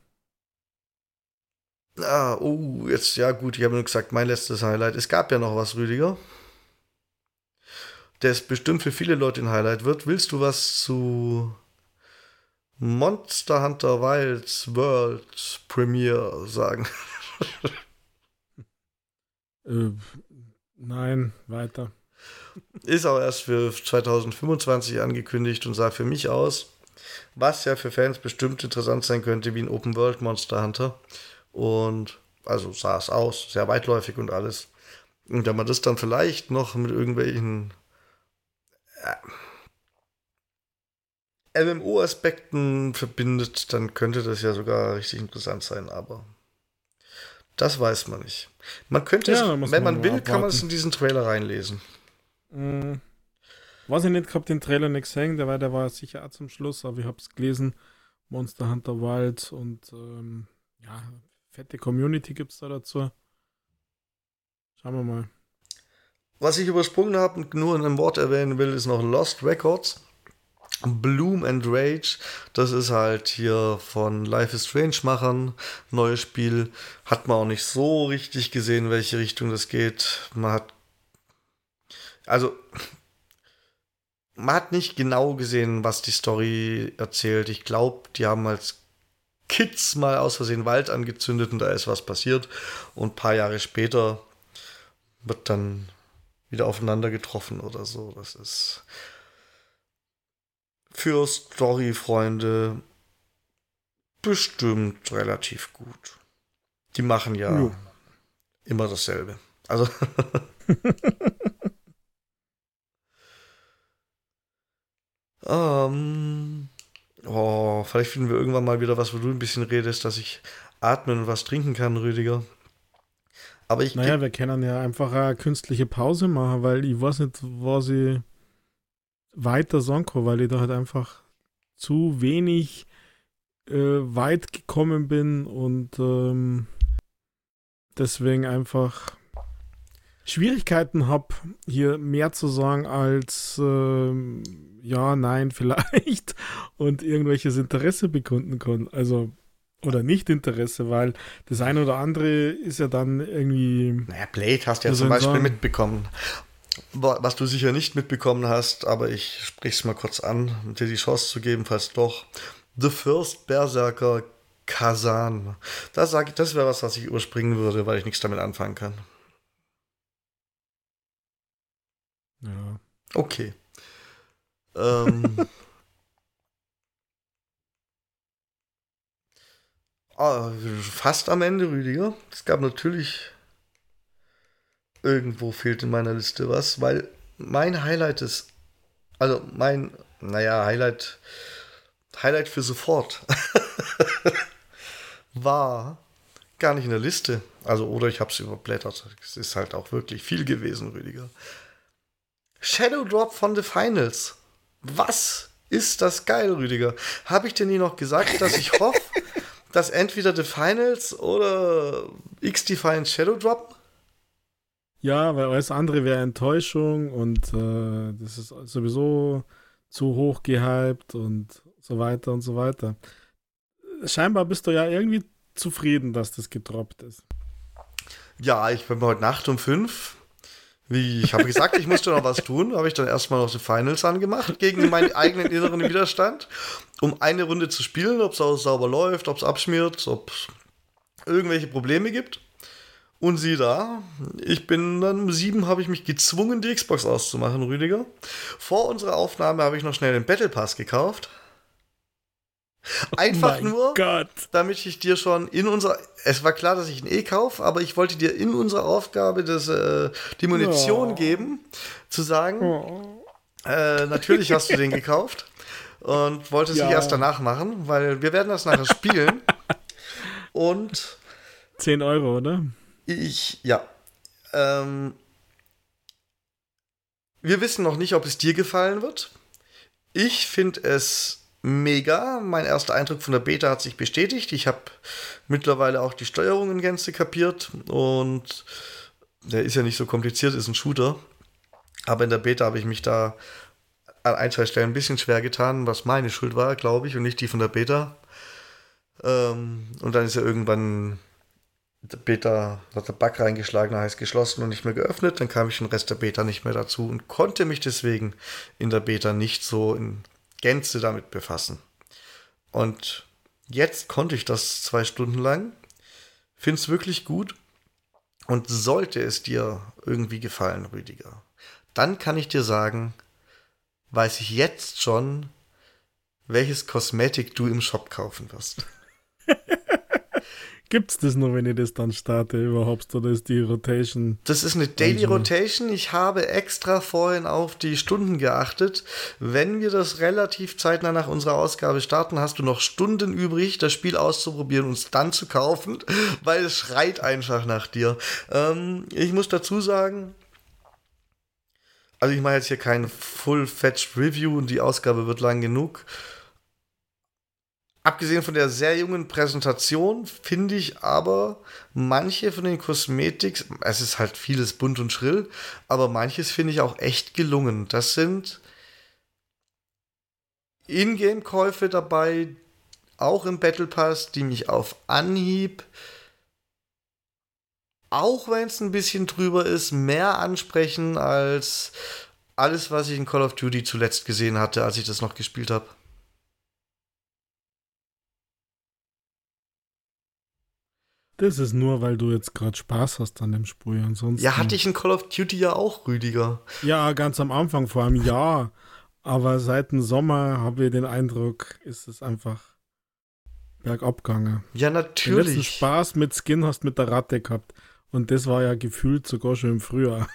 Ah, oh, jetzt, ja gut, ich habe nur gesagt, mein letztes Highlight. Es gab ja noch was, Rüdiger. Der ist bestimmt für viele Leute ein Highlight wird. Willst du was zu Monster Hunter Wilds World Premiere sagen? Äh, nein, weiter. Ist auch erst für 2025 angekündigt und sah für mich aus, was ja für Fans bestimmt interessant sein könnte, wie ein Open World Monster Hunter. Und also sah es aus, sehr weitläufig und alles. Und wenn man das dann vielleicht noch mit irgendwelchen MMO-Aspekten verbindet, dann könnte das ja sogar richtig interessant sein, aber das weiß man nicht. Man könnte Ja, es, da muss wenn man man nur will, kann man es abwarten. in diesen Trailer reinlesen. Mhm. Weiß ich nicht, ich hab den Trailer nicht gesehen, der war sicher auch zum Schluss, aber ich hab's gelesen. Monster Hunter Wild und ja, fette Community gibt's da dazu. Schauen wir mal. Was ich übersprungen habe und nur in einem Wort erwähnen will, ist noch Lost Records. Bloom and Rage, das ist halt hier von Life is Strange-Machern, neues Spiel. Hat man auch nicht so richtig gesehen, in welche Richtung das geht. Also, man hat nicht genau gesehen, was die Story erzählt. Ich glaube, die haben als Kids mal aus Versehen Wald angezündet und da ist was passiert. Und ein paar Jahre später wird dann wieder aufeinander getroffen oder so. Das ist für Story-Freunde bestimmt relativ gut. Die machen ja immer dasselbe. Also vielleicht finden wir irgendwann mal wieder was, wo du ein bisschen redest, dass ich atmen und was trinken kann, Rüdiger. Aber wir können ja einfach eine künstliche Pause machen, weil ich weiß nicht, was ich weiter sagen kann, weil ich da halt einfach zu wenig weit gekommen bin und deswegen einfach Schwierigkeiten habe, hier mehr zu sagen als ja, nein, vielleicht und irgendwelches Interesse bekunden kann. Also, oder nicht Interesse, weil das eine oder andere ist ja dann irgendwie. Naja, Blade hast du ja zum Beispiel mitbekommen. Was du sicher nicht mitbekommen hast, aber ich spreche es mal kurz an, um dir die Chance zu geben, falls doch. The First Berserker Kazan. Das wäre was ich überspringen würde, weil ich nichts damit anfangen kann. Ja. Okay. Fast am Ende, Rüdiger. Es gab natürlich irgendwo fehlt in meiner Liste was, weil mein Highlight ist, also Highlight für sofort war gar nicht in der Liste. Also, oder ich habe es überblättert. Es ist halt auch wirklich viel gewesen, Rüdiger. Shadow Drop von The Finals. Was ist das geil, Rüdiger? Habe ich dir nie noch gesagt, dass ich hoffe, dass entweder The Finals oder X-Defiant Shadow Drop? Ja, weil alles andere wäre Enttäuschung und das ist sowieso zu hoch gehypt und so weiter und so weiter. Scheinbar bist du ja irgendwie zufrieden, dass das gedroppt ist. Ja, ich bin heute Nacht um 5. Ich habe gesagt, ich musste noch was tun, habe ich dann erstmal noch die Finals angemacht, gegen meinen eigenen inneren Widerstand, um eine Runde zu spielen, ob es auch sauber läuft, ob es abschmiert, ob es irgendwelche Probleme gibt. Und sieh da, ich bin dann um 7 habe ich mich gezwungen, die Xbox auszumachen, Rüdiger. Vor unserer Aufnahme habe ich noch schnell den Battle Pass gekauft. Einfach nur, damit ich dir schon es war klar, dass ich ihn kaufe, aber ich wollte dir in unserer Aufgabe die Munition geben, zu sagen, natürlich hast du den gekauft und wollte es nicht erst danach machen, weil wir werden das nachher spielen. Und 10 Euro, oder? Wir wissen noch nicht, ob es dir gefallen wird. Ich finde es mega. Mein erster Eindruck von der Beta hat sich bestätigt. Ich habe mittlerweile auch die Steuerung in Gänze kapiert und der ist ja nicht so kompliziert, ist ein Shooter. Aber in der Beta habe ich mich da an ein, zwei Stellen ein bisschen schwer getan, was meine Schuld war, glaube ich, und nicht die von der Beta. Und dann ist ja irgendwann der Beta, hat der Bug reingeschlagen, heißt geschlossen und nicht mehr geöffnet. Dann kam ich den Rest der Beta nicht mehr dazu und konnte mich deswegen in der Beta nicht so in Gänze damit befassen. Und jetzt konnte ich das 2 Stunden lang. Finde es wirklich gut. Und sollte es dir irgendwie gefallen, Rüdiger, dann kann ich dir sagen, weiß ich jetzt schon, welches Kosmetik du im Shop kaufen wirst. Gibt's das noch, wenn ich das dann starte überhaupt, oder ist die Rotation? Das ist eine Daily Rotation. Ich habe extra vorhin auf die Stunden geachtet. Wenn wir das relativ zeitnah nach unserer Ausgabe starten, hast du noch Stunden übrig, das Spiel auszuprobieren und es dann zu kaufen, weil es schreit einfach nach dir. Ich muss dazu sagen, also ich mache jetzt hier kein Full-Fetched Review und die Ausgabe wird lang genug. Abgesehen von der sehr jungen Präsentation finde ich aber manche von den Cosmetics, es ist halt vieles bunt und schrill, aber manches finde ich auch echt gelungen. Das sind Ingame-Käufe dabei, auch im Battle Pass, die mich auf Anhieb, auch wenn es ein bisschen drüber ist, mehr ansprechen als alles, was ich in Call of Duty zuletzt gesehen hatte, als ich das noch gespielt habe. Das ist nur, weil du jetzt gerade Spaß hast an dem Spiel. Ansonsten. Ja, hatte ich in Call of Duty ja auch, Rüdiger. Ja, ganz am Anfang vor einem Jahr. Aber seit dem Sommer habe ich den Eindruck, ist es einfach bergab gegangen. Ja, Den letzten natürlich. Spaß mit Skin hast mit der Ratte gehabt. Und das war ja gefühlt sogar schon im Frühjahr.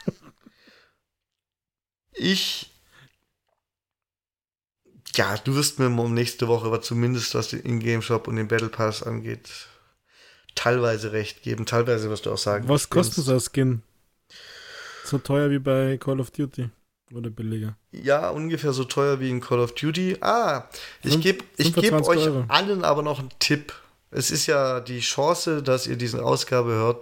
Ja, du wirst mir nächste Woche aber zumindest, was den Ingame-Shop und den Battle Pass angeht, teilweise recht geben. Teilweise wirst du auch sagen, Was du kostet spinnst. so ein Skin? So teuer wie bei Call of Duty? Oder billiger? Ja, ungefähr so teuer wie in Call of Duty. Ich geb 25 euch Euro. allen aber noch einen Tipp. Es ist ja die Chance, dass ihr diese Ausgabe hört,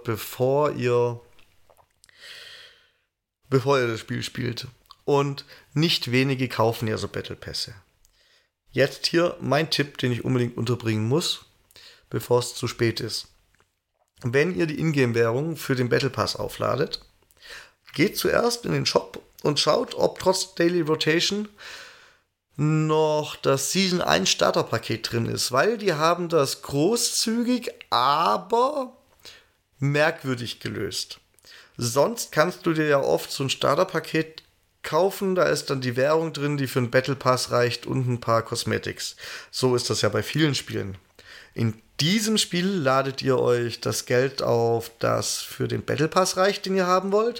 bevor ihr das Spiel spielt. Und nicht wenige kaufen ja so Battle Pässe. Jetzt hier mein Tipp, den ich unbedingt unterbringen muss, bevor es zu spät ist. Wenn ihr die Ingame-Währung für den Battle Pass aufladet, geht zuerst in den Shop und schaut, ob trotz Daily Rotation noch das Season 1 Starterpaket drin ist, weil die haben das großzügig, aber merkwürdig gelöst. Sonst kannst du dir ja oft so ein Starterpaket kaufen, da ist dann die Währung drin, die für einen Battle Pass reicht und ein paar Cosmetics. So ist das ja bei vielen Spielen. In diesem Spiel ladet ihr euch das Geld auf, das für den Battle Pass reicht, den ihr haben wollt.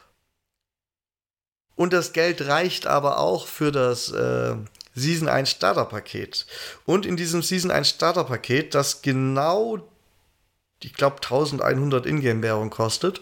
Und das Geld reicht aber auch für das Season 1 Starter-Paket. Und in diesem Season 1 Starter-Paket, das genau, ich glaube, 1100 Ingame-Währung kostet,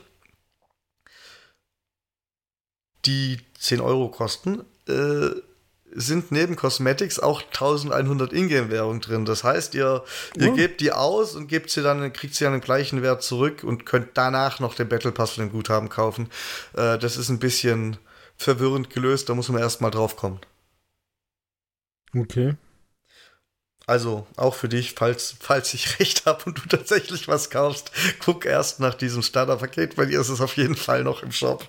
die 10 Euro kosten, sind neben Cosmetics auch 1100 Ingame-Währung drin. Das heißt, ihr gebt die aus und kriegt sie dann den gleichen Wert zurück und könnt danach noch den Battle Pass von dem Guthaben kaufen. Das ist ein bisschen verwirrend gelöst, da muss man erstmal drauf kommen. Okay. Also auch für dich, falls ich recht habe und du tatsächlich was kaufst, guck erst nach diesem Starter-Paket, weil dir ist es auf jeden Fall noch im Shop.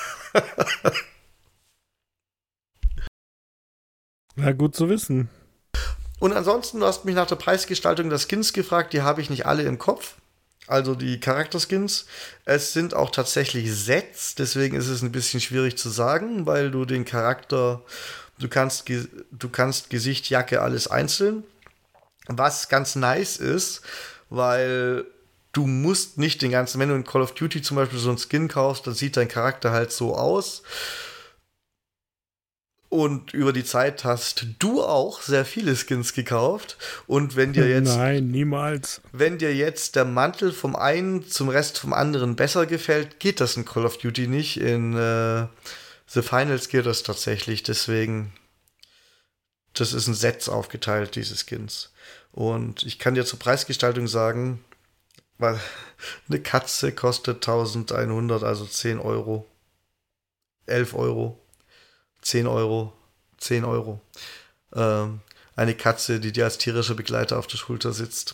Na, gut zu wissen. Und ansonsten, du hast mich nach der Preisgestaltung der Skins gefragt, die habe ich nicht alle im Kopf. Also die Charakterskins. Es sind auch tatsächlich Sets, deswegen ist es ein bisschen schwierig zu sagen, weil du den Charakter, du kannst Gesicht, Jacke, alles einzeln. Was ganz nice ist, weil du musst nicht den ganzen, wenn du in Call of Duty zum Beispiel so einen Skin kaufst, dann sieht dein Charakter halt so aus. Und über die Zeit hast du auch sehr viele Skins gekauft. Und wenn dir jetzt. Nein, niemals. Wenn dir jetzt der Mantel vom einen zum Rest vom anderen besser gefällt, geht das in Call of Duty nicht. In The Finals geht das tatsächlich. Deswegen, das ist in Sets aufgeteilt, diese Skins. Und ich kann dir zur Preisgestaltung sagen, weil eine Katze kostet 1100, also 10 Euro. 11 Euro. 10 Euro, 10 Euro. Eine Katze, die dir als tierischer Begleiter auf der Schulter sitzt.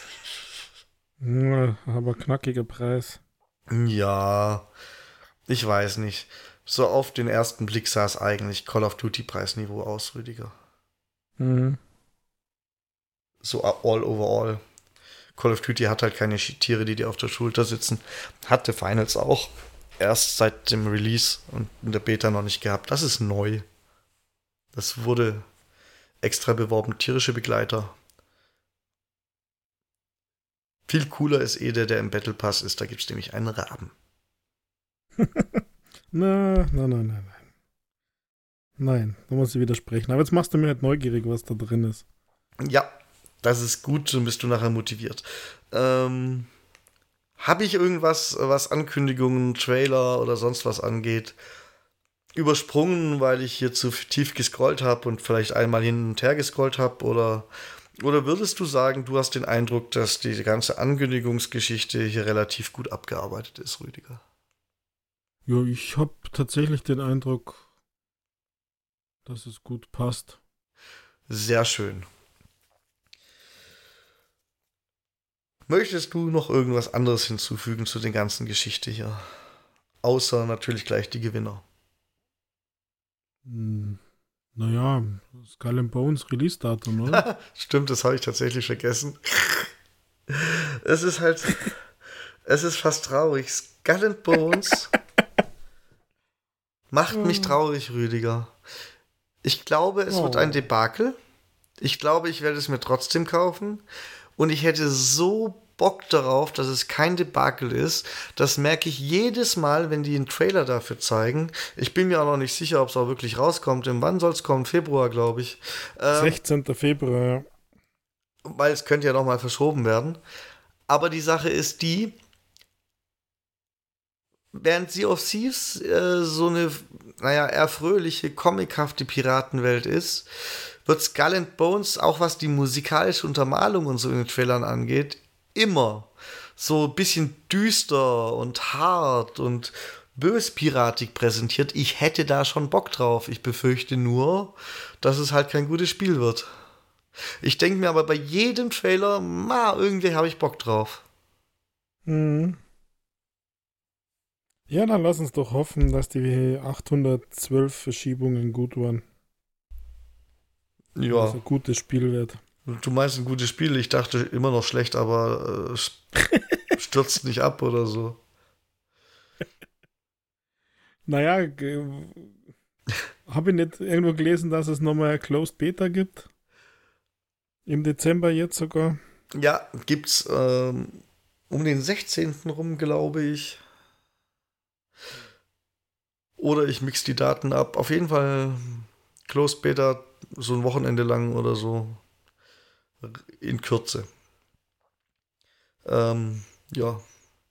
Ja, aber knackiger Preis. Ja, ich weiß nicht. So auf den ersten Blick sah es eigentlich Call of Duty Preisniveau aus, Rüdiger. Mhm. So all overall. Call of Duty hat halt keine Tiere, die dir auf der Schulter sitzen. Hatte Finals auch. Erst seit dem Release und in der Beta noch nicht gehabt. Das ist neu. Das wurde extra beworben. Tierische Begleiter. Viel cooler ist der im Battle Pass ist. Da gibt es nämlich einen Raben. Nein. Nein, da muss ich widersprechen. Aber jetzt machst du mir nicht neugierig, was da drin ist. Ja, das ist gut, dann bist du nachher motiviert. Habe ich irgendwas, was Ankündigungen, Trailer oder sonst was angeht, übersprungen, weil ich hier zu tief gescrollt habe und vielleicht einmal hin und her gescrollt habe? Oder würdest du sagen, du hast den Eindruck, dass diese ganze Ankündigungsgeschichte hier relativ gut abgearbeitet ist, Rüdiger? Ja, ich habe tatsächlich den Eindruck, dass es gut passt. Sehr schön. Möchtest du noch irgendwas anderes hinzufügen zu der ganzen Geschichte hier? Außer natürlich gleich die Gewinner. Naja, Skull and Bones Release-Datum, oder? Stimmt, das habe ich tatsächlich vergessen. Es ist halt, es ist fast traurig. Skull and Bones macht mich traurig, Rüdiger. Ich glaube, es wird ein Debakel. Ich glaube, ich werde es mir trotzdem kaufen. Und ich hätte so Bock darauf, dass es kein Debakel ist. Das merke ich jedes Mal, wenn die einen Trailer dafür zeigen. Ich bin mir auch noch nicht sicher, ob es auch wirklich rauskommt. Wann soll es kommen? Februar, glaube ich. 16. Februar. Weil es könnte ja noch mal verschoben werden. Aber die Sache ist die, während Sea of Thieves so eine, eher fröhliche, comichafte Piratenwelt ist, wird Skull and Bones, auch was die musikalische Untermalung und so in den Trailern angeht, immer so ein bisschen düster und hart und böspiratig präsentiert. Ich hätte da schon Bock drauf. Ich befürchte nur, dass es halt kein gutes Spiel wird. Ich denke mir aber bei jedem Trailer, irgendwie habe ich Bock drauf. Mhm. Ja, dann lass uns doch hoffen, dass die 812 Verschiebungen gut waren. Ja. Dass es ein gutes Spiel wird. Du meinst ein gutes Spiel? Ich dachte immer noch schlecht, aber stürzt nicht ab oder so. Naja, habe ich nicht irgendwo gelesen, dass es nochmal eine Closed Beta gibt? Im Dezember jetzt sogar? Ja, gibt's um den 16. rum, glaube ich. Oder ich mix die Daten ab. Auf jeden Fall Closed Beta so ein Wochenende lang oder so. In Kürze. Ja.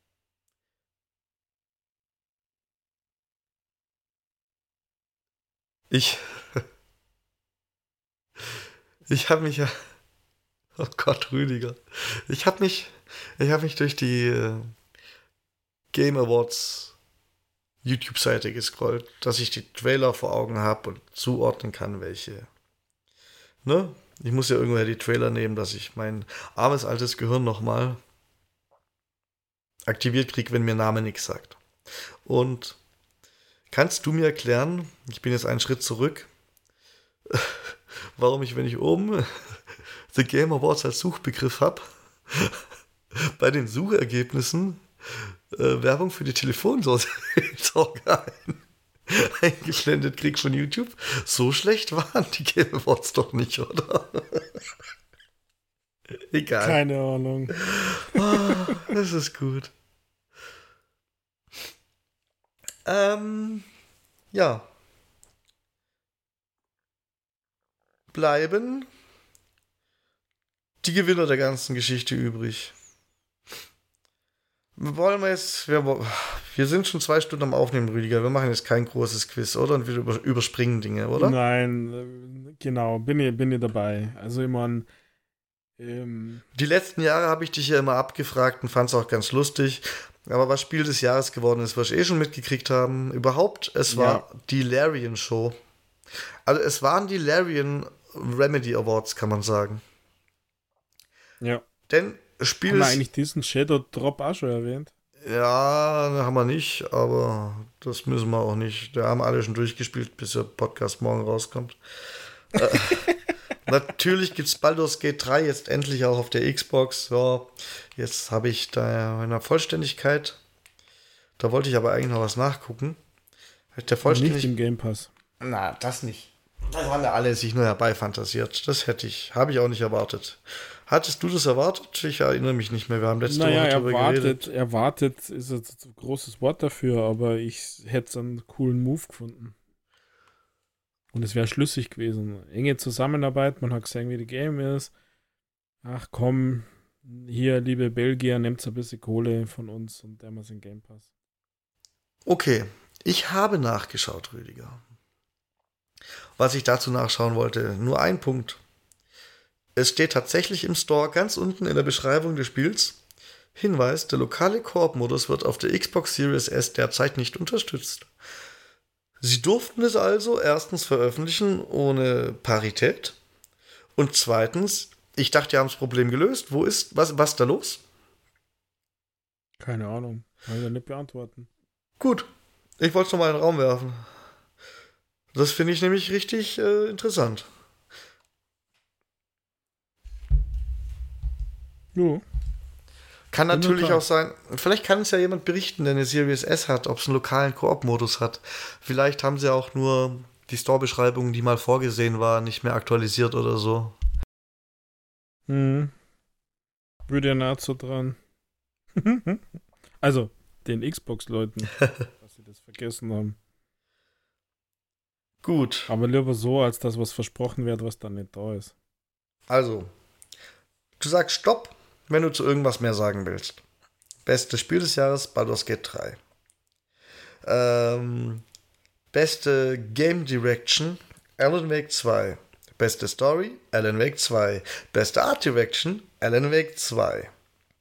Ich habe mich ja. Oh Gott, Rüdiger. Ich habe mich durch die Game Awards YouTube-Seite gescrollt, dass ich die Trailer vor Augen habe und zuordnen kann, welche. Ne? Ich muss ja irgendwoher die Trailer nehmen, dass ich mein armes altes Gehirn nochmal aktiviert kriege, wenn mir Name nichts sagt. Und kannst du mir erklären, ich bin jetzt einen Schritt zurück, warum ich, wenn ich oben The Game Awards als Suchbegriff habe, bei den Suchergebnissen Werbung für die Telefonsorge eingeblendet krieg von YouTube. So schlecht waren die Game Awards doch nicht, oder? Egal. Keine Ahnung. Das ist gut. Ja. Bleiben die Gewinner der ganzen Geschichte übrig. Wollen wir jetzt. Wir sind schon 2 Stunden am Aufnehmen, Rüdiger. Wir machen jetzt kein großes Quiz, oder? Und wir überspringen Dinge, oder? Nein, genau, bin ich dabei. Also ich meine, die letzten Jahre habe ich dich ja immer abgefragt und fand es auch ganz lustig. Aber was Spiel des Jahres geworden ist, was wir schon mitgekriegt haben, überhaupt, es war die Larian Show. Also es waren die Larian Remedy Awards, kann man sagen. Ja. Denn Spiel haben wir eigentlich diesen Shadow Drop auch schon erwähnt? Ja, haben wir nicht, aber das müssen wir auch nicht. Da haben alle schon durchgespielt, bis der Podcast morgen rauskommt. Natürlich gibt es Baldur's Gate 3 jetzt endlich auch auf der Xbox. Ja, jetzt habe ich da in der Vollständigkeit. Da wollte ich aber eigentlich noch was nachgucken. Nicht im Game Pass. Na, das nicht. Das haben ja alle sich nur herbeifantasiert. Das habe ich auch nicht erwartet. Hattest du das erwartet? Ich erinnere mich nicht mehr. Wir haben letzte Woche darüber geredet. Erwartet ist jetzt ein großes Wort dafür, aber ich hätte es einen coolen Move gefunden. Und es wäre schlüssig gewesen. Enge Zusammenarbeit, man hat gesehen, wie die Game ist. Ach komm, hier, liebe Belgier, nehmt ein bisschen Kohle von uns und der muss in Game Pass. Okay, ich habe nachgeschaut, Rüdiger. Was ich dazu nachschauen wollte, nur ein Punkt. Es steht tatsächlich im Store ganz unten in der Beschreibung des Spiels: Hinweis, der lokale Koop-Modus wird auf der Xbox Series S derzeit nicht unterstützt. Sie durften es also erstens veröffentlichen ohne Parität Und zweitens, ich dachte, die haben das Problem gelöst. Was ist da los? Keine Ahnung. Kann ich ja nicht beantworten. Gut, ich wollte es nochmal in den Raum werfen. Das finde ich nämlich richtig interessant. Jo. Kann natürlich auch sein, vielleicht kann es ja jemand berichten, der eine Series S hat, ob es einen lokalen Koop-Modus hat. Vielleicht haben sie auch nur die Store-Beschreibung, die mal vorgesehen war, nicht mehr aktualisiert oder so. Würde ja nahezu dran. Also, den Xbox-Leuten, dass sie das vergessen haben. Gut. Aber lieber so, als das, was versprochen wird, was dann nicht da ist. Also, du sagst Stopp, wenn du zu irgendwas mehr sagen willst. Bestes Spiel des Jahres, Baldur's Gate 3. Beste Game Direction, Alan Wake 2. Beste Story, Alan Wake 2. Beste Art Direction, Alan Wake 2.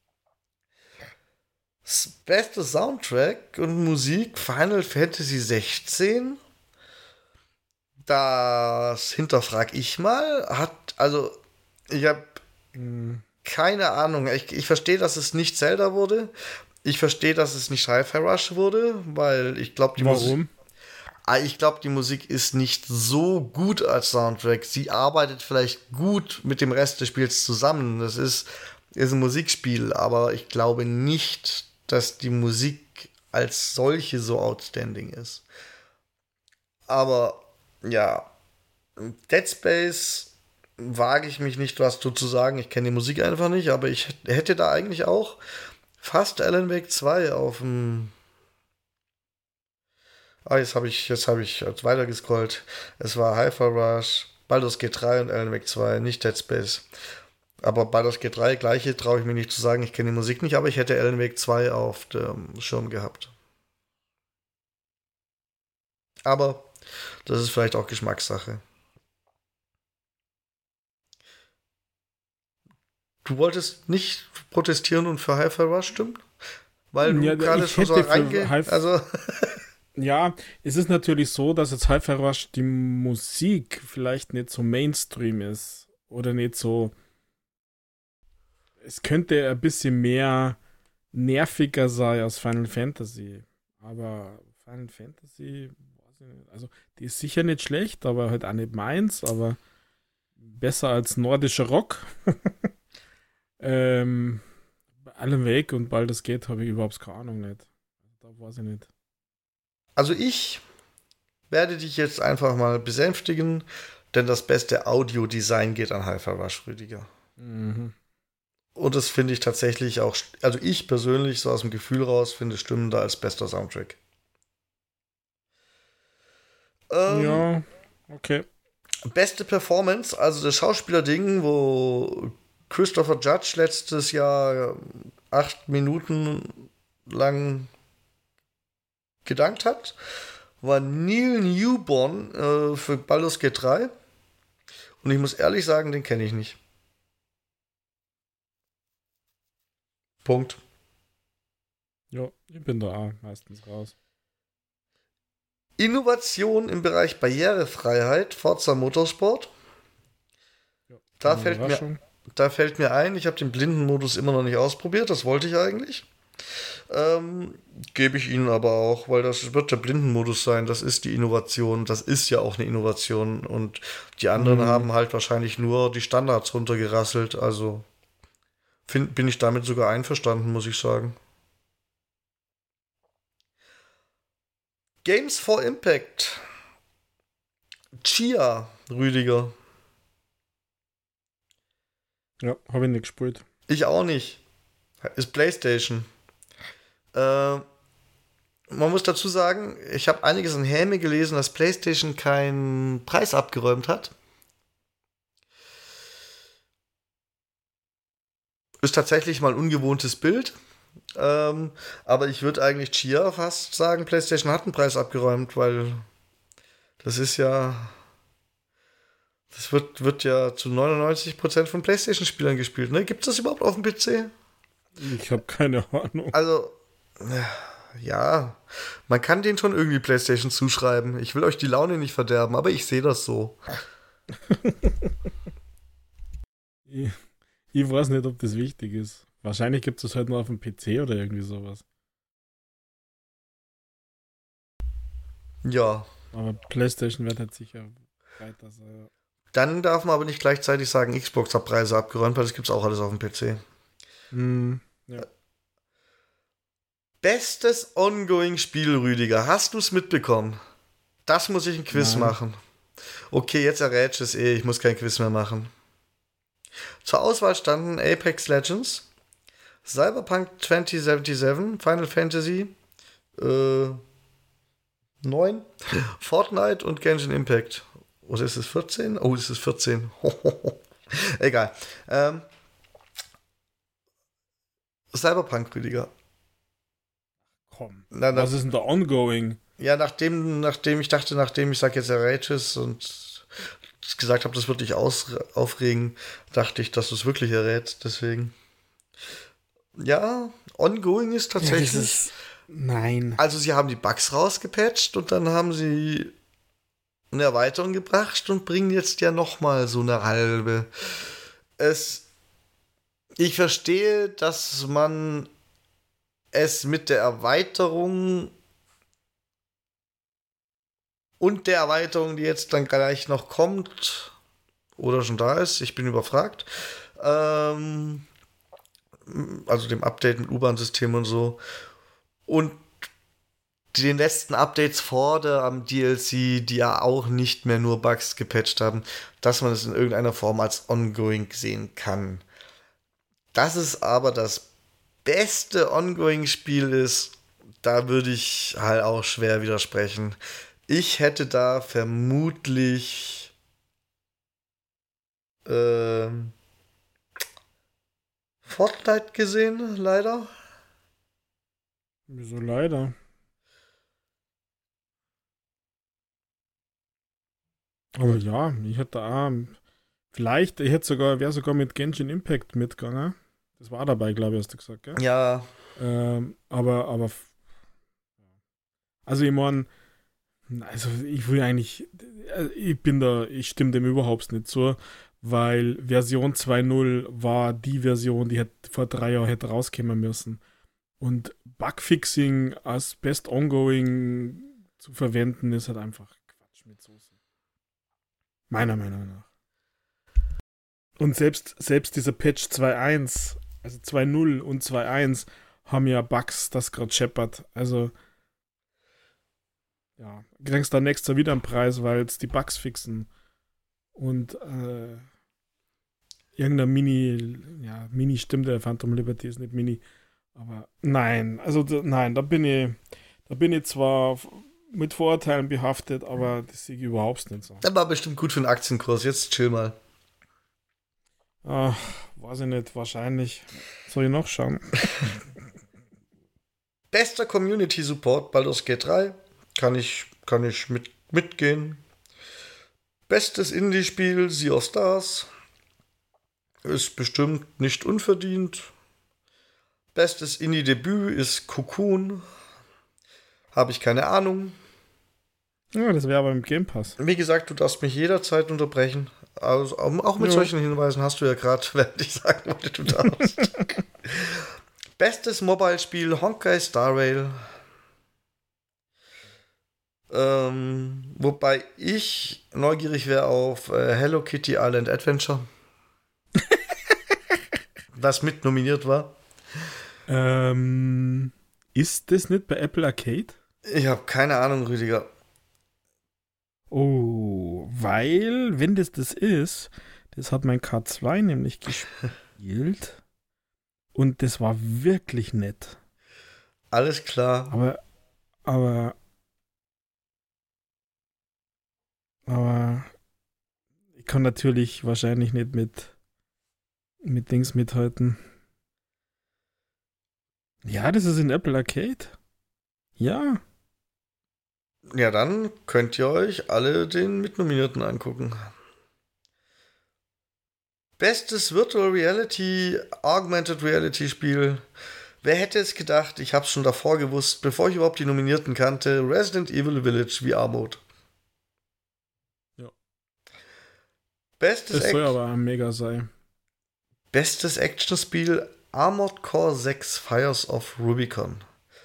Beste Soundtrack und Musik, Final Fantasy 16. Das hinterfrag ich mal. Ich habe keine Ahnung. Ich verstehe, dass es nicht Zelda wurde. Ich verstehe, dass es nicht Hi-Fi Rush wurde, weil ich glaube, die Musik ist nicht so gut als Soundtrack. Sie arbeitet vielleicht gut mit dem Rest des Spiels zusammen. Das ist ein Musikspiel, aber ich glaube nicht, dass die Musik als solche so outstanding ist. Aber ja, Dead Space wage ich mich nicht, was zu sagen. Ich kenne die Musik einfach nicht, aber ich hätte da eigentlich auch fast Alan Wake 2 auf dem. Jetzt habe ich weiter gescrollt. Es war Hi-Fi Rush, Baldur's Gate 3 und Alan Wake 2, nicht Dead Space. Aber Baldur's Gate 3, gleiche, traue ich mir nicht zu sagen. Ich kenne die Musik nicht, aber ich hätte Alan Wake 2 auf dem Schirm gehabt. Aber das ist vielleicht auch Geschmackssache. Du wolltest nicht protestieren und für Hi-Fi Rush stimmen? Weil du gerade schon so reingehst. Also ja, es ist natürlich so, dass jetzt Hi-Fi Rush die Musik vielleicht nicht so Mainstream ist. Oder nicht so. Es könnte ein bisschen mehr nerviger sein als Final Fantasy. Aber Final Fantasy, weiß ich nicht. Also, die ist sicher nicht schlecht, aber halt auch nicht meins, aber besser als nordischer Rock. Alan Wake und Baldur's Gate habe ich überhaupt keine Ahnung nicht. Da weiß ich nicht. Also ich werde dich jetzt einfach mal besänftigen, denn das beste Audiodesign geht an Hi-Fi Rush, Rüdiger. Mhm. Und das finde ich tatsächlich auch, also ich persönlich, so aus dem Gefühl raus, finde Stimmen da als bester Soundtrack. Ja, okay. Beste Performance, also das Schauspielerding, wo Christopher Judge letztes Jahr 8 Minuten lang gedankt hat, war Neil Newborn für Baldur's Gate 3. Und ich muss ehrlich sagen, den kenne ich nicht. Punkt. Ja, ich bin da auch meistens raus. Innovation im Bereich Barrierefreiheit, Forza Motorsport. Ja, Da fällt mir ein, ich habe den Blindenmodus immer noch nicht ausprobiert, das wollte ich eigentlich. Gebe ich Ihnen aber auch, weil das wird der Blindenmodus sein, das ist die Innovation, das ist ja auch eine Innovation und die anderen haben halt wahrscheinlich nur die Standards runtergerasselt, also bin ich damit sogar einverstanden, muss ich sagen. Games for Impact. Chia, Rüdiger. Ja, habe ich nicht gespielt. Ich auch nicht. Ist PlayStation. Man muss dazu sagen, ich habe einiges in Häme gelesen, dass PlayStation keinen Preis abgeräumt hat. Ist tatsächlich mal ein ungewohntes Bild. Aber ich würde eigentlich Chia fast sagen, PlayStation hat einen Preis abgeräumt, weil das ist ja. Das wird ja zu 99% von PlayStation-Spielern gespielt, ne? Gibt es das überhaupt auf dem PC? Ich habe keine Ahnung. Also, ja, man kann denen schon irgendwie PlayStation zuschreiben. Ich will euch die Laune nicht verderben, aber ich sehe das so. Ich, ich weiß nicht, ob das wichtig ist. Wahrscheinlich gibt es das halt nur auf dem PC oder irgendwie sowas. Ja. Aber PlayStation wird halt sicher weiter sein. Dann darf man aber nicht gleichzeitig sagen, Xbox hat Preise abgeräumt, weil das gibt's auch alles auf dem PC. Ja. Bestes Ongoing-Spiel, Rüdiger. Hast du es mitbekommen? Das muss ich ein Quiz Nein. machen. Okay, jetzt errätst es ich muss kein Quiz mehr machen. Zur Auswahl standen Apex Legends, Cyberpunk 2077, Final Fantasy 9, Fortnite und Genshin Impact. Oder ist es 14? Oh, ist es 14. Egal. Cyberpunk, Rüdiger. Komm. Na, na, Was ist denn da ongoing? ja, nachdem ich sage jetzt Errätches und gesagt habe, das wird dich aufregen, dachte ich, dass du es wirklich errätst. Deswegen. Ja, ongoing ist Ja, das tatsächlich. ist. Nein. Also, sie haben die Bugs rausgepatcht und dann haben sie eine Erweiterung gebracht und bringen jetzt ja nochmal so eine halbe. Ich verstehe, dass man es mit der Erweiterung und der Erweiterung, die jetzt dann gleich noch kommt oder schon da ist, ich bin überfragt, also dem Update mit U-Bahn-System und so, und den letzten Updates vor der am DLC, die ja auch nicht mehr nur Bugs gepatcht haben, dass man es in irgendeiner Form als ongoing sehen kann. Dass es aber das beste Ongoing-Spiel ist, da würde ich halt auch schwer widersprechen. Ich hätte da vermutlich Fortnite gesehen, leider. Wieso leider? Aber ja, ich hätte auch. Vielleicht, wäre sogar mit Genshin Impact mitgegangen. Das war dabei, glaube ich, hast du gesagt, gell? Ja, Aber, also ich meine, also ich will eigentlich, ich stimme dem überhaupt nicht zu, weil Version 2.0 war die Version, die hätte vor 3 Jahren hätte rauskommen müssen. Und Bugfixing als Best Ongoing zu verwenden, ist halt einfach Quatsch mit Soße. Meiner Meinung nach. Und selbst dieser Patch 2.1, also 2.0 und 2.1 haben ja Bugs, das gerade scheppert. Also, ja, kriegst da nächstes Jahr wieder einen Preis, weil es die Bugs fixen. Und irgendeiner Mini stimmt, der Phantom Liberty ist nicht Mini. Aber nein, also nein, da bin ich zwar mit Vorurteilen behaftet, aber das sehe ich überhaupt nicht so. das war bestimmt gut für den Aktienkurs. Jetzt chill mal. Weiß ich nicht, wahrscheinlich. Soll ich noch schauen? Bester Community Support Baldur's Gate 3. Kann ich mitgehen. Bestes Indie-Spiel Sea of Stars. Ist bestimmt nicht unverdient. Bestes Indie-Debüt ist Cocoon. Habe ich keine Ahnung. Ja, das wäre aber im Game Pass. Wie gesagt, du darfst mich jederzeit unterbrechen. Also, auch mit solchen Hinweisen hast du ja gerade, während ich sagen wollte, du darfst. Bestes Mobile-Spiel Honkai Star Rail. Wobei ich neugierig wäre auf Hello Kitty Island Adventure. Was mit nominiert war. Ist das nicht bei Apple Arcade? Ich habe keine Ahnung, Rüdiger. Oh, weil, wenn das ist, das hat mein K2 nämlich gespielt und das war wirklich nett. Alles klar. Aber ich kann natürlich wahrscheinlich nicht mit Dings mithalten. Ja, das ist in Apple Arcade. Ja. Ja, dann könnt ihr euch alle den Mitnominierten angucken. Bestes Virtual Reality, Augmented Reality Spiel. Wer hätte es gedacht? Ich hab's schon davor gewusst, bevor ich überhaupt die Nominierten kannte. Resident Evil Village VR-Mode. Ja. Bestes Das soll aber mega sein. Bestes Actionspiel Armored Core 6 Fires of Rubicon.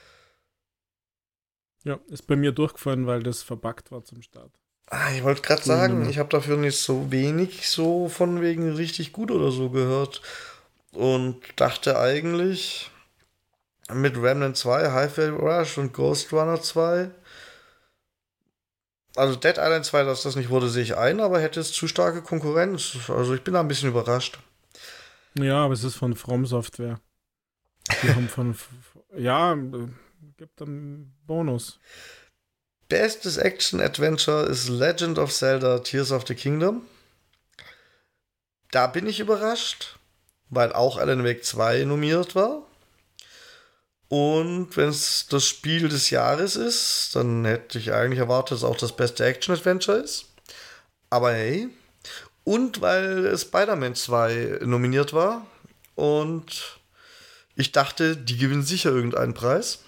Ja, ist bei mir durchgefallen, weil das verbuggt war zum Start. Ich wollte gerade sagen, ich habe dafür nicht so wenig so von wegen richtig gut oder so gehört. Und dachte eigentlich mit Remnant 2, Hi-Fi Rush und Ghost Runner 2. Also Dead Island 2, dass das nicht wurde, sehe ich ein, aber hätte es zu starke Konkurrenz. Also ich bin da ein bisschen überrascht. Ja, aber es ist von From Software. Die haben ja, gibt einen Bonus. Bestes Action-Adventure ist Legend of Zelda Tears of the Kingdom. Da bin ich überrascht, weil auch Alan Wake 2 nominiert war. Und wenn es das Spiel des Jahres ist, dann hätte ich eigentlich erwartet, dass es auch das beste Action-Adventure ist. Aber hey. Und weil Spider-Man 2 nominiert war. Und ich dachte, die gewinnen sicher irgendeinen Preis.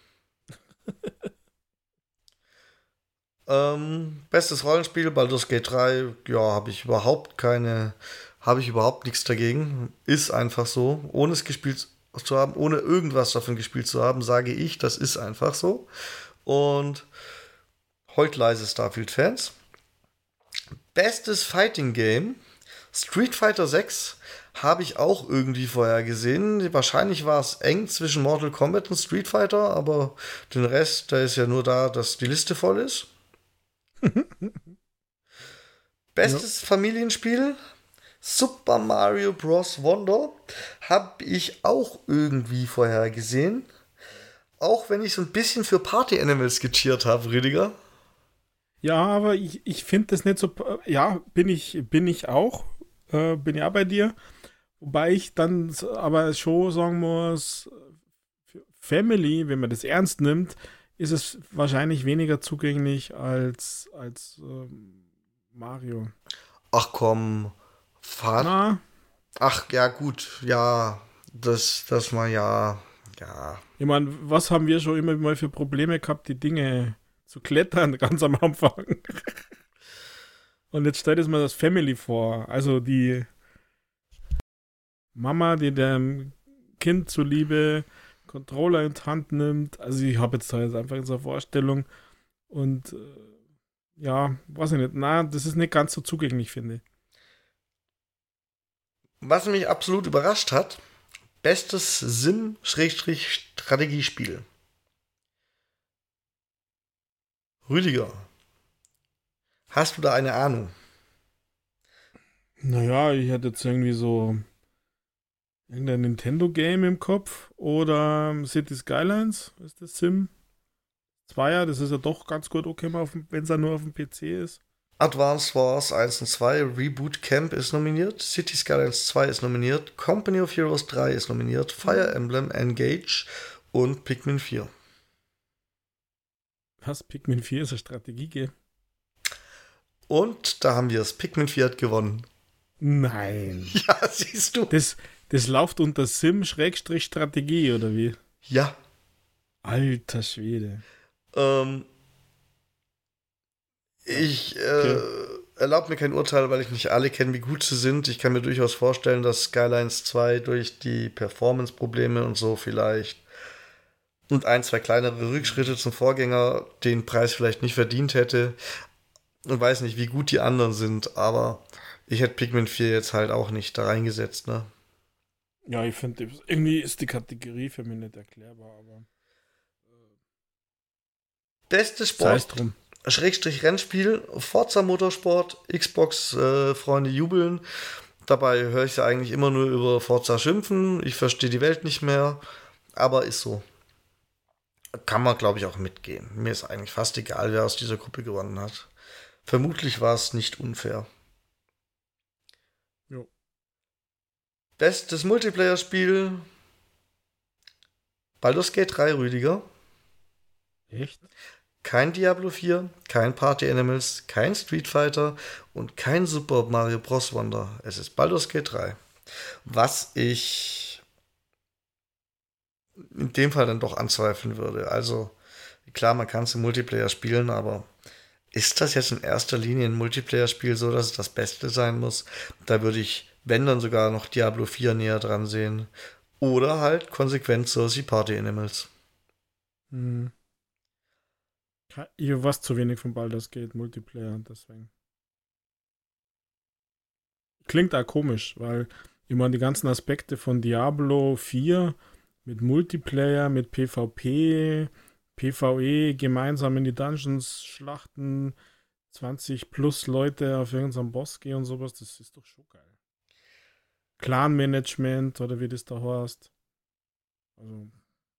Bestes Rollenspiel, Baldur's Gate 3, ja, habe ich überhaupt nichts dagegen. Ist einfach so. Ohne es gespielt zu haben, ohne irgendwas davon gespielt zu haben, sage ich, das ist einfach so. Und heult leise Starfield-Fans. Bestes Fighting Game, Street Fighter 6, habe ich auch irgendwie vorher gesehen. Wahrscheinlich war es eng zwischen Mortal Kombat und Street Fighter, aber den Rest, da ist ja nur da, dass die Liste voll ist. Bestes Familienspiel, Super Mario Bros. Wonder, habe ich auch irgendwie vorher gesehen. Auch wenn ich so ein bisschen für Party Animals gecheert habe, Rüdiger. Ja, aber ich finde das nicht so. Ja, bin ich auch. Bin ja bei dir. Wobei ich dann aber schon sagen muss, für Family, wenn man das ernst nimmt, ist es wahrscheinlich weniger zugänglich als Mario. Ach komm, Na, Ach ja, gut, ja, das mal ja. ich meine, was haben wir schon immer mal für Probleme gehabt, die Dinge zu klettern, ganz am Anfang. Und jetzt stellt es mal das Family vor. Also die Mama, die dem Kind zuliebe Controller in die Hand nimmt. Also ich habe jetzt da jetzt einfach in so eine Vorstellung. Und ja, weiß ich nicht. Na, das ist nicht ganz so zugänglich, finde ich. Was mich absolut überrascht hat, bestes Sim-Strategiespiel. Rüdiger, hast du da eine Ahnung? Naja, ich hatte jetzt irgendwie so irgendein Nintendo-Game im Kopf oder City Skylines, ist das Sim? Zweier, das ist ja doch ganz gut okay, wenn es ja nur auf dem PC ist. Advance Wars 1 und 2, Reboot Camp ist nominiert, City Skylines 2 ist nominiert, Company of Heroes 3 ist nominiert, Fire Emblem Engage und Pikmin 4. Was? Pikmin 4 ist ein Strategie-Game? Und da haben wir es. Pikmin 4 hat gewonnen. Nein. Ja, siehst du. Das läuft unter Sim-Strategie, oder wie? Ja. Alter Schwede. Ich erlaube mir kein Urteil, weil ich nicht alle kenne, wie gut sie sind. Ich kann mir durchaus vorstellen, dass Skylines 2 durch die Performance-Probleme und so vielleicht und ein, zwei kleinere Rückschritte zum Vorgänger den Preis vielleicht nicht verdient hätte. Und weiß nicht, wie gut die anderen sind, aber ich hätte Pikmin 4 jetzt halt auch nicht da reingesetzt, ne? Ja, ich finde, irgendwie ist die Kategorie für mich nicht erklärbar, aber. Bestes Sei es Sport. drum. Schrägstrich Rennspiel, Forza Motorsport, Xbox-Freunde jubeln. Dabei höre ich ja eigentlich immer nur über Forza schimpfen. Ich verstehe die Welt nicht mehr, aber ist so. Kann man, glaube ich, auch mitgehen. Mir ist eigentlich fast egal, wer aus dieser Gruppe gewonnen hat. Vermutlich war es nicht unfair. Jo. Bestes Multiplayer-Spiel, Baldur's Gate 3, Rüdiger. Echt? Kein Diablo 4, kein Party Animals, kein Street Fighter und kein Super Mario Bros. Wonder. Es ist Baldur's Gate 3. Was ich in dem Fall dann doch anzweifeln würde. Also, klar, man kann es im Multiplayer spielen, aber ist das jetzt in erster Linie ein Multiplayer-Spiel so, dass es das Beste sein muss? Da würde ich wenn dann sogar noch Diablo 4 näher dran sehen. Oder halt konsequent so wie Party Animals. Hm. Ich weiß zu wenig von Baldur's Gate Multiplayer, deswegen. Klingt auch komisch, weil immer die ganzen Aspekte von Diablo 4 mit Multiplayer, mit PvP, PvE, gemeinsam in die Dungeons schlachten, 20 plus Leute auf irgendeinem Boss gehen und sowas, das ist doch schon geil. Clan-Management oder wie das da heißt. Also.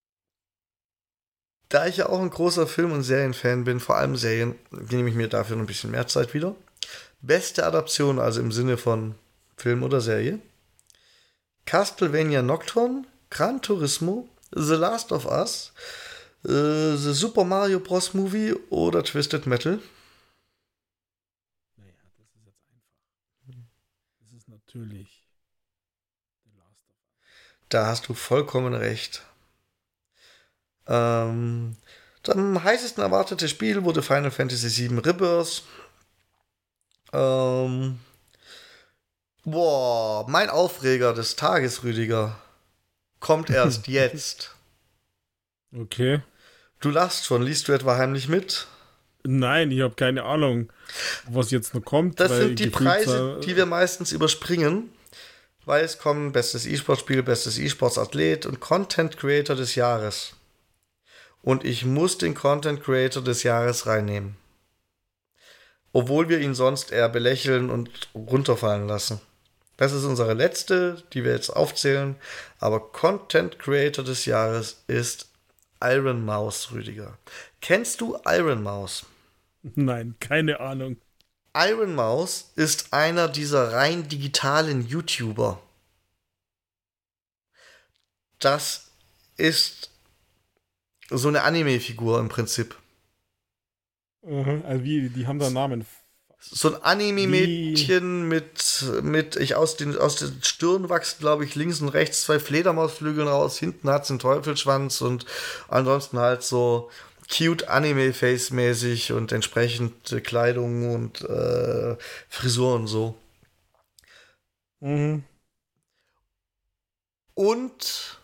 Da ich ja auch ein großer Film- und Serienfan bin, vor allem Serien, nehme ich mir dafür noch ein bisschen mehr Zeit wieder. Beste Adaption, also im Sinne von Film oder Serie: Castlevania Nocturne, Gran Turismo, The Last of Us, The Super Mario Bros. Movie oder Twisted Metal. Naja, das ist jetzt einfach. Das ist natürlich The Last of Us. Da hast du vollkommen recht. Am heißesten erwartete Spiel wurde Final Fantasy VII Rebirth. Mein Aufreger des Tages, Rüdiger, kommt erst jetzt. Okay. Du lachst schon, liest du etwa heimlich mit? Nein, ich habe keine Ahnung, was jetzt noch kommt. Das sind die Preise, die wir meistens überspringen, weil es kommen bestes E-Sport-Spiel, bestes E-Sports-Athlet und Content Creator des Jahres. Und ich muss den Content Creator des Jahres reinnehmen. Obwohl wir ihn sonst eher belächeln und runterfallen lassen. Das ist unsere letzte, die wir jetzt aufzählen. Aber Content Creator des Jahres ist Iron Mouse, Rüdiger. Kennst du Iron Mouse? Nein, keine Ahnung. Iron Mouse ist einer dieser rein digitalen YouTuber. Das ist so eine Anime-Figur im Prinzip. Also wie, die haben da Namen. So ein Anime-Mädchen mit aus den Stirn wachsen, glaube ich, links und rechts 2 Fledermausflügeln raus, hinten hat es einen Teufelsschwanz und ansonsten halt so cute Anime-Face-mäßig und entsprechend Kleidung und Frisur und so. Mhm. Und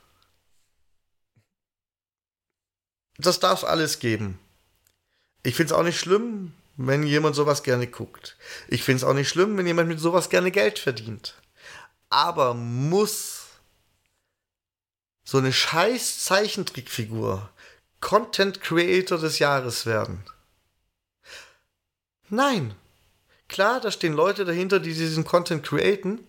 das darf es alles geben. Ich finde es auch nicht schlimm, wenn jemand sowas gerne guckt. Ich finde es auch nicht schlimm, wenn jemand mit sowas gerne Geld verdient. Aber muss so eine scheiß Zeichentrickfigur Content Creator des Jahres werden? Nein. Klar, da stehen Leute dahinter, die diesen Content createn.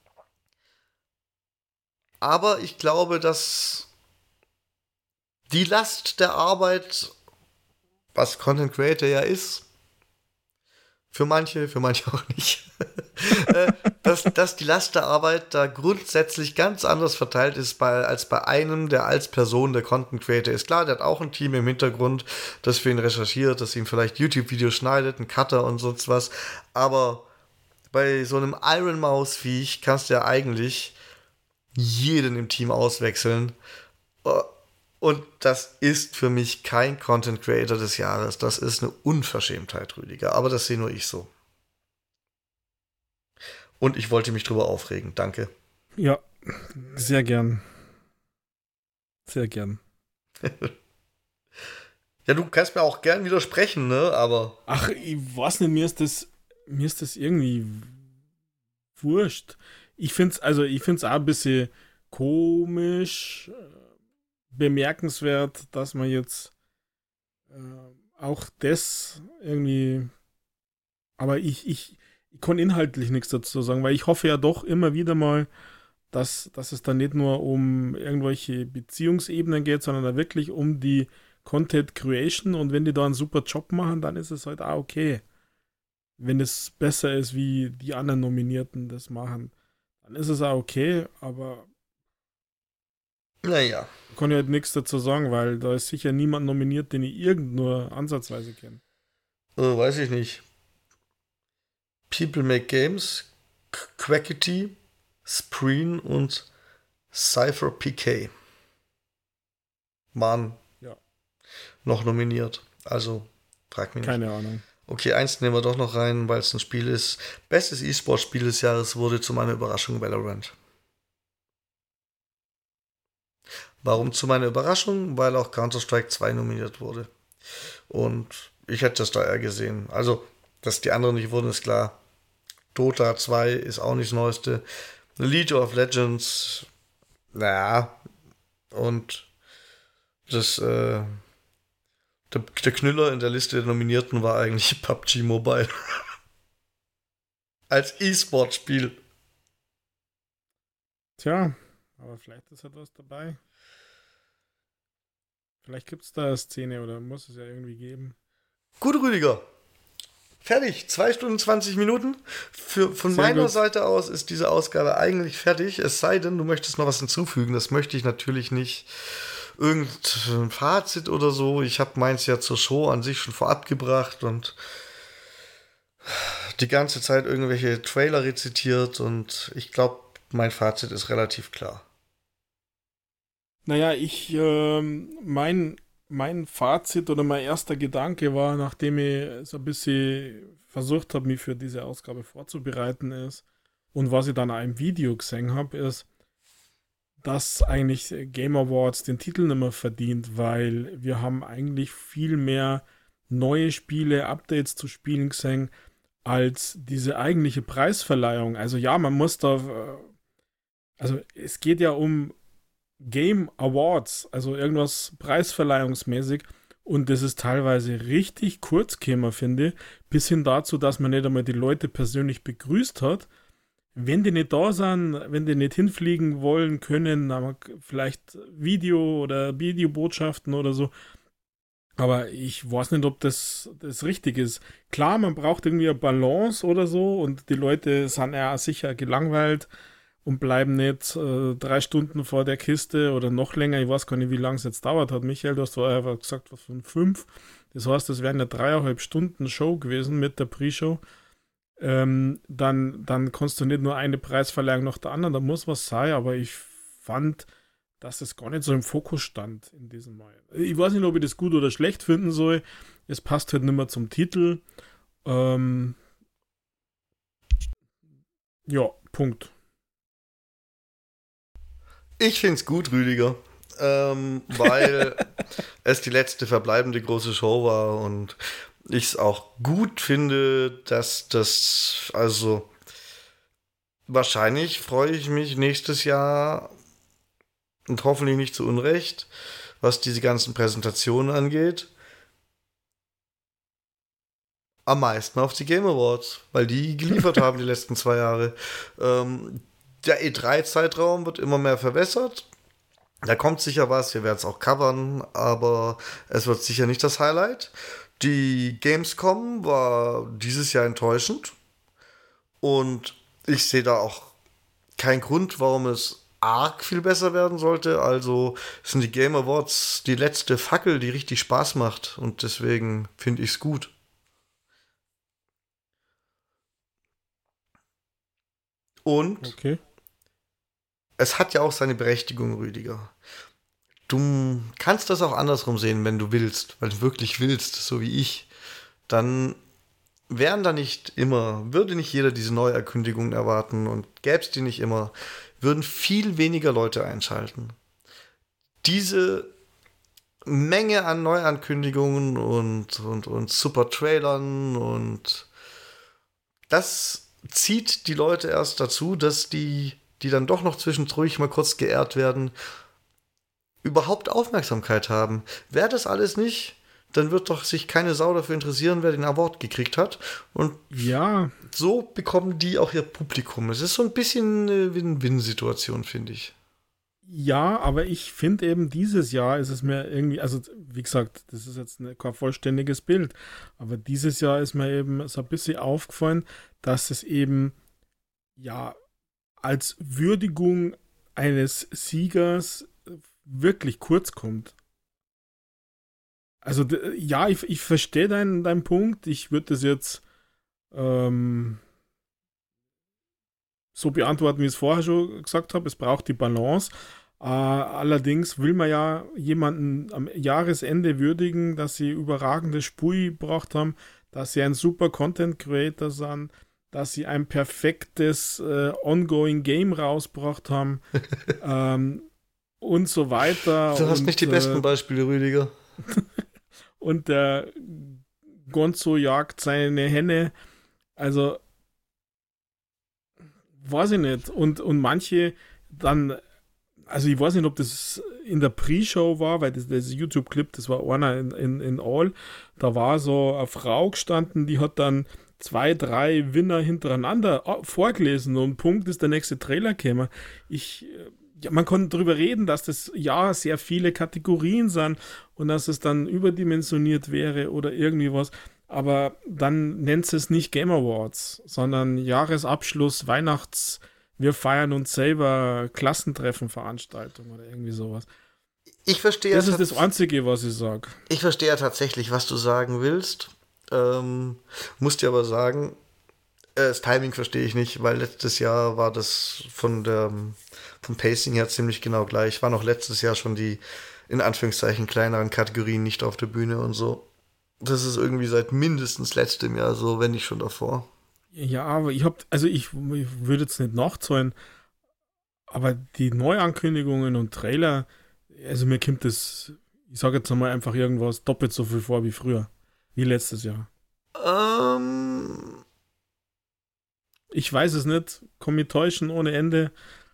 Aber ich glaube, dass die Last der Arbeit, was Content Creator ja ist, für manche auch nicht, dass die Last der Arbeit da grundsätzlich ganz anders verteilt ist als bei einem, der als Person der Content Creator ist. Klar, der hat auch ein Team im Hintergrund, das für ihn recherchiert, das ihm vielleicht YouTube-Videos schneidet, ein Cutter und sonst was. Aber bei so einem Iron Mouse-Viech kannst du ja eigentlich jeden im Team auswechseln. Und das ist für mich kein Content Creator des Jahres. Das ist eine Unverschämtheit, Rüdiger. Aber das sehe nur ich so. Und ich wollte mich drüber aufregen. Danke. Ja, sehr gern. Sehr gern. Ja, du kannst mir auch gern widersprechen, ne? Aber. Ach, ich weiß nicht, mir ist das irgendwie wurscht. Ich finde es auch ein bisschen komisch, bemerkenswert, dass man jetzt auch das irgendwie, aber ich kann inhaltlich nichts dazu sagen, weil ich hoffe ja doch immer wieder mal, dass es dann nicht nur um irgendwelche Beziehungsebenen geht, sondern da wirklich um die Content Creation, und wenn die da einen super Job machen, dann ist es halt auch okay. Wenn es besser ist, wie die anderen Nominierten das machen, dann ist es auch okay, aber Naja. kann ich halt nichts dazu sagen, weil da ist sicher niemand nominiert, den ich nur ansatzweise kenne. Weiß ich nicht. People Make Games, Quackity, Spreen und Cypher PK waren noch nominiert. Also, frag mich nicht. Keine Ahnung. Okay, eins nehmen wir doch noch rein, weil es ein Spiel ist. Bestes E-Sport-Spiel des Jahres wurde zu meiner Überraschung Valorant. Warum zu meiner Überraschung? Weil auch Counter-Strike 2 nominiert wurde. Und ich hätte das da eher gesehen. Also, dass die anderen nicht wurden, ist klar. Dota 2 ist auch nicht das Neueste. League of Legends, naja. Und das, der Knüller in der Liste der Nominierten war eigentlich PUBG Mobile. Als E-Sport-Spiel. Tja, aber vielleicht ist etwas dabei. Vielleicht gibt es da eine Szene oder muss es ja irgendwie geben. Gut, Rüdiger. Fertig. 2 Stunden 20 Minuten. Von Sehr meiner gut. Seite aus ist diese Ausgabe eigentlich fertig. Es sei denn, du möchtest noch was hinzufügen. Das möchte ich natürlich nicht. Irgendein Fazit oder so. Ich habe meins ja zur Show an sich schon vorab gebracht und die ganze Zeit irgendwelche Trailer rezitiert. Und ich glaube, mein Fazit ist relativ klar. Naja, mein Fazit oder mein erster Gedanke war, nachdem ich so ein bisschen versucht habe, mich für diese Ausgabe vorzubereiten ist und was ich dann auch im Video gesehen habe, ist, dass eigentlich Game Awards den Titel nicht mehr verdient, weil wir haben eigentlich viel mehr neue Spiele, Updates zu Spielen gesehen, als diese eigentliche Preisverleihung. Also ja, man muss da, also es geht ja um Game Awards, also irgendwas preisverleihungsmäßig. Und das ist teilweise richtig kurz gekommen, finde ich, bis hin dazu, dass man nicht einmal die Leute persönlich begrüßt hat. Wenn die nicht da sind, wenn die nicht hinfliegen wollen können, dann vielleicht Video oder Videobotschaften oder so. Aber ich weiß nicht, ob das richtig ist. Klar, man braucht irgendwie eine Balance oder so und die Leute sind ja sicher gelangweilt und bleiben nicht 3 Stunden vor der Kiste oder noch länger. Ich weiß gar nicht, wie lange es jetzt dauert hat. Michael, du hast vorher gesagt, was von 5. Das heißt, das wären ja 3,5 Stunden Show gewesen mit der Pre-Show. Dann kannst du nicht nur eine Preisverleihung nach der anderen, da muss was sein, aber ich fand, dass es gar nicht so im Fokus stand in diesem Mal. Ich weiß nicht, ob ich das gut oder schlecht finden soll. Es passt halt nicht mehr zum Titel. Ja, Punkt. Ich finde es gut, Rüdiger. Weil es die letzte verbleibende große Show war und ich es auch gut finde, dass das, also wahrscheinlich freue ich mich nächstes Jahr und hoffentlich nicht zu Unrecht, was diese ganzen Präsentationen angeht, am meisten auf die Game Awards, weil die geliefert haben die letzten 2 Jahre. Der E3-Zeitraum wird immer mehr verwässert. Da kommt sicher was, wir werden es auch covern, aber es wird sicher nicht das Highlight. Die Gamescom war dieses Jahr enttäuschend und ich sehe da auch keinen Grund, warum es arg viel besser werden sollte. Also sind die Game Awards die letzte Fackel, die richtig Spaß macht und deswegen finde ich es gut. Und Okay. es hat ja auch seine Berechtigung, Rüdiger. Du kannst das auch andersrum sehen, wenn du willst, weil du wirklich willst, so wie ich. Dann wären da nicht immer, würde nicht jeder diese Neuerkündigungen erwarten und gäbe es die nicht immer, würden viel weniger Leute einschalten. Diese Menge an Neuankündigungen und super Trailern und das zieht die Leute erst dazu, dass die dann doch noch zwischendurch mal kurz geehrt werden, überhaupt Aufmerksamkeit haben. Wäre das alles nicht, dann wird doch sich keine Sau dafür interessieren, wer den Award gekriegt hat. Und Ja, so bekommen die auch ihr Publikum. Es ist so ein bisschen eine Win-Win-Situation, finde ich. ja, aber ich finde eben dieses Jahr ist es mir irgendwie, also wie gesagt, das ist jetzt kein vollständiges Bild, aber dieses Jahr ist mir eben so ein bisschen aufgefallen, dass es eben ja als Würdigung eines Siegers wirklich kurz kommt. Also ja, ich verstehe deinen Punkt. Ich würde das jetzt ähm, so beantworten, wie ich es vorher schon gesagt habe. Es braucht die Balance. Allerdings will man ja jemanden am Jahresende würdigen, dass sie überragende Spui gebracht haben. dass sie ein super Content Creator sind, dass sie ein perfektes Ongoing Game rausgebracht haben und so weiter. Du hast nicht die besten Beispiele, Rüdiger. Und der Gonzo jagt seine Henne. Also, weiß ich nicht. Und manche dann, also ich weiß nicht, ob das in der Pre-Show war, weil das YouTube-Clip, das war einer in All, da war so eine Frau gestanden, die hat dann 2, 3 Winner hintereinander vorgelesen und Punkt ist der nächste Trailer gekommen. Man kann darüber reden, dass das ja sehr viele Kategorien sind und dass es dann überdimensioniert wäre oder irgendwie was, aber dann nennt es nicht Game Awards, sondern Jahresabschluss, wir feiern uns selber Klassentreffen-Veranstaltung oder irgendwie sowas. Ich verstehe. Das ist das Einzige, was ich sage. Ich verstehe ja tatsächlich, was du sagen willst. Muss dir aber sagen, das Timing verstehe ich nicht, weil letztes Jahr war das vom Pacing her ziemlich genau gleich. Waren auch letztes Jahr schon die, in Anführungszeichen, kleineren Kategorien nicht auf der Bühne und so. Das ist irgendwie seit mindestens letztem Jahr so, wenn nicht schon davor. Ja, aber ich würde jetzt nicht nachzahlen, aber die Neuankündigungen und Trailer, also mir kommt das, ich sage jetzt einmal einfach irgendwas, doppelt so viel vor wie früher, wie letztes Jahr. Ich weiß es nicht, kann mich täuschen ohne Ende.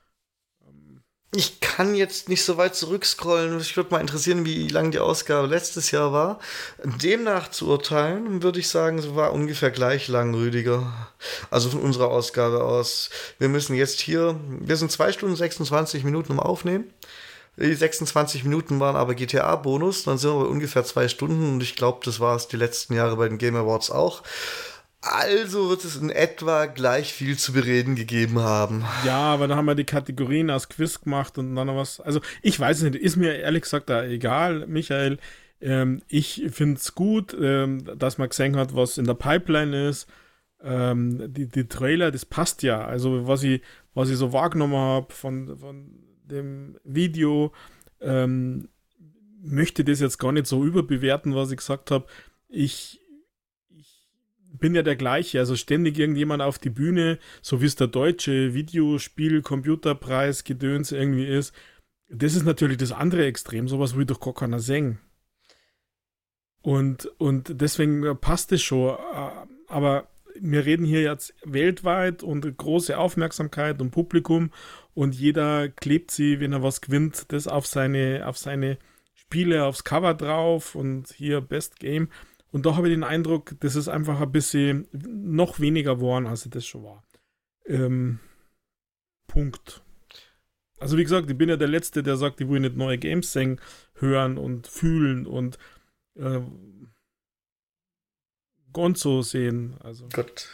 Ich kann jetzt nicht so weit zurückscrollen. Ich würde mal interessieren, wie lang die Ausgabe letztes Jahr war. Demnach zu urteilen, würde ich sagen, sie war ungefähr gleich lang, Rüdiger. Also von unserer Ausgabe aus. Wir sind 2 Stunden 26 Minuten im Aufnehmen. Die 26 Minuten waren aber GTA-Bonus. Dann sind wir bei ungefähr 2 Stunden. Und ich glaube, das war es die letzten Jahre bei den Game Awards auch. Also wird es in etwa gleich viel zu bereden gegeben haben. Ja, aber da haben wir die Kategorien als Quiz gemacht und dann noch was. Also ich weiß nicht, ist mir ehrlich gesagt da egal, Michael. Ich finde es gut, dass man gesehen hat, was in der Pipeline ist. Die Trailer, das passt ja. Also was ich so wahrgenommen habe von dem Video, möchte das jetzt gar nicht so überbewerten, was ich gesagt habe. Ich bin ja der gleiche, also ständig irgendjemand auf die Bühne, so wie es der deutsche Videospiel-Computerpreis Gedöns irgendwie ist. Das ist natürlich das andere Extrem, sowas will doch gar keiner singen. Und deswegen passt es schon, aber wir reden hier jetzt weltweit und große Aufmerksamkeit und Publikum und jeder klebt sie, wenn er was gewinnt, das auf seine Spiele, aufs Cover drauf und hier Best Game. Und da habe ich den Eindruck, das ist einfach ein bisschen noch weniger geworden, als es das schon war. Punkt. Also wie gesagt, ich bin ja der Letzte, der sagt, ich will nicht neue Games singen, hören und fühlen und Gonzo sehen. Also. Gott.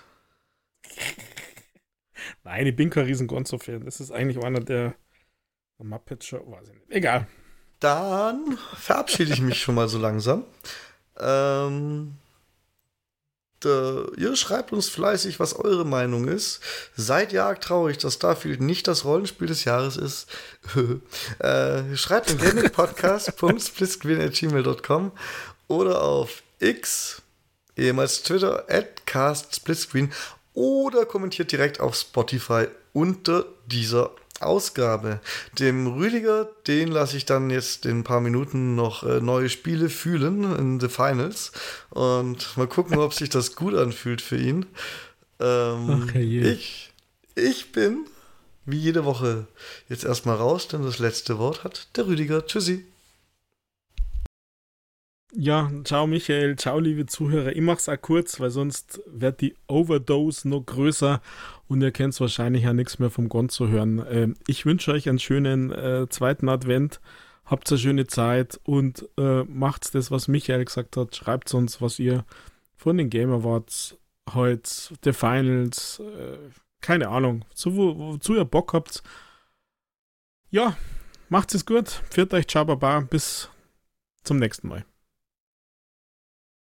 Nein, ich bin kein riesen Gonzo-Fan. Das ist eigentlich einer der Muppet Show, weiß ich nicht. Egal. Dann verabschiede ich mich schon mal so langsam. Ihr schreibt uns fleißig, was eure Meinung ist. Seid ihr arg traurig, dass Starfield nicht das Rollenspiel des Jahres ist? Schreibt an gamingpodcast.splitscreen@gmail.com oder auf X, ehemals Twitter, @castsplitscreen oder kommentiert direkt auf Spotify unter dieser Ausgabe. Dem Rüdiger, den lasse ich dann jetzt in ein paar Minuten noch neue Spiele fühlen in The Finals und mal gucken, ob sich das gut anfühlt für ihn. Ich bin wie jede Woche jetzt erstmal raus, denn das letzte Wort hat der Rüdiger. Tschüssi. Ja, ciao Michael, ciao liebe Zuhörer. Ich mach's auch kurz, weil sonst wird die Overdose noch größer und ihr könnt wahrscheinlich auch nichts mehr vom Gonzo hören. Ich wünsche euch einen schönen zweiten Advent, habt eine schöne Zeit und macht's das, was Michael gesagt hat. Schreibt uns, was ihr von den Game Awards heute, der Finals, keine Ahnung, wozu ihr Bock habt. Ja, macht's es gut. Pfiat euch, ciao, baba, bis zum nächsten Mal.